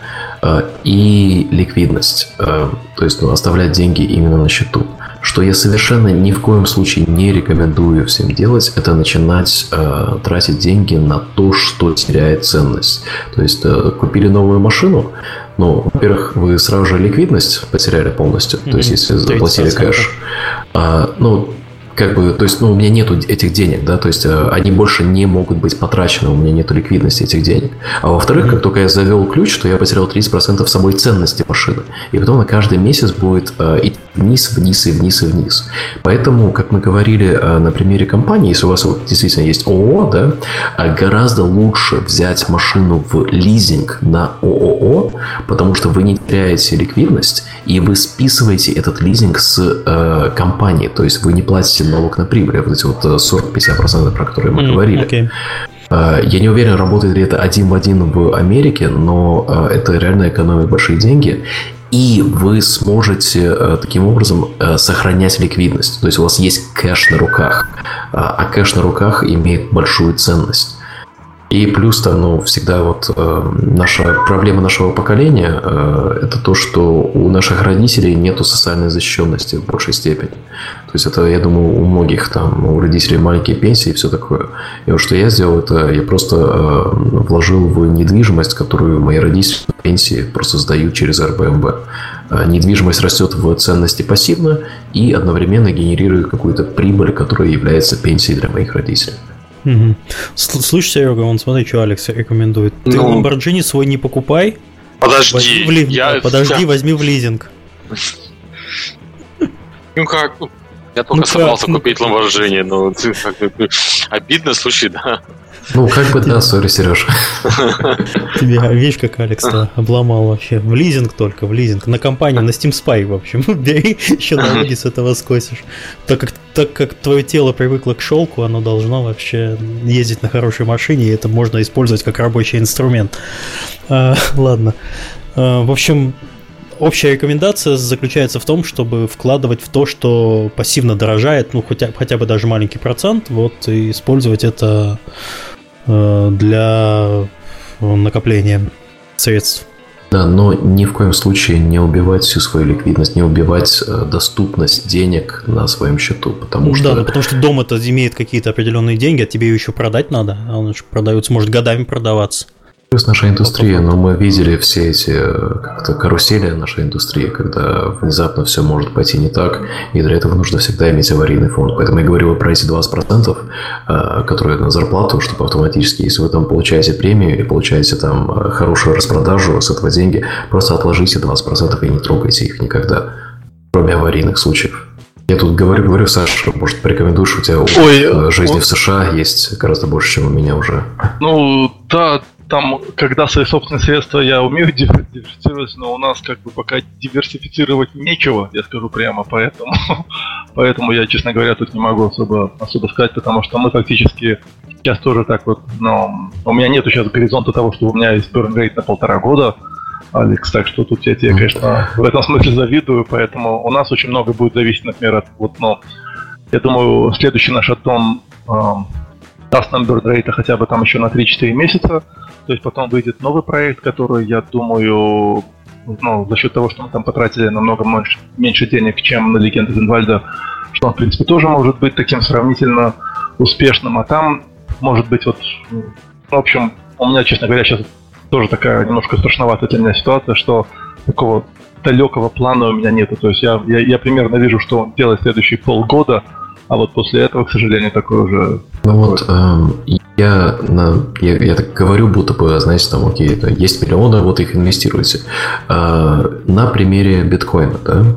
и ликвидность, то есть оставлять деньги именно на счету. Что я совершенно ни в коем случае не рекомендую всем делать, это начинать тратить деньги на то, что теряет ценность. То есть купили новую машину, ну, во-первых, вы сразу же ликвидность потеряли полностью, то есть если заплатили кэш, ну, как бы, то есть, ну, у меня нету этих денег, да, то есть они больше не могут быть потрачены, у меня нету ликвидности этих денег. А во-вторых, как только я завел ключ, то я потерял 30% самой ценности машины. И потом на каждый месяц будет идти вниз, вниз и вниз и вниз. Поэтому, как мы говорили на примере компании, если у вас действительно есть ООО, да, гораздо лучше взять машину в лизинг на ООО, потому что вы не теряете ликвидность, и вы списываете этот лизинг с компании, то есть вы не платите налог на прибыль, вот эти вот 40-50%, про которые мы говорили. Okay. Я не уверен, работает ли это один в один в Америке, но это реально экономит большие деньги. И вы сможете таким образом сохранять ликвидность. То есть у вас есть кэш на руках, а кэш на руках имеет большую ценность. И плюс там, ну, всегда вот наша проблема нашего поколения это то, что у наших родителей нету социальной защищенности в большей степени. То есть это, я думаю, у многих там, у родителей маленькие пенсии и все такое. И вот что я сделал, это я просто вложил в недвижимость, которую мои родители в пенсии просто сдают через РБМБ. Недвижимость растет в ценности пассивно и одновременно генерирует какую-то прибыль, которая является пенсией для моих родителей. Угу. Слышь, Серега, вон смотри, что Алекс рекомендует. Ты Lamborghini свой не покупай. Подожди. Возьми в лизинг. Ну как? Я только собрался купить Lamborghini, но обидно, слушай, да. Ну, как бы да, сори, Сереж. Тебя, видишь, как Алекс-то обломал вообще. В лизинг только, в лизинг. На компанию, на Steam Spy, в общем. Бери, еще налоги с этого скосишь. Так как твое тело привыкло к шелку, оно должно вообще ездить на хорошей машине, и это можно использовать как рабочий инструмент. Ладно. В общем, общая рекомендация заключается в том, чтобы вкладывать в то, что пассивно дорожает, ну, хотя бы даже маленький процент, вот, и использовать это для накопления средств. Да, но ни в коем случае не убивать всю свою ликвидность, не убивать доступность денег на своем счету, потому что... Да, потому что дом-то имеет какие-то определенные деньги, а тебе ее еще продать надо, а он же продается, может годами продаваться. Плюс наша индустрия, но мы видели все эти как-то карусели нашей индустрии, когда внезапно все может пойти не так, и для этого нужно всегда иметь аварийный фонд. Поэтому я говорил про эти 20%, которые на зарплату, чтобы автоматически, если вы там получаете премию и получаете там хорошую распродажу с этого деньги, просто отложите 20% и не трогайте их никогда, кроме аварийных случаев. Я тут говорю, Саша, может, порекомендуешь, у тебя жизни в США есть гораздо больше, чем у меня уже. Ну, да, там, когда свои собственные средства я умею диверсифицировать, но у нас как бы пока диверсифицировать нечего, я скажу прямо, поэтому я, честно говоря, тут не могу особо сказать, потому что мы фактически сейчас тоже так вот, но у меня нету сейчас горизонта того, что у меня есть burn rate на 1,5 года, Алекс, так что тут я тебе, конечно, в этом смысле завидую, поэтому у нас очень много будет зависеть, например, от, вот, но я думаю, следующий наш аддон даст нам бёрн-рейта хотя бы там еще на 3-4 месяца. То есть потом выйдет новый проект, который, я думаю, за счет того, что мы там потратили намного меньше денег, чем на Легенды Зинвальда, что он, в принципе, тоже может быть таким сравнительно успешным. А там, может быть, в общем, у меня, честно говоря, сейчас тоже такая немножко страшноватая для меня ситуация, что такого далекого плана у меня нету. То есть я примерно вижу, что он делает следующие полгода, а вот после этого, к сожалению, такое уже... Я так говорю, будто бы, знаете, там, окей, есть миллионы, вот их инвестируйте. На примере биткоина,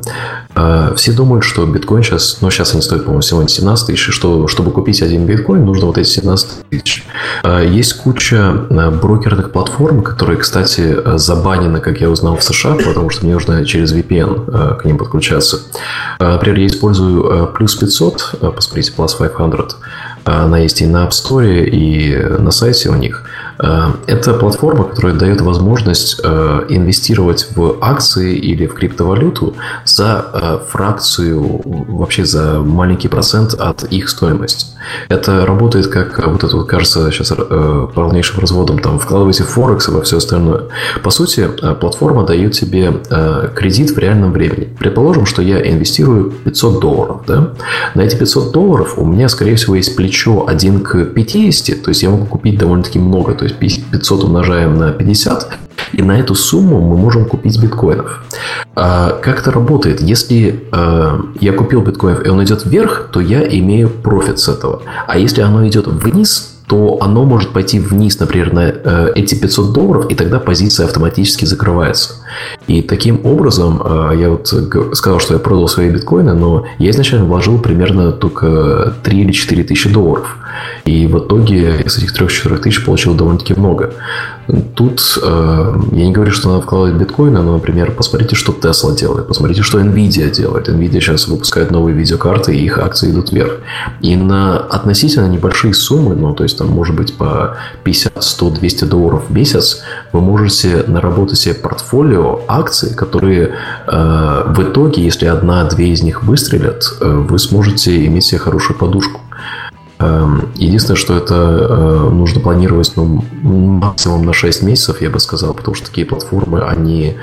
да, все думают, что биткоин сейчас, сейчас они стоят, по-моему, сегодня 17 тысяч, и что, чтобы купить один биткоин, нужно вот эти 17 тысяч. Есть куча брокерных платформ, которые, кстати, забанены, как я узнал, в США, потому что мне нужно через VPN к ним подключаться. Например, я использую Plus 500, посмотрите, Plus 500, она есть и на App Store, и на сайте у них. Это платформа, которая дает возможность инвестировать в акции или в криптовалюту за фракцию, вообще за маленький процент от их стоимости. Это работает как вот это, кажется, сейчас полнейшим разводом, там, вкладывайте в Форекс и во все остальное. По сути, платформа дает тебе кредит в реальном времени. Предположим, что я инвестирую $500, да? На эти $500 у меня, скорее всего, есть плечо 1 к 50, то есть я могу купить довольно-таки много, то есть 500 умножаем на 50, и на эту сумму мы можем купить биткоинов. Как это работает? Если я купил биткоинов, и он идет вверх, то я имею профит с этого. А если оно идет вниз, то оно может пойти вниз, например, на эти $500, и тогда позиция автоматически закрывается. И таким образом, я вот сказал, что я продал свои биткоины, но я изначально вложил примерно только 3 или 4 тысячи долларов. И в итоге я с этих 3-4 тысяч получил довольно-таки много. Тут я не говорю, что надо вкладывать в биткоины, но, например, посмотрите, что Tesla делает, посмотрите, что Nvidia делает. Nvidia сейчас выпускает новые видеокарты, и их акции идут вверх. И на относительно небольшие суммы, то есть там может быть по 50, 100, 200 долларов в месяц, вы можете наработать себе портфолио акций, которые в итоге, если 1-2 из них выстрелят, вы сможете иметь себе хорошую подушку. Единственное, что это нужно планировать максимум на 6 месяцев, я бы сказал, потому что такие платформы, они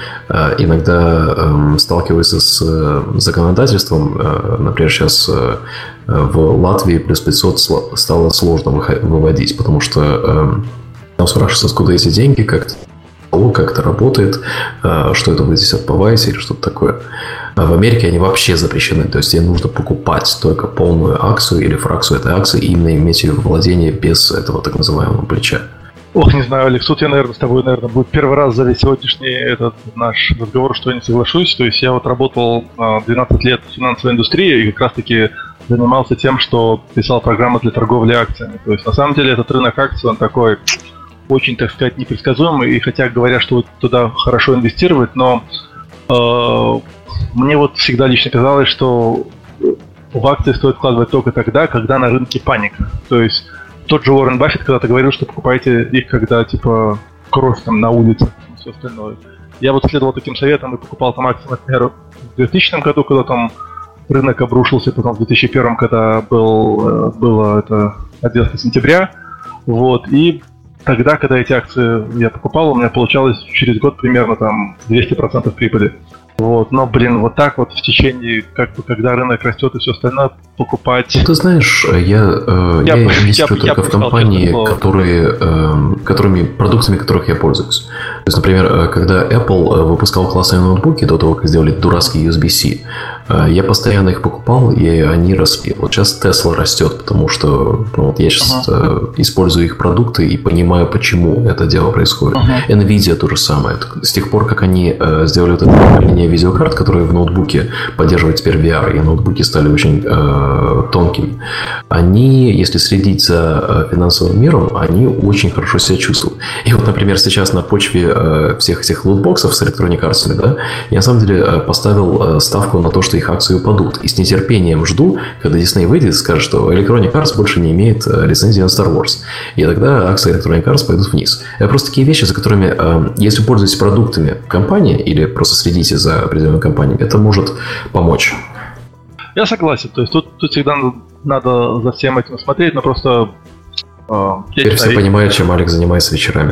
иногда сталкиваются с законодательством. Например, сейчас в Латвии плюс 500 стало сложно выводить, потому что там спрашивается, откуда эти деньги, как это работает, что это вы здесь отбываете или что-то такое. В Америке они вообще запрещены, то есть тебе нужно покупать только полную акцию или фракцию этой акции и именно иметь ее в владении без этого так называемого плеча. Ох, не знаю, Алекс, тут я, наверное, с тобой, будет первый раз за весь сегодняшний этот наш разговор, что я не соглашусь. То есть я вот работал 12 лет в финансовой индустрии и как раз-таки занимался тем, что писал программы для торговли акциями. То есть на самом деле этот рынок акций, он такой очень, так сказать, непредсказуемый. И хотя говорят, что вот туда хорошо инвестировать, но мне вот всегда лично казалось, что в акции стоит вкладывать только тогда, когда на рынке паника. То есть тот же Уоррен Баффет когда-то говорил, что покупайте их, когда типа кровь там на улице и все остальное. Я вот следовал таким советам и покупал там акции, например, в 2000 году, когда там рынок обрушился, потом в 2001, когда было это 11 сентября. Вот, и тогда, когда эти акции я покупал, у меня получалось через год примерно там 200% прибыли. Вот, но, вот так вот в течение, когда рынок растет и все остальное, покупать... Ты знаешь, я инвестирую только в компании, продуктами которых я пользуюсь. То есть, например, когда Apple выпускал классные ноутбуки до того, как сделали дурацкий USB-C, я постоянно их покупал, и они росли. Вот сейчас Tesla растет, потому что я сейчас использую их продукты и понимаю, почему это дело происходит. Nvidia то же самое. С тех пор, как они сделали вот это поколение видеокарт, которые в ноутбуке поддерживают теперь VR, и ноутбуки стали очень тонкими, они, если следить за финансовым миром, они очень хорошо себя чувствуют. И вот, например, сейчас на почве всех этих лутбоксов с Electronic Arts, да, я на самом деле поставил ставку на то, что их акции упадут. И с нетерпением жду, когда Disney выйдет и скажет, что Electronic Arts больше не имеет лицензии на Star Wars. И тогда акции Electronic Arts пойдут вниз. Это просто такие вещи, за которыми, если пользуетесь продуктами компании или просто следите за определенной компанией, это может помочь. Я согласен. То есть тут всегда надо за всем этим смотреть, но просто Теперь все понимают, чем Алекс занимается вечерами.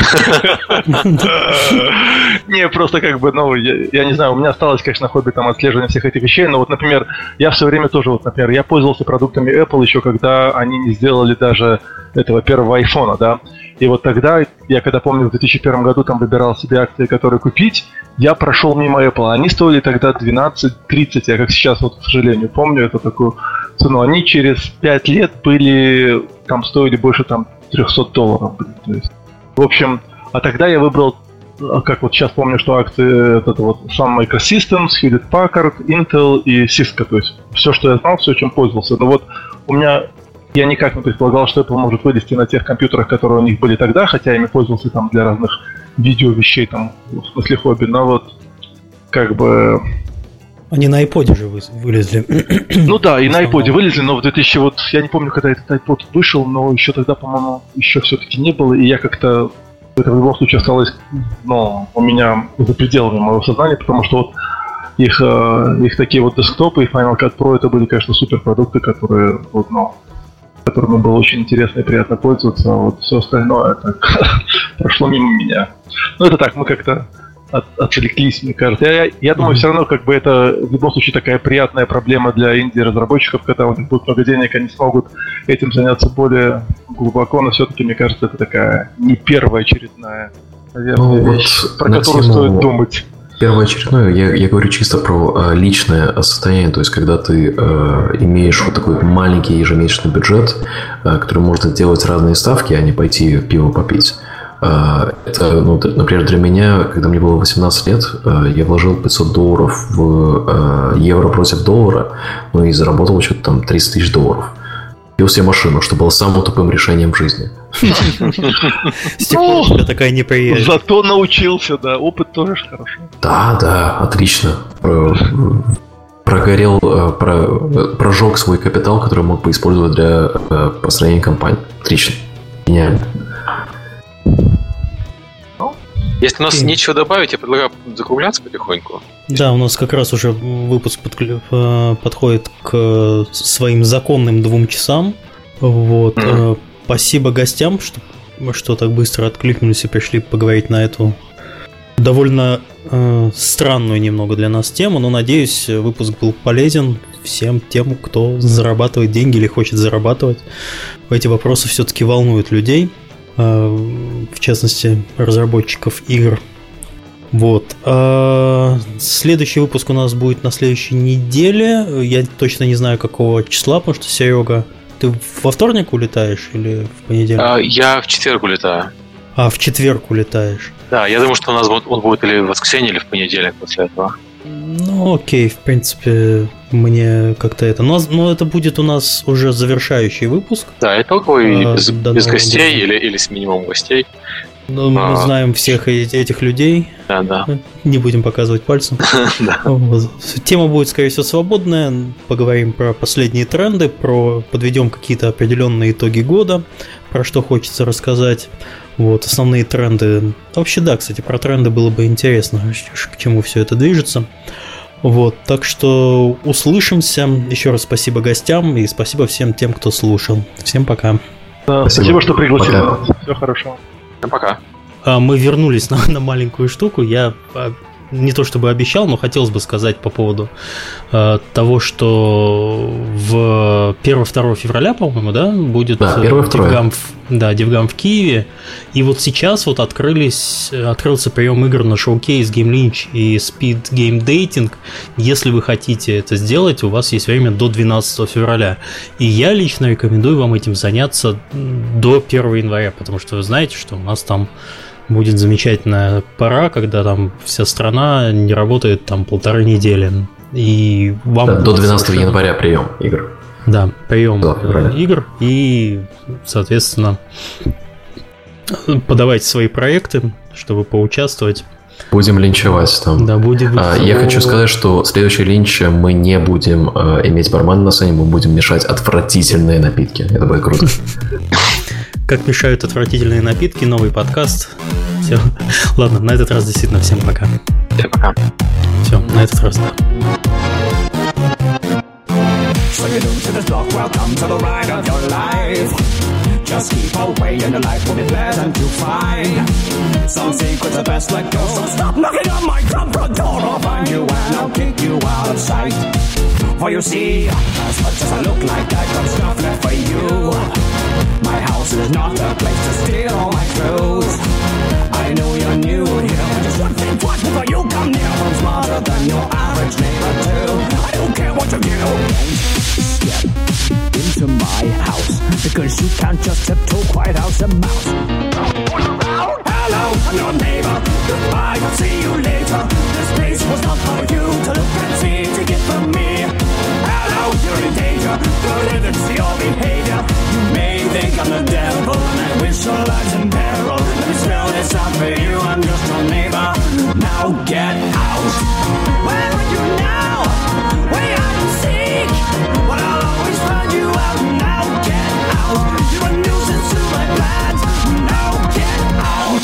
Не, просто как бы, я не знаю, у меня осталось, конечно, хобби там отслеживания всех этих вещей, но вот, например, я в свое время тоже, вот, например, я пользовался продуктами Apple еще когда они не сделали даже этого первого айфона, да, и вот тогда, я когда помню, в 2001 году там выбирал себе акции, которые купить, я прошел мимо Apple, они стоили тогда 12.30, я как сейчас, вот, к сожалению, помню эту такую цену, они через 5 лет были, там стоили больше там $300, то есть, в общем, а тогда я выбрал, как вот сейчас помню, что акции это вот Sun Microsystems, Hewlett Packard, Intel и Cisco, то есть все, что я знал, все, чем пользовался. Но вот у меня, я никак не предполагал, что Apple может вылезти на тех компьютерах, которые у них были тогда, хотя я ими пользовался там для разных видео вещей, там, в смысле хобби, но вот как бы... Они на iPod же вылезли. Ну да, и на iPod вылезли, но в 2000, вот, я не помню, когда этот iPod вышел, но еще тогда, по-моему, еще все-таки не было, и я как-то, это в любом случае осталось, у меня за пределами моего сознания, потому что вот их такие вот десктопы и Final Cut Pro, это были, конечно, суперпродукты, которые, вот, которыми было очень интересно и приятно пользоваться, а вот все остальное так прошло мимо меня. Ну это так, мы как-то отвлеклись, мне кажется. Я думаю, все равно как бы это в любом случае такая приятная проблема для инди-разработчиков, когда у них будет много денег, они смогут этим заняться более глубоко, но все-таки, мне кажется, это такая не первая очередная, наверное, вещь, про которую стоит думать. Первоочередное, я говорю чисто про личное состояние, то есть когда ты имеешь вот такой маленький ежемесячный бюджет, который можно делать разные ставки, а не пойти пиво попить. Это, например, для меня, когда мне было 18 лет, я вложил $500 в евро против доллара, и заработал что-то там $300 000. Купил себе машину, что было самым тупым решением в жизни. С тех пор у тебя такая неприязнь. Зато научился, да, опыт тоже хорошо. Да, отлично. Прогорел, прожег свой капитал, который мог бы использовать для построения компании. Отлично. Гениально. Если у нас нечего добавить, я предлагаю закругляться потихоньку. Да, у нас как раз уже выпуск подходит к своим законным 2 часам. Вот. Спасибо гостям, что так быстро откликнулись и пришли поговорить на эту довольно странную немного для нас тему, но, надеюсь, выпуск был полезен всем тем, кто зарабатывает деньги или хочет зарабатывать. Эти вопросы все-таки волнуют людей, в частности, разработчиков игр. Вот. Следующий выпуск у нас будет на следующей неделе. Я точно не знаю, какого числа, потому что, Серега, ты во вторник улетаешь или в понедельник? Я в четверг улетаю. В четверг улетаешь? Да, я думаю, что у нас он будет или в воскресенье, или в понедельник после этого. Ну, окей, в принципе, мне как-то это... Но это будет у нас уже завершающий выпуск. Да, итоговый, без гостей или с минимумом гостей. Ну, мы знаем всех этих людей. Да. Не будем показывать пальцем. Тема будет, скорее всего, свободная. Поговорим про последние тренды, подведем какие-то определенные итоги года, про что хочется рассказать. Вот, основные тренды. Вообще, да, кстати, про тренды было бы интересно, к чему все это движется. Вот, так что услышимся. Еще раз спасибо гостям и спасибо всем тем, кто слушал. Всем пока. Спасибо, что пригласили. Все хорошо. Пока. Мы вернулись на маленькую штуку. Я не то чтобы обещал, но хотелось бы сказать по поводу того, что в 1-2 февраля, по-моему, да, будет DevGam в Киеве. И вот сейчас вот открылся прием игр на шоукейс Game Lynch и Speed Game Dating. Если вы хотите это сделать, у вас есть время до 12 февраля. И я лично рекомендую вам этим заняться до 1 января, потому что вы знаете, что у нас там будет замечательная пора, когда там вся страна не работает там 1,5 недели. И вам до 12 января прием игр. Да, прием игр. И, соответственно, подавайте свои проекты, чтобы поучаствовать. Будем линчевать там. Да, будем. Я хочу сказать, что в следующий линч мы не будем иметь бармена на сцене, мы будем мешать отвратительные напитки. Это будет круто. Как мешают отвратительные напитки, новый подкаст. Все. Ладно, на этот раз действительно всем пока. Всем пока. Все, на этот раз, да. So you're new to this block, welcome to the ride of your life. just keep away and your life will be pleasant to find. Some secrets are best let go, so stop knocking on my front door. I'll find you and I'll kick you out of sight. For you see, as much as I look like I got stuff left for you, my house is not the place to steal all my clothes. I know you're new here, but just one thing twice before you come near. I'm smarter than your average neighbor too. I don't care what you do. Don't step into my house, because you can't just tiptoe quiet house a mouse. Hello, I'm your neighbor. Goodbye, I'll see you later. This place was not for you to look and see, to get from me. Hello, you're in danger. Good riddance to your behavior. You may think I'm the devil, and I wish your life's in peril. Let me spell this out for you. I'm just your neighbor. Now get out. Where are you now? Way out and seek. But I'll always find you out. Now get out. You're a nuisance to my plans. Now get out.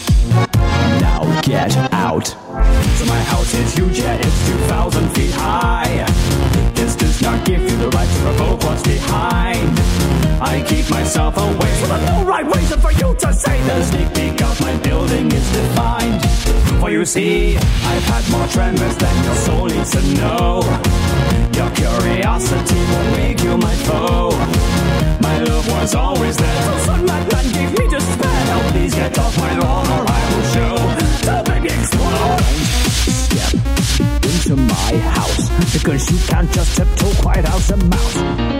Now get out. So my house is huge, yeah, it's 2,000 feet high. This does not give you the right to provoke what's behind. I keep myself away, so there's no right reason for you to say the sneak peek of my building is defined. For you see, I've had more tremors than your soul needs to know. Your curiosity will make you my foe. My love was always there, so son, my plan gave me despair. Now please get off my lawn or I will show. So baby explode. Step into my house, because you can't just tiptoe quiet house a mouse.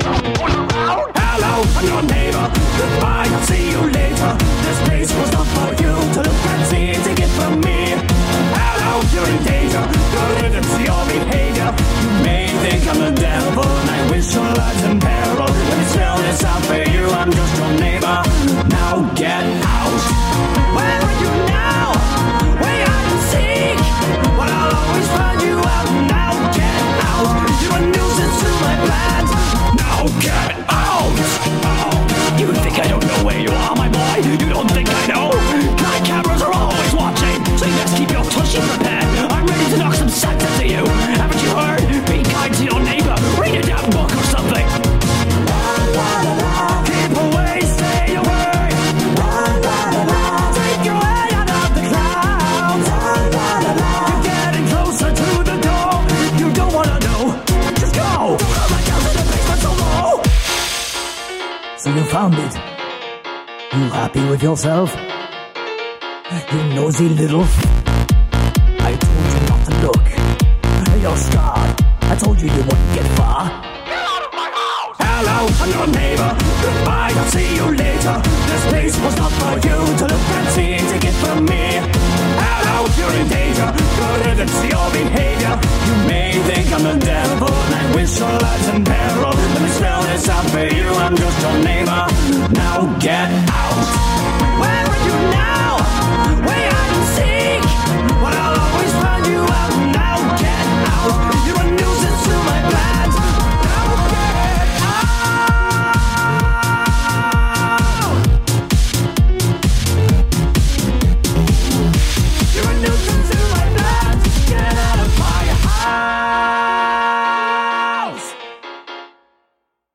Hello, I'm your neighbor. Goodbye, I'll see you later. This place was not for you to look and see, to get from me. Hello, you're in danger. Good riddance to your behavior. You may think I'm the devil, and I wish your life's in peril. Let me spell this out for you. I'm just your neighbor. Now get out. Where are you now? Way out and seek. But I'll always find you out. Now get out. You're a nuisance to my plans. Now get out. You think I don't know where you are, my boy? You don't think I know? My cameras are always watching, so you best keep your tushy prepared. I'm ready to knock some sense into you. Haven't you heard? Be kind to your neighbor. Read a damn book or something. Keep away, stay away. Take your head out of the clouds. You're getting closer to the door. You don't wanna know. Just go. Don't let my house in the basement so low. So you found it. You happy with yourself? You nosy little I told you not to look. You're scarred. I told you wouldn't get far. Get out of my house! Hello, I'm your neighbor. Goodbye, I'll see you later. This place was not for you to look and see, to get from me. Hello, you're in danger. Good riddance to your behavior. You may think I'm the devil, and I wish your life's in peril. Let me spell this out for you. I'm just your neighbor. Now get out.